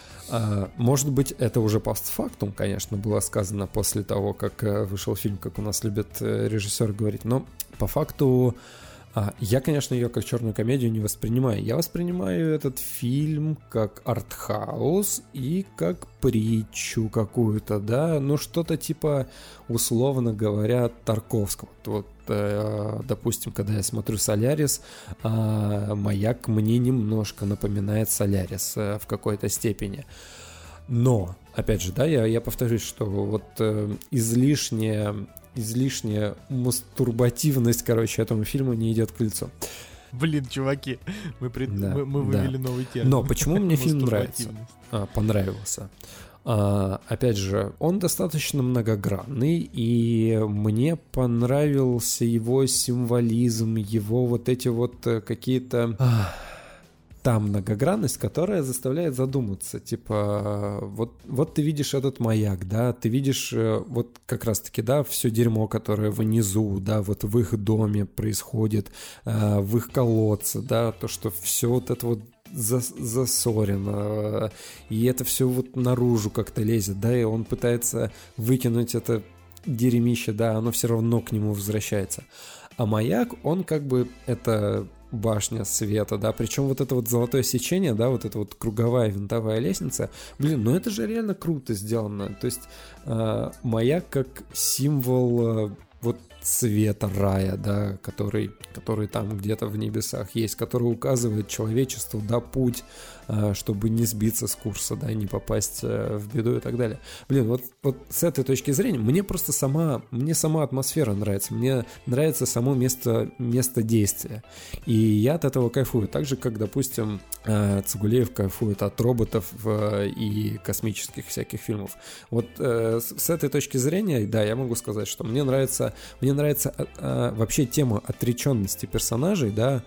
Может быть, это уже постфактум, конечно, было сказано после того, как вышел фильм, как у нас любят режиссеры говорить, но по факту я, конечно, ее как черную комедию не воспринимаю. Я воспринимаю этот фильм как артхаус и как притчу какую-то, да, ну что-то типа, условно говоря, Тарковского. Вот, э, допустим, когда я смотрю «Солярис», э, «Маяк» мне немножко напоминает «Солярис» э, в какой-то степени. Но, опять же, да, я, я повторюсь, что вот э, излишняя, излишняя мастурбативность, короче, этому фильму не идет к лицу. Блин, чуваки, мы, пред... да, мы, мы вывели да. новый термин. Но почему мне фильм нравится? А, понравился. А, опять же, он достаточно многогранный, и мне понравился его символизм, его вот эти вот какие-то... Та многогранность, которая заставляет задуматься, типа, вот, вот ты видишь этот маяк, да, ты видишь вот как раз-таки, да, все дерьмо, которое внизу, да, вот в их доме происходит, в их колодце, да, то, что все вот это вот засорено, и это все вот наружу как-то лезет, да, и он пытается выкинуть это дерьмище, да, оно все равно к нему возвращается. А маяк, он как бы, это... башня света, да, причем вот это вот золотое сечение, да, вот эта вот круговая винтовая лестница, блин, ну это же реально круто сделано, то есть э, маяк как символ э, вот света рая, да, который, который там где-то в небесах есть, который указывает человечеству, да, путь, э, чтобы не сбиться с курса, да, не попасть э, в беду и так далее. Блин, вот, вот с этой точки зрения мне просто сама, мне сама атмосфера нравится, мне нравится само место, место действия, и я от этого кайфую, так же, как, допустим, э, Цугулиев кайфует от роботов э, и космических всяких фильмов. Вот э, с, с этой точки зрения, да, я могу сказать, что мне нравится, мне нравится а, а, вообще тема отреченности персонажей, да,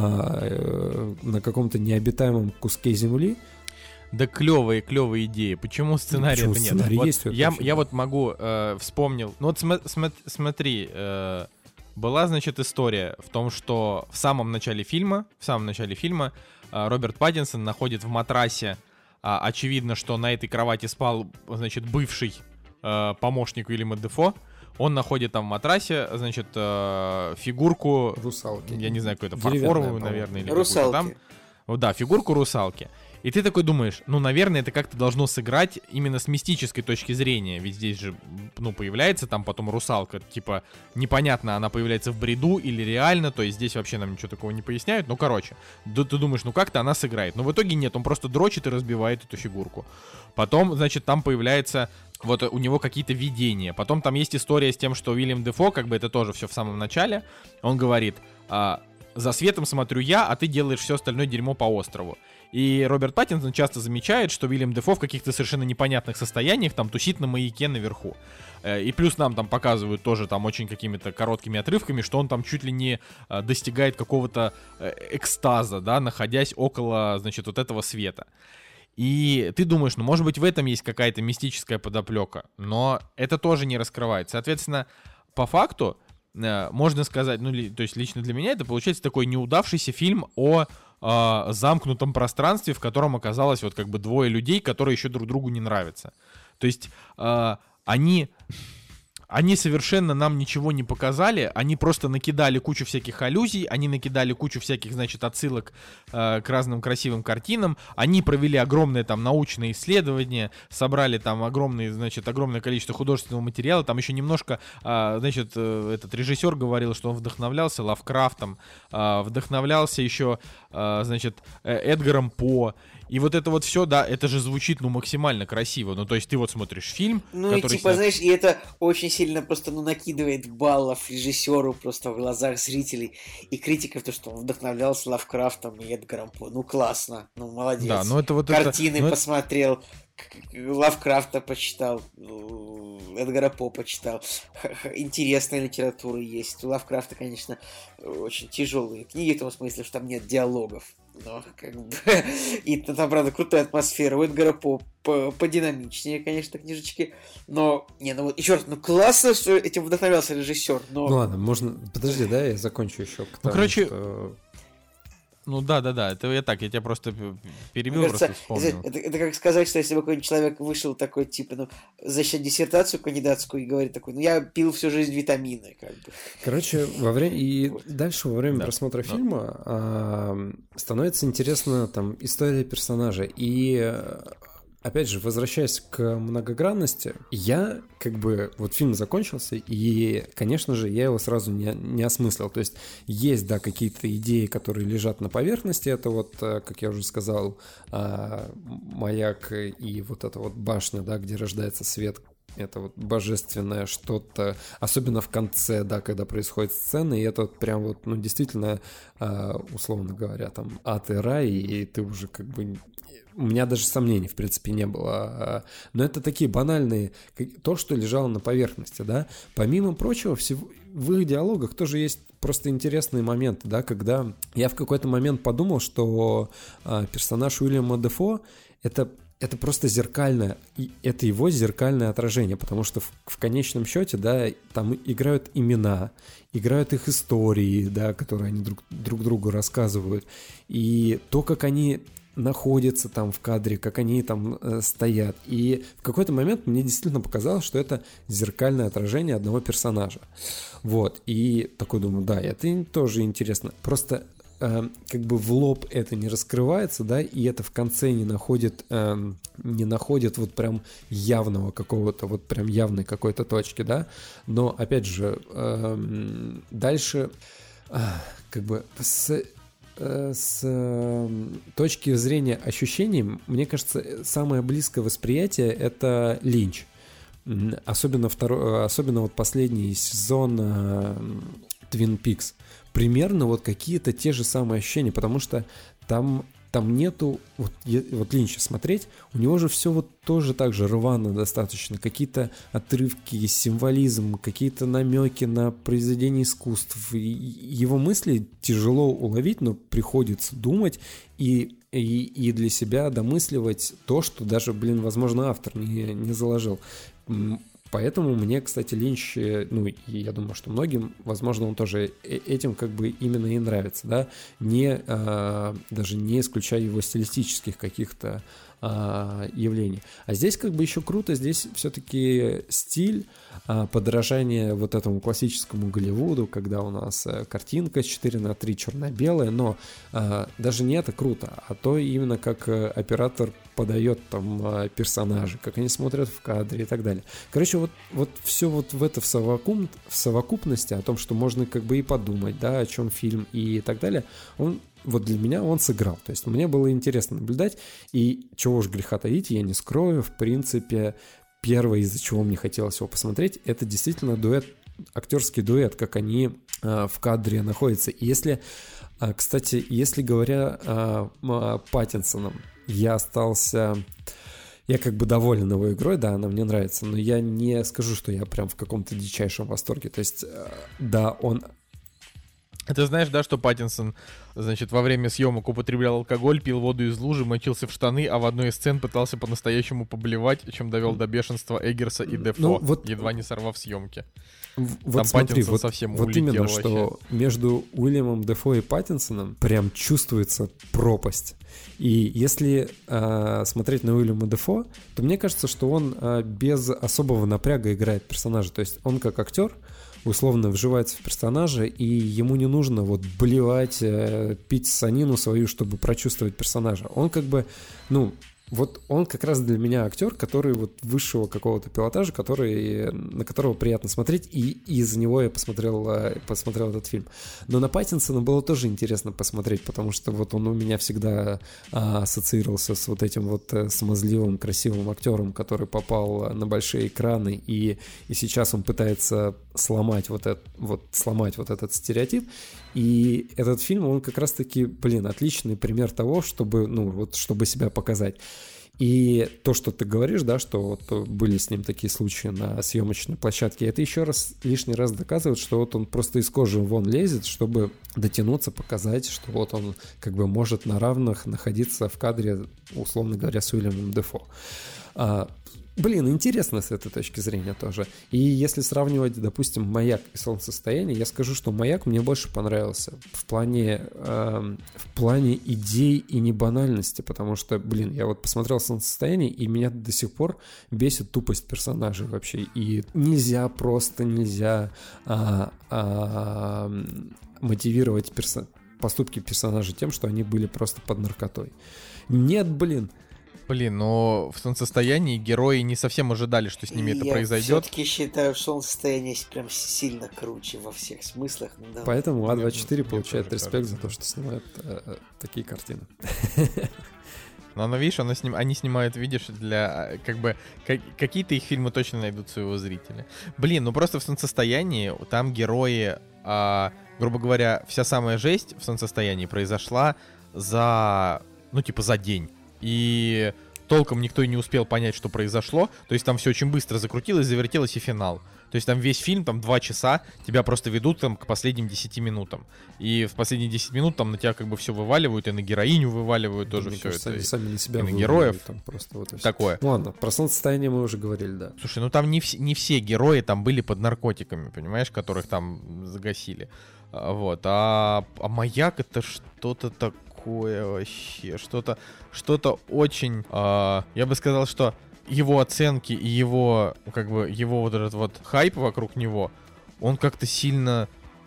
а, на каком-то необитаемом куске земли. Да клевые, клевые идеи. Почему сценария нет? Сценарий вот есть я, я вот могу э, вспомнил. Ну вот см- см- смотри, э, была, значит, история в том, что в самом начале фильма, в самом начале фильма э, Роберт Паттинсон находит в матрасе. Э, очевидно, что на этой кровати спал, значит, бывший э, помощник Уильяма Дефо. Он находит там в матрасе, значит, э, фигурку... Русалки. Я не знаю, какую-то фарфоровую, наверное, или русалки. Какую-то там. Да, фигурку русалки. И ты такой думаешь, ну, наверное, это как-то должно сыграть именно с мистической точки зрения. Ведь здесь же, ну, появляется там потом русалка. Типа, непонятно, она появляется в бреду или реально. То есть здесь вообще нам ничего такого не поясняют. Ну, короче, ты, ты думаешь, ну, как-то она сыграет. Но в итоге нет, он просто дрочит и разбивает эту фигурку. Потом, значит, там появляется... Вот у него какие-то видения. Потом там есть история с тем, что Уильям Дефо, как бы это тоже все в самом начале, он говорит, а, за светом смотрю я, а ты делаешь все остальное дерьмо по острову. И Роберт Паттинсон часто замечает, что Уильям Дефо в каких-то совершенно непонятных состояниях там тусит на маяке наверху. И плюс нам там показывают тоже там очень какими-то короткими отрывками, что он там чуть ли не достигает какого-то экстаза, да, находясь около, значит, вот этого света. И ты думаешь, ну, может быть, в этом есть какая-то мистическая подоплека, но это тоже не раскрывает. Соответственно, по факту, э, можно сказать, ну, ли, то есть лично для меня это получается такой неудавшийся фильм о э, замкнутом пространстве, в котором оказалось вот как бы двое людей, которые еще друг другу не нравятся. То есть э, они... они совершенно нам ничего не показали, они просто накидали кучу всяких аллюзий, они накидали кучу всяких, значит, отсылок э, к разным красивым картинам, они провели огромное там научное исследование, собрали там огромное, значит, огромное количество художественного материала, там еще немножко, э, значит, э, этот режиссер говорил, что он вдохновлялся Лавкрафтом, э, вдохновлялся еще, э, значит, э, Эдгаром По. И вот это вот все, да, это же звучит, ну, максимально красиво. Ну, то есть ты вот смотришь фильм, ну, и типа, снят... знаешь, и это очень сильно просто, ну, накидывает баллов режиссеру просто в глазах зрителей и критиков, то, что он вдохновлялся Лавкрафтом и Эдгаром По. Ну, классно, ну, молодец. Да, ну, это вот Картины это... посмотрел, Лавкрафта почитал, Эдгара По почитал. Интересная литература есть. У Лавкрафта, конечно, очень тяжелые книги, в том смысле, что там нет диалогов. Но, как бы... И там, правда, крутая атмосфера. У Эдгара По подинамичнее, конечно, книжечки. Но, не, ну вот, еще раз, ну классно, что этим вдохновлялся режиссер, но... Ну ладно, можно... Подожди, да, я закончу еще. Ну, короче... Что... Ну да, да, да, это я так, я тебя просто перебил, кажется, просто вспомнил. Это, это как сказать, что если бы какой-нибудь человек вышел такой, типа, ну, защищать диссертацию кандидатскую и говорит такой, ну, я пил всю жизнь витамины, как бы. Короче, во время, и вот. Дальше во время да. просмотра да. фильма а, становится интересна там история персонажа, и... Опять же, возвращаясь к многогранности, я как бы... Вот фильм закончился, и, конечно же, я его сразу не, не осмыслил. То есть есть, да, какие-то идеи, которые лежат на поверхности. Это вот, как я уже сказал, маяк и вот эта вот башня, да, где рождается свет. Это вот божественное что-то, особенно в конце, да, когда происходит сцена, и это вот прям вот, ну, действительно, условно говоря, там, ад и рай, и ты уже как бы... У меня даже сомнений, в принципе, не было. Но это такие банальные... То, что лежало на поверхности, да. Помимо прочего, всего, в их диалогах тоже есть просто интересные моменты, да, когда я в какой-то момент подумал, что а, персонаж Уильяма Дефо — это... Это просто зеркальное, и это его зеркальное отражение, потому что в, в конечном счете, да, там играют имена, играют их истории, да, которые они друг, друг другу рассказывают, и то, как они находятся там в кадре, как они там э, стоят, и в какой-то момент мне действительно показалось, что это зеркальное отражение одного персонажа, вот, и такой думаю, да, это тоже интересно, просто... как бы в лоб это не раскрывается, да, и это в конце не находит, эм, не находит вот прям явного какого-то, вот прям явной какой-то точки, да, но, опять же, эм, дальше, э, как бы с, э, с э, точки зрения ощущений, мне кажется, самое близкое восприятие — это Линч, особенно, второй, особенно вот последний сезон э, Twin Peaks. Примерно вот какие-то те же самые ощущения, потому что там, там нету, вот, вот Линча смотреть, у него же все вот тоже так же рвано достаточно, какие-то отрывки, символизм, какие-то намеки на произведение искусств, и его мысли тяжело уловить, но приходится думать и, и, и для себя домысливать то, что даже, блин, возможно, автор не, не заложил. Поэтому мне, кстати, Линч, ну, и я думаю, что многим, возможно, он тоже этим как бы именно и нравится, да, не, а, даже не исключая его стилистических каких-то а, явлений. А здесь как бы еще круто, здесь все-таки стиль, а, подражание вот этому классическому Голливуду, когда у нас картинка четыре на три черно-белая, но а, даже не это круто, а то именно как оператор подает там персонажи, как они смотрят в кадре и так далее. Короче, вот, вот все вот в это в, совокуп, в совокупности, о том, что можно как бы и подумать, да, о чем фильм и так далее, он, вот для меня он сыграл. То есть мне было интересно наблюдать, и чего уж греха таить, я не скрою, в принципе, первое, из-за чего мне хотелось его посмотреть, это действительно дуэт, актерский дуэт, как они а, в кадре находятся. И если, а, кстати, если говоря а, а, Паттинсоном, я остался... Я как бы доволен его игрой, да, она мне нравится, но я не скажу, что я прям в каком-то дичайшем восторге. То есть, да, он... Ты знаешь, да, что Паттинсон, значит, во время съемок употреблял алкоголь, пил воду из лужи, мочился в штаны, а в одной из сцен пытался по-настоящему поблевать, чем довел до бешенства Эггерса и Дефо, ну, вот, едва не сорвав съемки. Вот Там смотри, Паттинсон вот, совсем вот улетел именно, вообще. что между Уильямом Дефо и Паттинсоном прям чувствуется пропасть. И если э, смотреть на Уильяма Дефо, то мне кажется, что он э, без особого напряга играет персонажа. То есть он как актер условно вживается в персонажа, и ему не нужно вот блевать, э, пить санину свою, чтобы прочувствовать персонажа. Он как бы, ну... Вот он как раз для меня актер, который вот высшего какого-то пилотажа, который, на которого приятно смотреть, и, и из-за него я посмотрел, посмотрел этот фильм. Но на Паттинсона было тоже интересно посмотреть, потому что вот он у меня всегда а, ассоциировался с вот этим вот смазливым, красивым актером, который попал на большие экраны, и, и сейчас он пытается сломать вот, это, вот, сломать вот этот стереотип. И этот фильм, он как раз-таки, блин, отличный пример того, чтобы, ну, вот, чтобы себя показать. И то, что ты говоришь, да, что вот были с ним такие случаи на съемочной площадке, это еще раз, лишний раз доказывает, что вот он просто из кожи вон лезет, чтобы дотянуться, показать, что вот он как бы может на равных находиться в кадре, условно говоря, с Уильямом Дефо. А, блин, интересно с этой точки зрения тоже. И если сравнивать, допустим, «Маяк» и «Солнцестояние», я скажу, что «Маяк» мне больше понравился в плане, э, в плане идей и небанальности, потому что, блин, я вот посмотрел «Солнцестояние», и меня до сих пор бесит тупость персонажей вообще. И нельзя, просто нельзя а, а, мотивировать перso- поступки персонажей тем, что они были просто под наркотой. Нет, блин. Блин, но в солнцестоянии герои не совсем ожидали, что с ними это я произойдет. Я все-таки считаю, что солнцестояние прям сильно круче во всех смыслах. Да. Поэтому А двадцать четыре Мне получает тоже респект кажется. за то, что снимают э, такие картины. Но она, видишь, она сним... они снимают, видишь, для, как бы, как... какие-то их фильмы точно найдут своего зрителя. Блин, ну просто в солнцестоянии там герои, а, грубо говоря, вся самая жесть в солнцестоянии произошла за, ну типа за день. И толком никто и не успел понять, что произошло. То есть там все очень быстро закрутилось, завертелось, и финал. То есть там весь фильм, там два часа, тебя просто ведут там к последним десяти минутам. И в последние десять минут там на тебя как бы все вываливают, и на героиню вываливают тоже Мне все кажется, это. они сами на себя и на вываливают героев. там просто вот и всё. Такое. Ладно, про солнцестояние мы уже говорили, да. Слушай, ну там не, вс- не все герои там были под наркотиками, понимаешь, которых там загасили. А, Вот. А, а «Маяк» — это что-то такое вообще, что-то, что-то очень, а, я бы сказал, что его оценки и его, как бы, его вот этот вот хайп вокруг него, он как-то сильно,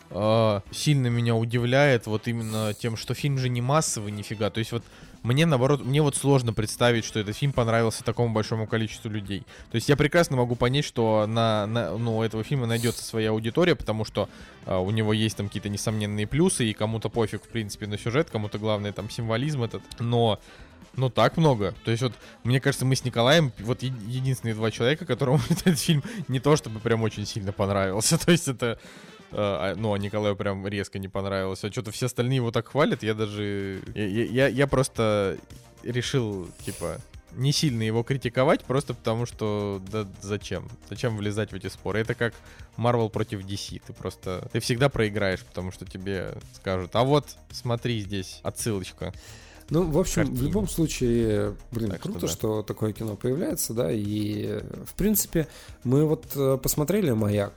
а, сильно меня удивляет вот именно тем, что фильм же не массовый нифига. То есть вот мне, наоборот, мне вот сложно представить, что этот фильм понравился такому большому количеству людей. То есть я прекрасно могу понять, что на, на ну, у этого фильма найдется своя аудитория, потому что а, у него есть там какие-то несомненные плюсы, и кому-то пофиг, в принципе, на сюжет, кому-то главное там символизм этот. Но, ну так много. То есть вот, мне кажется, мы с Николаем вот е- единственные два человека, которым этот фильм не то чтобы прям очень сильно понравился. То есть это... Uh, ну, а Николаю прям резко не понравилось. А что-то все остальные его так хвалят, я даже... Я, я, я просто решил, типа, не сильно его критиковать, просто потому что... Да зачем? Зачем влезать в эти споры? Это как Marvel против ди си. Ты просто... Ты всегда проиграешь, потому что тебе скажут, а вот, смотри, здесь отсылочка. Ну, в общем, Картина. в любом случае, блин, Так круто, что да. что такое кино появляется, да, и, в принципе, мы вот э, посмотрели «Маяк»,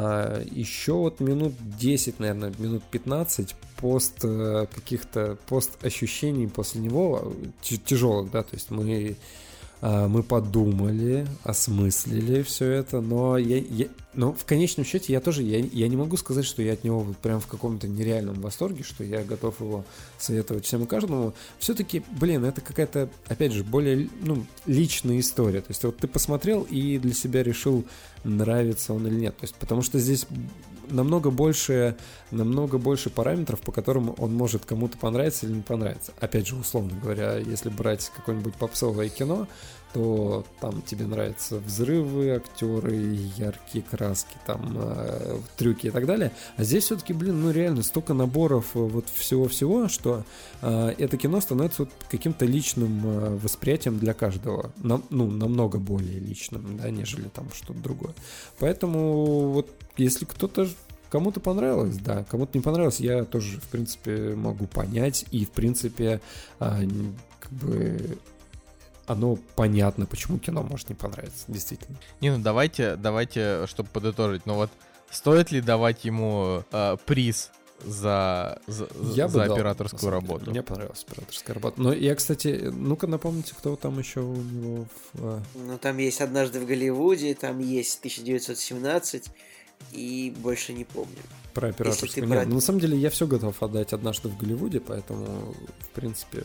а еще вот минут десять, наверное, минут пятнадцать пост э, каких-то, пост ощущений после него, т- тяжелых, да, то есть мы... Мы подумали, осмыслили все это, но, я, я, но в конечном счете я тоже, я, я не могу сказать, что я от него вот прям в каком-то нереальном восторге, что я готов его советовать всем и каждому. Все-таки, блин, это какая-то, опять же, более, ну, личная история. То есть вот ты посмотрел и для себя решил, нравится он или нет. То есть, потому что здесь намного больше, намного больше параметров, по которым он может кому-то понравиться или не понравиться. Опять же, условно говоря, если брать какое-нибудь попсовое кино, то там тебе нравятся взрывы, актеры, яркие краски, там э, трюки и так далее. А здесь все-таки, блин, ну реально столько наборов вот всего-всего, что э, это кино становится вот каким-то личным э, восприятием для каждого. Нам, ну, намного более личным, да, нежели там что-то другое. Поэтому вот если кто-то кому-то понравилось, да, кому-то не понравилось, я тоже, в принципе, могу понять, и, в принципе, а, как бы оно понятно, почему кино может не понравиться, действительно. Не, ну давайте, давайте, чтобы подытожить, ну вот стоит ли давать ему э, приз за, за, я за бы дал, операторскую работу? Деле. Мне понравилась операторская работа. Но я, кстати, ну-ка напомните, кто там еще у него в... Ну, там есть «Однажды в Голливуде», там есть тысяча девятьсот семнадцать, и больше не помню. Про операторскую. Нет, брать... ну, на самом деле я все готов отдать «Однажды в Голливуде», поэтому, в принципе,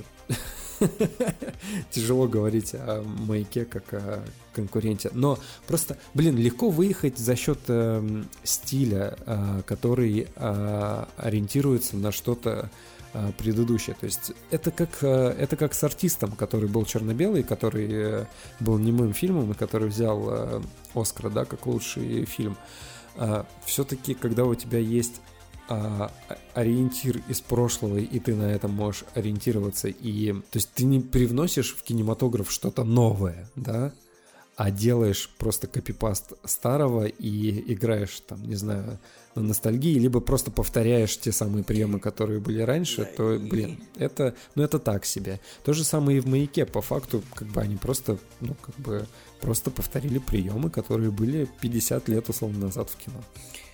тяжело говорить о «Маяке» как о конкуренте. Но просто, блин, легко выехать за счет э, стиля, э, который э, ориентируется на что-то э, предыдущее. То есть это как, э, это как с артистом, который был черно-белый, который э, был немым фильмом и который взял э, «Оскар», да, как лучший фильм. Uh, все-таки, когда у тебя есть uh, ориентир из прошлого, и ты на этом можешь ориентироваться, и то есть ты не привносишь в кинематограф что-то новое, да, а делаешь просто копипаст старого и играешь там, не знаю, на ностальгии, либо просто повторяешь те самые приемы, которые были раньше, то, блин, это, ну это так себе. То же самое и в «Маяке», по факту, как бы они просто, ну как бы просто повторили приемы, которые были пятьдесят лет условно назад в кино.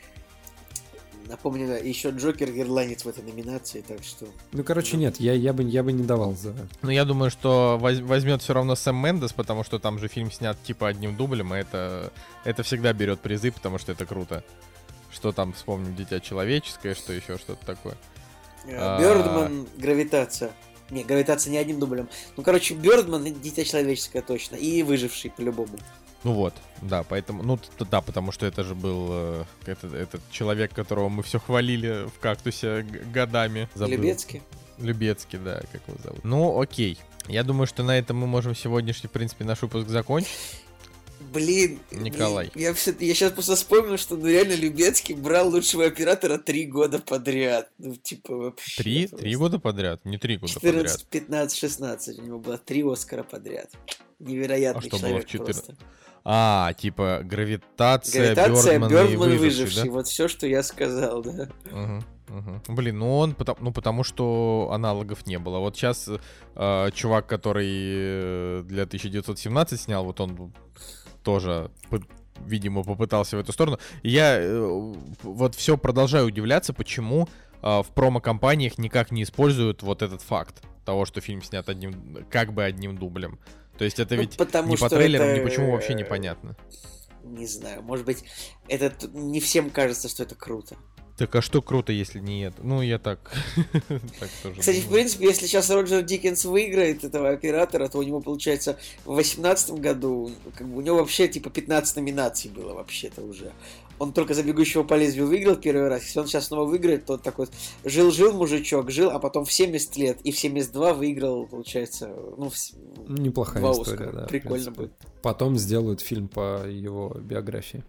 Напомню, еще Джокер ирландец в этой номинации, так что... Ну, короче, нет, я, я, бы, я бы не давал за... Ну, я думаю, что возьмет все равно Сэм Мендес, потому что там же фильм снят типа одним дублем, и это, это всегда берет призы, потому что это круто. Что там, вспомним, «Дитя человеческое», что еще что-то такое. Бёрдман, «Гравитация». Не, «Гравитация» не одним дублем. Ну, короче, Бёрдман и «Дитя человеческое» точно. И «Выживший» по-любому. Ну вот, да, поэтому, ну да, потому что это же был э, этот, этот человек, которого мы все хвалили в «Кактусе» годами. Забыл. Любецкий. Любецкий, да, как его зовут. Ну, окей. Я думаю, что на этом мы можем сегодняшний, в принципе, наш выпуск закончить. Блин, Николай. Я, я, все, я сейчас просто вспомнил, что ну реально Любецкий брал лучшего оператора три года подряд. Ну, типа, вообще. Три? Три года подряд? Не три года четырнадцать, подряд. пятнадцать, шестнадцать. У него было три Оскара подряд. Невероятный а что человек было в четырнадцать? просто. А, типа «Гравитация», «Гравитация», Бёрдман, Бёрдман и и «Выживший», «Выживший». да? Вот все, что я сказал, да. Угу, угу. Блин, ну он, потому, ну потому что аналогов не было. Вот сейчас э, чувак, который для тысяча девятьсот семнадцать снял, вот он тоже, видимо, попытался в эту сторону. И я э, вот все продолжаю удивляться, почему э, в промо-компаниях никак не используют вот этот факт того, что фильм снят одним, как бы одним дублем. То есть это ну, ведь ни по трейлерам, это... ни почему вообще непонятно. Не знаю, может быть, это не всем кажется, что это круто. Так а что круто, если не это? Ну, я так... так тоже Кстати, думаю. в принципе, если сейчас Роджер Диккенс выиграет этого оператора, то у него, получается, в восемнадцатом году, как бы, у него вообще, типа, пятнадцать номинаций было вообще-то уже. Он только «За бегущего по лезвию» выиграл первый раз. Если он сейчас снова выиграет, то такой вот жил-жил мужичок, жил, а потом в семьдесят лет, и в семьдесят два выиграл, получается, ну, в... неплохая два история, Оскара. да. Прикольно будет. Потом сделают фильм по его биографии.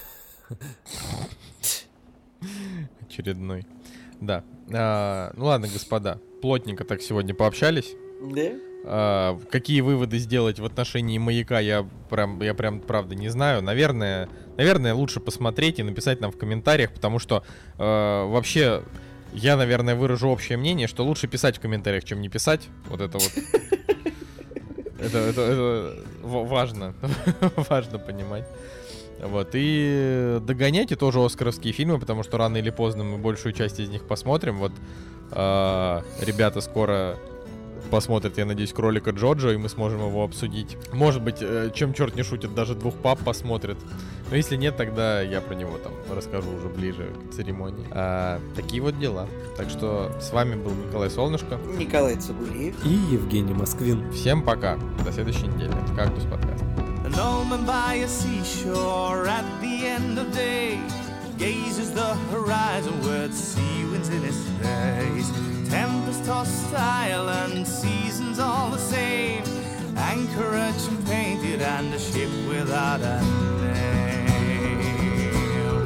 Очередной. Да. А, ну ладно, господа. Плотненько так сегодня пообщались. Да? А, какие выводы сделать в отношении «Маяка», я прям, я прям правда не знаю. Наверное, наверное, лучше посмотреть и написать нам в комментариях, потому что э, вообще я, наверное, выражу общее мнение, что лучше писать в комментариях, чем не писать. Вот это вот. Это, это, это важно. Важно понимать. Вот, и догоняйте тоже оскаровские фильмы, потому что рано или поздно мы большую часть из них посмотрим. Вот э, ребята скоро посмотрят, я надеюсь, «Кролика Джоджо», и мы сможем его обсудить. Может быть, э, чем черт не шутит, даже «Двух пап» посмотрят. Но если нет, тогда я про него там расскажу уже ближе к церемонии. А, такие вот дела. Так что с вами был Николай Солнышко. Николай Цугулиев. И Евгений Москвин. Всем пока. До следующей недели. Это «Кактус» подкаст. An old man by a seashore at the end of day gazes the horizon with sea winds in his face. Tempest hostile and seasons all the same. Anchorage and painted and a ship without a name.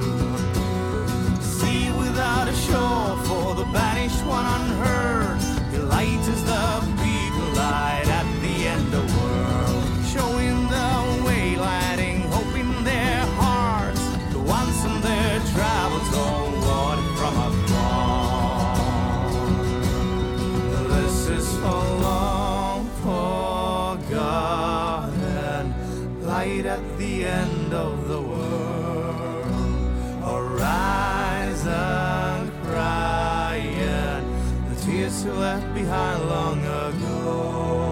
Sea without a shore for the banished one unheard. He lights as the beacon light at the end of the world, showing the way, lighting hope in their hearts, the ones in their travels all end of the world. Horizon crying the tears you left behind long ago.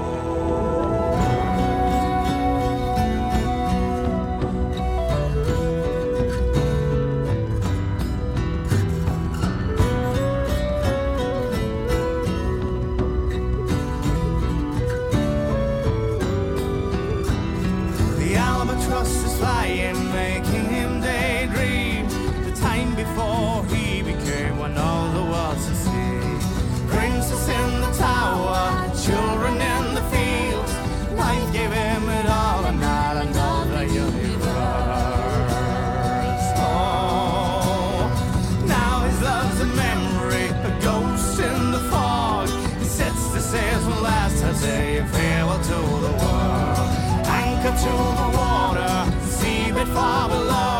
Making him daydream the time before he became one of the worlds to see. Princess in the tower, children in the fields. Life gave him it all, and not another universe. Oh, now his love's a memory, a ghost in the fog. He sets the sails one last time, saying farewell to the world. Anchor to the water, seabed far below.